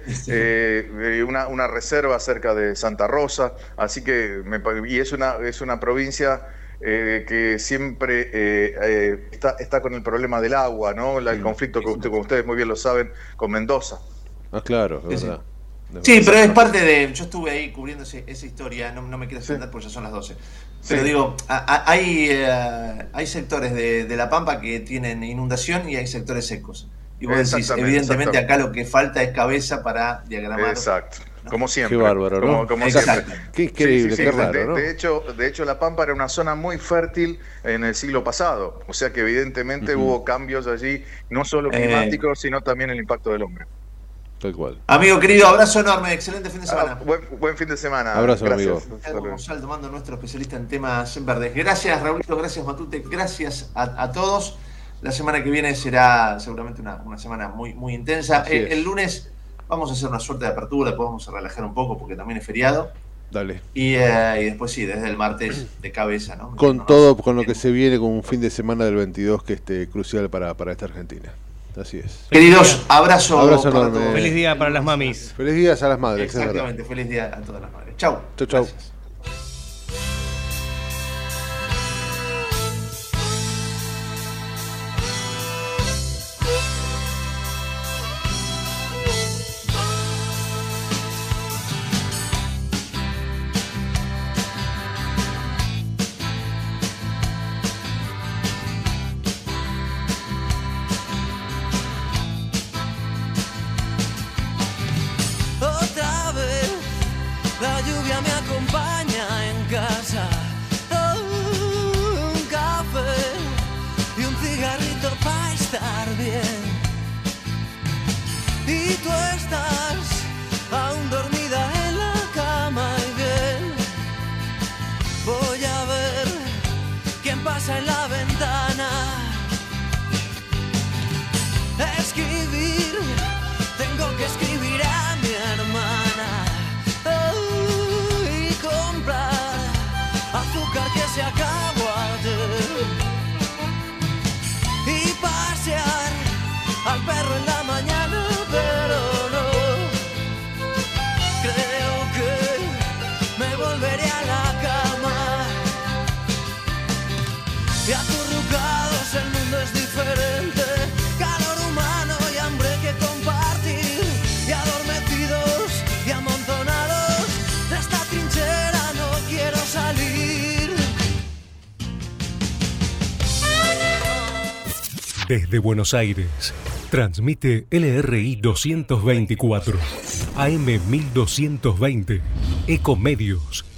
una reserva cerca de Santa Rosa, así que es una provincia que siempre está con el problema del agua, ¿no? El conflicto que como ustedes muy bien lo saben, con Mendoza. Ah, claro, es verdad. Sí, pero es parte de... Yo estuve ahí cubriendo esa historia, no me quiero extender porque ya son las 12. Pero digo, hay sectores de La Pampa que tienen inundación y hay sectores secos. Y vos decís, evidentemente acá lo que falta es cabeza para diagramar. Exacto. Como siempre. Qué bárbaro, ¿no? Como siempre. Qué increíble, Sí, qué raro, ¿no? De hecho, La Pampa era una zona muy fértil en el siglo pasado. O sea que evidentemente hubo cambios allí, no solo climáticos, sino también el impacto del hombre. Tal cual. Amigo querido, abrazo enorme, excelente fin de semana. Buen fin de semana. Abrazo, gracias. amigo. Gonzalo tomando nuestro especialista en temas verdes. Gracias, Raulito, gracias, Matute, gracias a todos. La semana que viene será seguramente una semana muy, muy intensa. El lunes vamos a hacer una suerte de apertura, después vamos a relajar un poco porque también es feriado. Dale. Y después sí, desde el martes de cabeza, ¿no? Con todo, con lo que se viene, con un fin de semana del 22 que es crucial para esta Argentina. Así es. Queridos, abrazo enorme. Feliz día para las mamis. Feliz día a las madres. Exactamente, feliz día a todas las madres. Chau. Chau. Gracias. Otra vez la lluvia me acompaña en casa. Un café y un cigarrito para estar bien. Y tú estás aún dormida en la cama y bien. Voy a ver quién pasa en la ventana. Escribir, tengo que escribir a mi hermana. Y comprar azúcar que se acabó ayer. Y pasear al perro en la mañana, pero no. Creo que me volveré a la cama. Y acurrucados el mundo es diferente. Calor humano y hambre que compartir. Y adormecidos y amontonados de esta trinchera no quiero salir. Desde Buenos Aires, transmite LRI 224, AM 1220, Ecomedios.